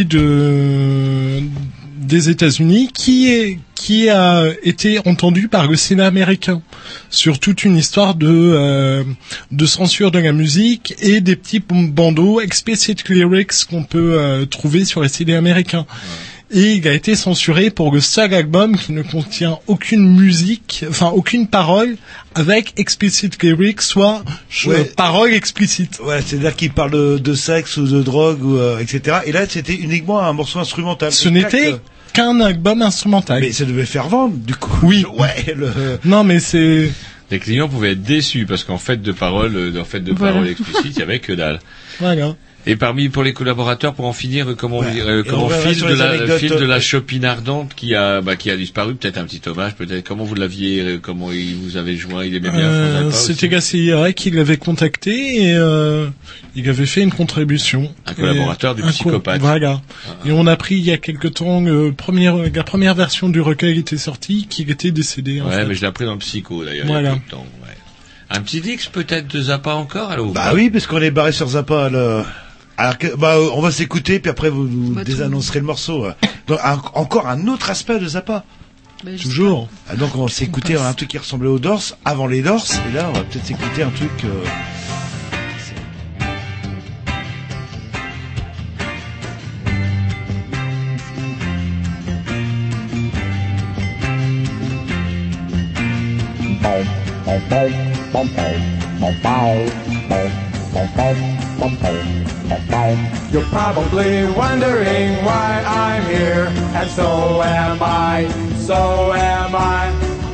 des États-Unis qui a été entendu par le Sénat américain sur toute une histoire de censure de la musique et des petits bandeaux explicit lyrics qu'on peut trouver sur les CD américains. Et il a été censuré pour le seul album qui ne contient aucune musique, enfin aucune parole avec explicit lyrics, soit parole explicite. Ouais, c'est-à-dire qu'il parle de sexe ou de drogue ou etc. Et là, c'était uniquement un morceau instrumental. Ce n'était qu'un album instrumental. Mais ça devait faire vendre, du coup. Oui. Ouais. Non, mais c'est. Les clients pouvaient être déçus parce qu'en fait de paroles explicites, il y avait que dalle. Voilà. Et pour les collaborateurs, pour en finir, comment fil de la chopine ardente qui a disparu, peut-être un petit hommage, peut-être comment vous l'aviez, comment il vous avait joint, il aimait bien. C'était la CIA qui l'avait contacté et il avait fait une contribution. Un collaborateur du Psychopathe. Voilà. Et on a appris il y a quelque temps la première version du recueil était sortie, qu'il était décédé. Ouais, mais je l'ai appris dans le Psycho d'ailleurs. Voilà. Il y a peu de temps, ouais. Un petit Dix peut-être de Zappa encore, alors. Bah oui, parce qu'on est barré sur Zappa. Alors on va s'écouter, puis après vous nous désannoncerez le morceau. Donc encore un autre aspect de Zappa. Toujours. Donc on s'est écouté un truc qui ressemblait aux Doors avant les Doors, et là on va peut-être s'écouter un truc. You're probably wondering why I'm here, and so am I, so am I.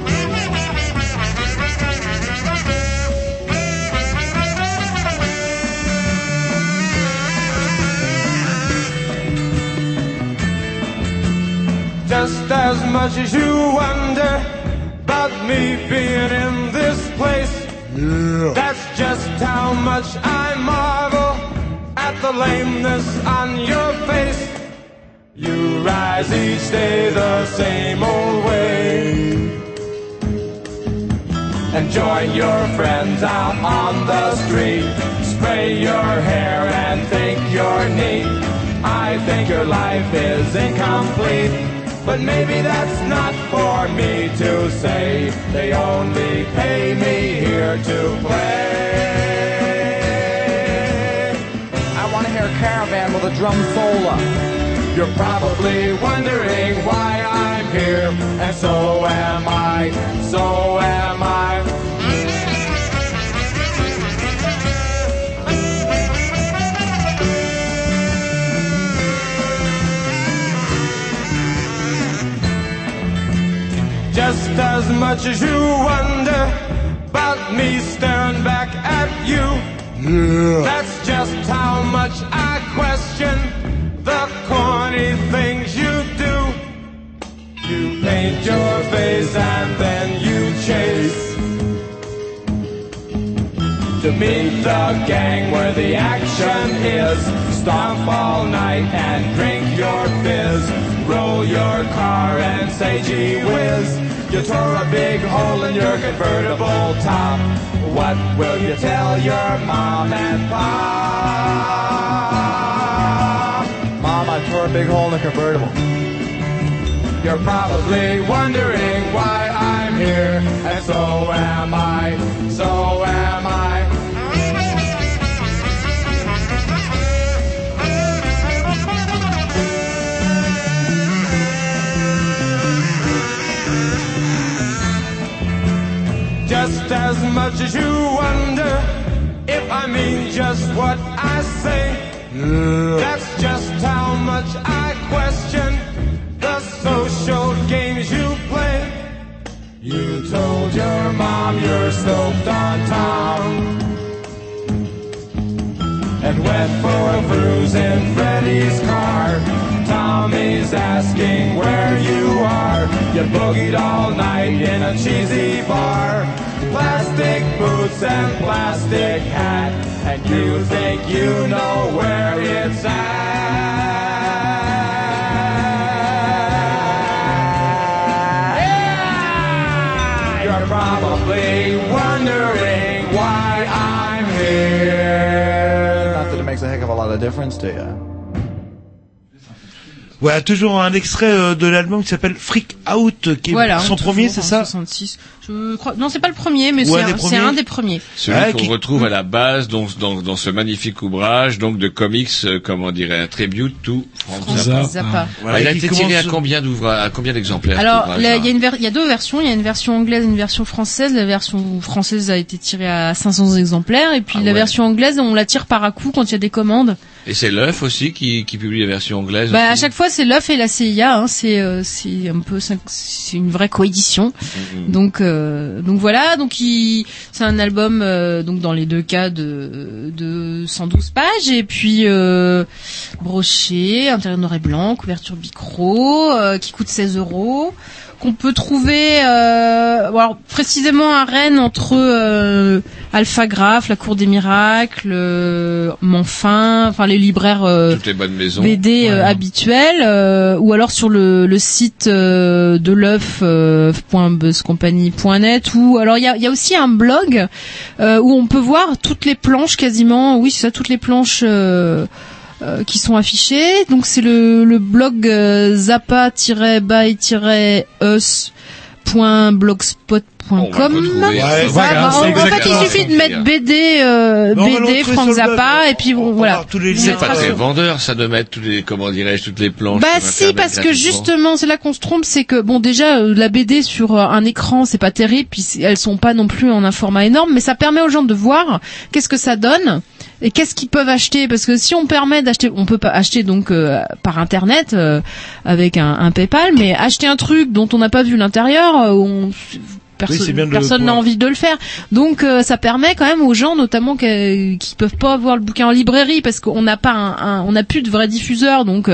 Just as much as you wonder about me being in this place, that's just how much I marvel at the lameness on your face. You rise each day the same old way, and join your friends out on the street. Spray your hair and think you're neat. I think your life is incomplete, but maybe that's not for me to say. They only pay me here to play. I want to hear a caravan with a drum solo. You're probably wondering why I'm here, and so am I, so am I. Just as much as you wonder about me staring back at you, that's just how much I question the corny things you do. You paint your face and then you chase to meet the gang where the action is. Stomp all night and drink your fizz. Roll your car and say gee whiz. You tore a big hole in your convertible top. What will you tell your mom and pop? Mom, I tore a big hole in the convertible. You're probably wondering why I'm here, and so am I, so am I. Just as much as you wonder if I mean just what I say, that's just how much I question the social games you play. You told your mom you're stoked on Tom and went for a cruise in Freddy's car. Tommy's asking where you are. You boogied all night in a cheesy bar. Plastic boots and plastic hat, and you think you know where it's at. Yeah! You're probably wondering why I'm here. Not that it makes a heck of a lot of difference to you. Voilà, toujours un extrait de l'album qui s'appelle Freak Out, qui est son premier, c'est ça? 66. Je crois, non, c'est pas le premier, mais c'est un des premiers. Celui qu'on retrouve à la base, donc, dans ce magnifique ouvrage, donc, de comics, comment dirait, un tribute to Frank Zappa. Voilà, il a été tiré à combien d'exemplaires? Alors, il y a deux versions. Il y a une version anglaise et une version française. La version française a été tirée à 500 exemplaires, et puis la version anglaise, on la tire par à coup quand il y a des commandes. Et c'est l'œuf aussi qui publie la version anglaise. Bah, à chaque fois, c'est l'œuf et la CIA, hein. C'est un peu, c'est une vraie coédition. Donc voilà. Donc c'est un album, donc dans les deux cas de 112 pages, et puis, broché, intérieur noir et blanc, couverture Bicro, qui coûte 16 €. Qu'on peut trouver alors précisément à Rennes entre Alphagraph, la Cour des Miracles, Manfin, enfin les libraires toutes les bonnes maisons BD habituels, ou alors sur le site de l'œuf .buzzcompany.net, ou alors il y a aussi un blog où on peut voir toutes les planches quasiment, oui c'est ça, toutes les planches qui sont affichés. Donc c'est le blog zappa-by-us .blogspot.com. Ouais, voilà, en c'est fait, il exactement suffit de ça. mettre BD, on va le BD, retrouver Frank sur le blog. Zappa, et puis bon, On va voilà. voir tous les liens. C'est pas Mettra très sur- vendeur, ça, de mettre toutes les planches. Bah sur si, Internet parce que gratuitement. justement, c'est là qu'on se trompe, c'est que bon, déjà la BD sur un écran, c'est pas terrible, puis elles sont pas non plus en un format énorme, mais ça permet aux gens de voir qu'est-ce que ça donne et qu'est-ce qu'ils peuvent acheter, parce que si on permet d'acheter, on peut pas acheter donc par internet avec un PayPal, mais acheter un truc dont on n'a pas vu l'intérieur, c'est bien de personne n'a pouvoir- envie de le faire. Donc ça permet quand même aux gens, notamment qui peuvent pas avoir le bouquin en librairie parce qu'on n'a pas on n'a plus de vrais diffuseurs, donc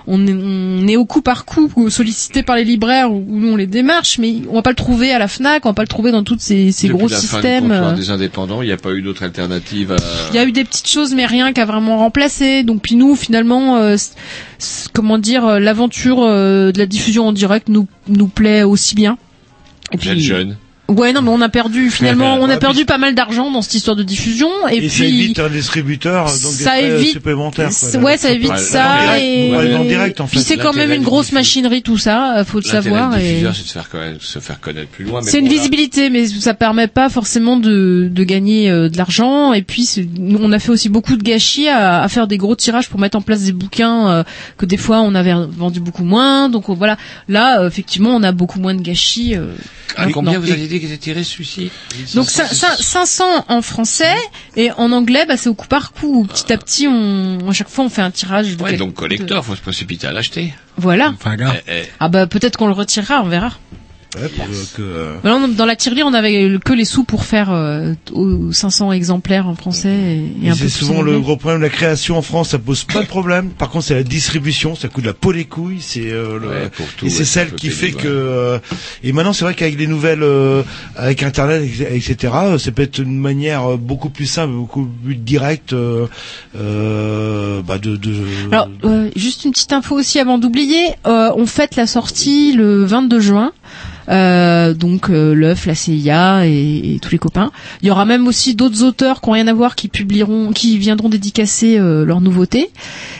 on est au coup par coup sollicité par les libraires où nous on les démarche, mais on va pas le trouver à la Fnac, on va pas le trouver dans toutes ces Depuis gros la fin du systèmes. comptoir des indépendants, il n'y a pas eu d'autre alternative à... Il y a eu des petites choses, mais rien qu'à vraiment remplacer. Donc puis nous, finalement, comment dire, l'aventure de la diffusion en direct nous plaît aussi bien. Et Vous êtes jeune. Ouais, non, mais on a perdu pas mal d'argent dans cette histoire de diffusion, et Et puis ça évite un distributeur, donc des ça frais évite- supplémentaires. quoi. ouais, ça évite Ouais, ça, et en direct, en fait. puis c'est quand même une grosse machinerie tout ça, faut le savoir. L'intérêt du Et diffuseur, c'est de se faire connaître plus loin. mais c'est une bon, là, visibilité, mais ça permet pas forcément de gagner de l'argent. Et puis nous, on a fait aussi beaucoup de gâchis à faire des gros tirages pour mettre en place des bouquins que des fois on avait vendu beaucoup moins. Donc voilà, là effectivement on a beaucoup moins de gâchis. combien maintenant. vous aviez dit qu'ils étaient tirés celui-ci? Donc 500 en français, et en anglais c'est au coup par coup. Petit à petit, à chaque fois on fait un tirage. Ouais, donc collector, faut se précipiter à l'acheter. Voilà. Enfin, regarde. Ah bah peut-être qu'on le retirera, on verra. Ouais, pour que, Maintenant, dans la tirelire, on avait que les sous pour faire aux 500 exemplaires en français et un peu c'est plus souvent en le anglais. gros problème. La création en France, ça pose pas de problème. Par contre, c'est la distribution, ça coûte la peau les couilles. C'est pour tout, et c'est ouais, celle c'est un peu qui fait pénible, que. Et maintenant, c'est vrai qu'avec les nouvelles, avec Internet, etc., ça peut être une manière beaucoup plus simple, beaucoup plus directe, Alors, juste une petite info aussi avant d'oublier, on fête la sortie le 22 juin. Donc l'œuf, la CIA et tous les copains. Il y aura même aussi d'autres auteurs qui ont rien à voir qui viendront dédicacer leurs nouveautés.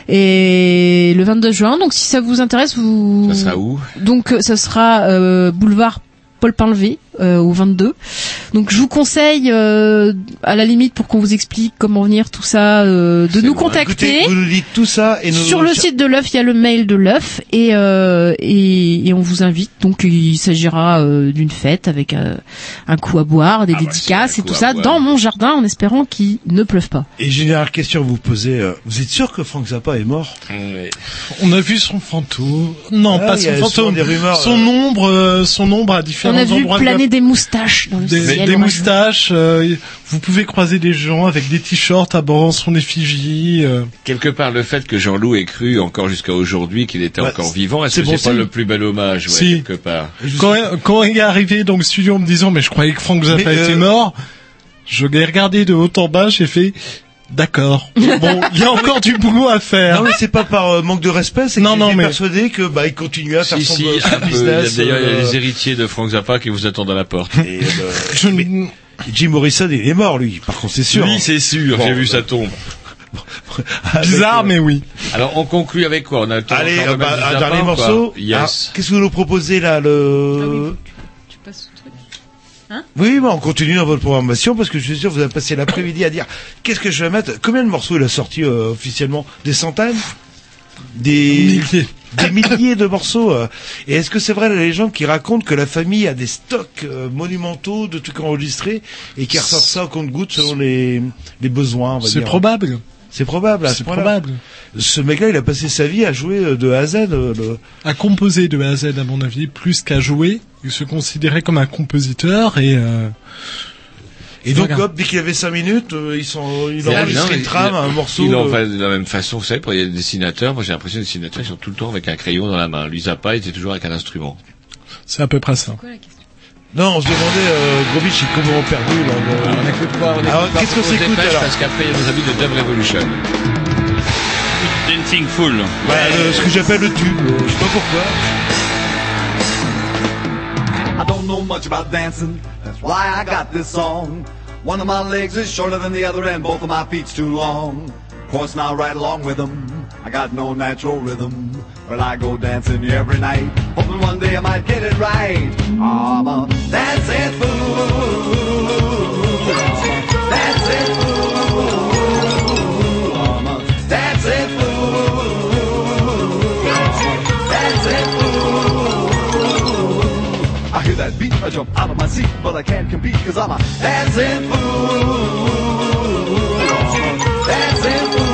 Et le 22 juin. Donc si ça vous intéresse, Ça sera où? Donc ça sera boulevard Paul Pinlevé au 22. Donc je vous conseille à la limite, pour qu'on vous explique comment venir, tout ça, de nous contacter. Écoutez, vous nous dites tout ça et Sur le site de l'œuf, il y a le mail de l'œuf et on vous invite. Donc il s'agira d'une fête avec un coup à boire, des dédicaces et tout ça dans mon jardin, en espérant qu'il ne pleuve pas. Et j'ai une dernière question à vous poser. Vous êtes sûr que Frank Zappa est mort? On a vu son fantôme. Non, Ah, pas il y son a souvent fantôme. des rumeurs, Son ombre à différents On a vu endroits. planer des moustaches dans le ciel. Des orageux. moustaches. Vous pouvez croiser des gens avec des t-shirts abordant son effigie. Quelque part, le fait que Jean-Loup ait cru encore jusqu'à aujourd'hui qu'il était encore vivant, est-ce c'est que bon c'est pas signe. le plus bel hommage, ouais, Si. quelque part? Quand il est arrivé dans le studio en me disant, mais je croyais que Frank Zappa était mort, je l'ai regardé de haut en bas, j'ai fait, d'accord. Bon, il y a encore du boulot à faire. Non, mais c'est pas par manque de respect, c'est que j'étais persuadé que il continuait à faire son Si, son un peu. business. D'ailleurs, il y a les héritiers de Frank Zappa qui vous attendent à la porte. Et, Jim Morrison, il est mort, lui. Par contre, c'est sûr. Oui, c'est sûr, Bon, j'ai vu sa tombe. Bizarre, mais oui. Alors, on conclut avec quoi? On a le temps Allez, encore de mettre du un Zappa dernier ou pas? morceau. Yes. Alors, qu'est-ce que vous nous proposez là, Tu passes ce truc. Hein? Oui, on continue dans votre programmation parce que je suis sûr que vous avez passé l'après-midi à dire qu'est-ce que je vais mettre. Combien de morceaux il a sorti officiellement? Des centaines? Des milliers de morceaux. Et est-ce que c'est vrai la légende qui raconte que la famille a des stocks monumentaux de trucs enregistrés et qui ressort ça au compte-gouttes selon les besoins, on va C'est dire. probable. C'est probable. C'est probable. Ce mec-là, il a passé sa vie à jouer de A à Z. À composer de A à Z, à mon avis, plus qu'à jouer. Il se considérait comme un compositeur et donc, voilà. hop, dès qu'il avait 5 minutes, il Non, enregistrait une il- trame, un morceau. Il en va de la même façon, vous savez, pour les dessinateurs, moi j'ai l'impression que les dessinateurs, ils sont tout le temps avec un crayon dans la main. Lui, Zappa, il était toujours avec un instrument. C'est à peu près ça. Non, on se demandait, Grobich est complètement perdu, là. On écoute pas, Alors, qu'est-ce qu'on s'écoute, alors? Parce qu'après, il y a nos amis de Dub Revolution. Dancing Fool. Ce que j'appelle le tube, je sais pas pourquoi. I don't know much about dancing, that's why I got this song. One of my legs is shorter than the other and both of my feet's too long. Of course now right along with them, I got no natural rhythm. Well, I go dancing every night, hoping one day I might get it right. I'm a dancing fool. Dancing fool. I'm a dancing fool. Dancing fool. I hear that beat, I jump out of my seat, but I can't compete 'cause I'm a dancing fool. Dancing fool.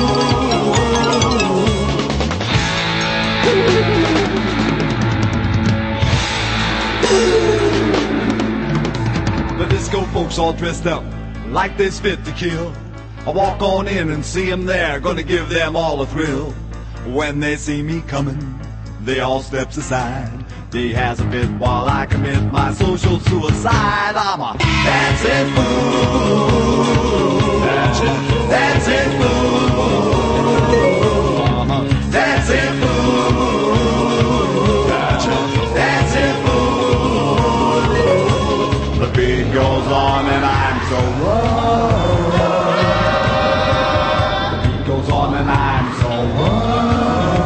The disco folks all dressed up like they're fit to kill. I walk on in and see them there, gonna give them all a thrill. When they see me coming, they all steps aside. They has a fit while I commit my social suicide. I'm a dancing fool. Dancing fool. I'm a dancing fool. Dancing fool. The beat goes on and I'm so wrong. The beat goes on and I'm so wrong.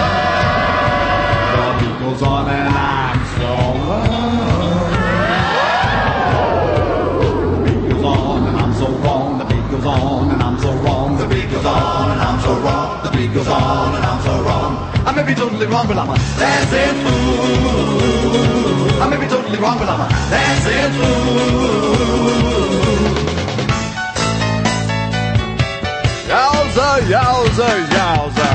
The beat goes on and I'm so wrong. The beat goes on and I'm so wrong. The beat goes on and I'm so wrong. The beat goes on and I'm so wrong. The beat goes on and I'm so wrong. I may be totally wrong, but I'm a dancing fool. I may be totally wrong, but I'm a dancing fool. Yowza, yowza, yowza.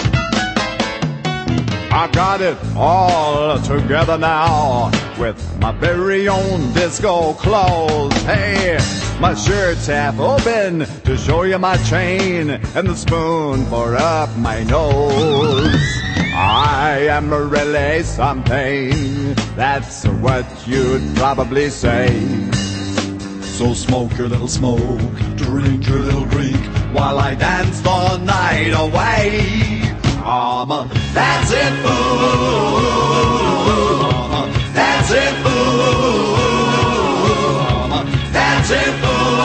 I got it all together now with my very own disco clothes. Hey, my shirt's half open to show you my chain and the spoon for up my nose. I am really something, that's what you'd probably say. So smoke your little smoke, drink your little drink, while I dance the night away. I'm a dancing fool. I'm a dancing fool. I'm a dancing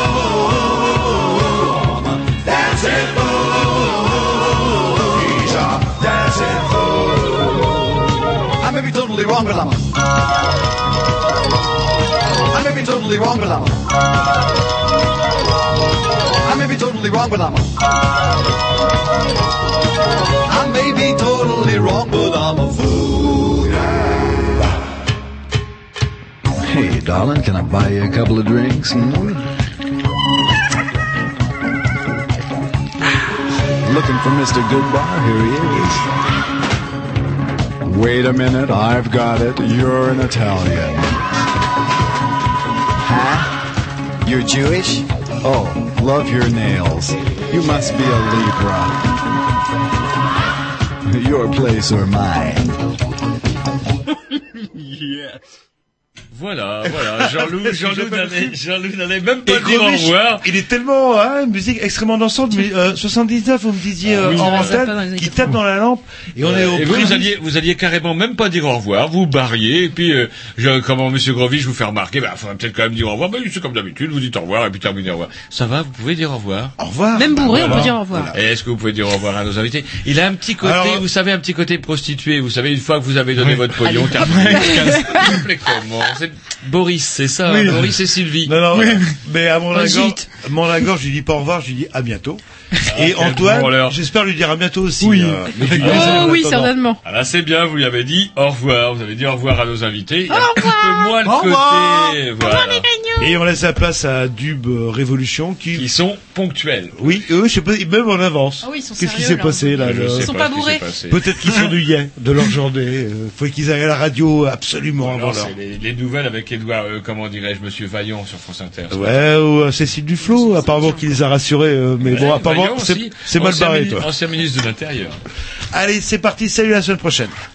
fool. I'm a dancing fool. He's a dancing fool. I may be totally wrong, but I'm a. I may be totally wrong, but I'm a. I may be totally wrong, but I'm a. I may be totally wrong, but I'm a fool. Hey, darling, can I buy you a couple of drinks? Looking for Mr. Goodbar? Here he is. Wait a minute, I've got it. You're an Italian. Huh? You're Jewish? Oh, love your nails. You must be a Libra. Your place or mine. Yes. Voilà, Jean-Loup n'allait même pas dire au revoir. Il est tellement, une musique extrêmement dansante, mais 79, vous me disiez en antenne, qui tape dans la lampe, et on est au. Et vous alliez carrément même pas dire au revoir, vous barriez, et puis comment Monsieur Grovy, je vous fais remarquer, faudrait peut-être quand même dire au revoir. C'est comme d'habitude, vous dites au revoir et puis terminez au revoir. Ça va, vous pouvez dire au revoir. Au revoir. Même bourré, on peut dire au revoir. Et est-ce que vous pouvez dire au revoir à nos invités? Il a un petit côté, vous savez, un petit côté prostitué. Vous savez, une fois que vous avez donné votre pognon, terminé. Boris, c'est ça, oui. Boris et Sylvie. Non, mais à mon Lagorge, je lui dis pas au revoir, je lui dis à bientôt. Et Antoine, j'espère lui dire à bientôt aussi. Oui, oui, certainement. Ah là, c'est bien, vous lui avez dit au revoir, vous avez dit au revoir à nos invités. Il y a un petit peu moins le côté, voilà. Et on laisse la place à Dub Révolution qui sont ponctuels. Oui, je sais pas, même en avance. Ah oui, ils sont Qu'est-ce qui s'est passé là? Ils sont pas bourrés. Peut-être qu'ils sont du yen de leur journée. Faut qu'ils aillent à la radio absolument avant l'heure. C'est les nouvelles avec Edouard, comment dirais-je, Monsieur Vaillant sur France Inter. Ouais, ou Cécile Duflot, apparemment qui les a rassurés, mais bon, apparemment c'est mal barré, toi. Ancien ministre de l'Intérieur. Allez, c'est parti, salut, à la semaine prochaine.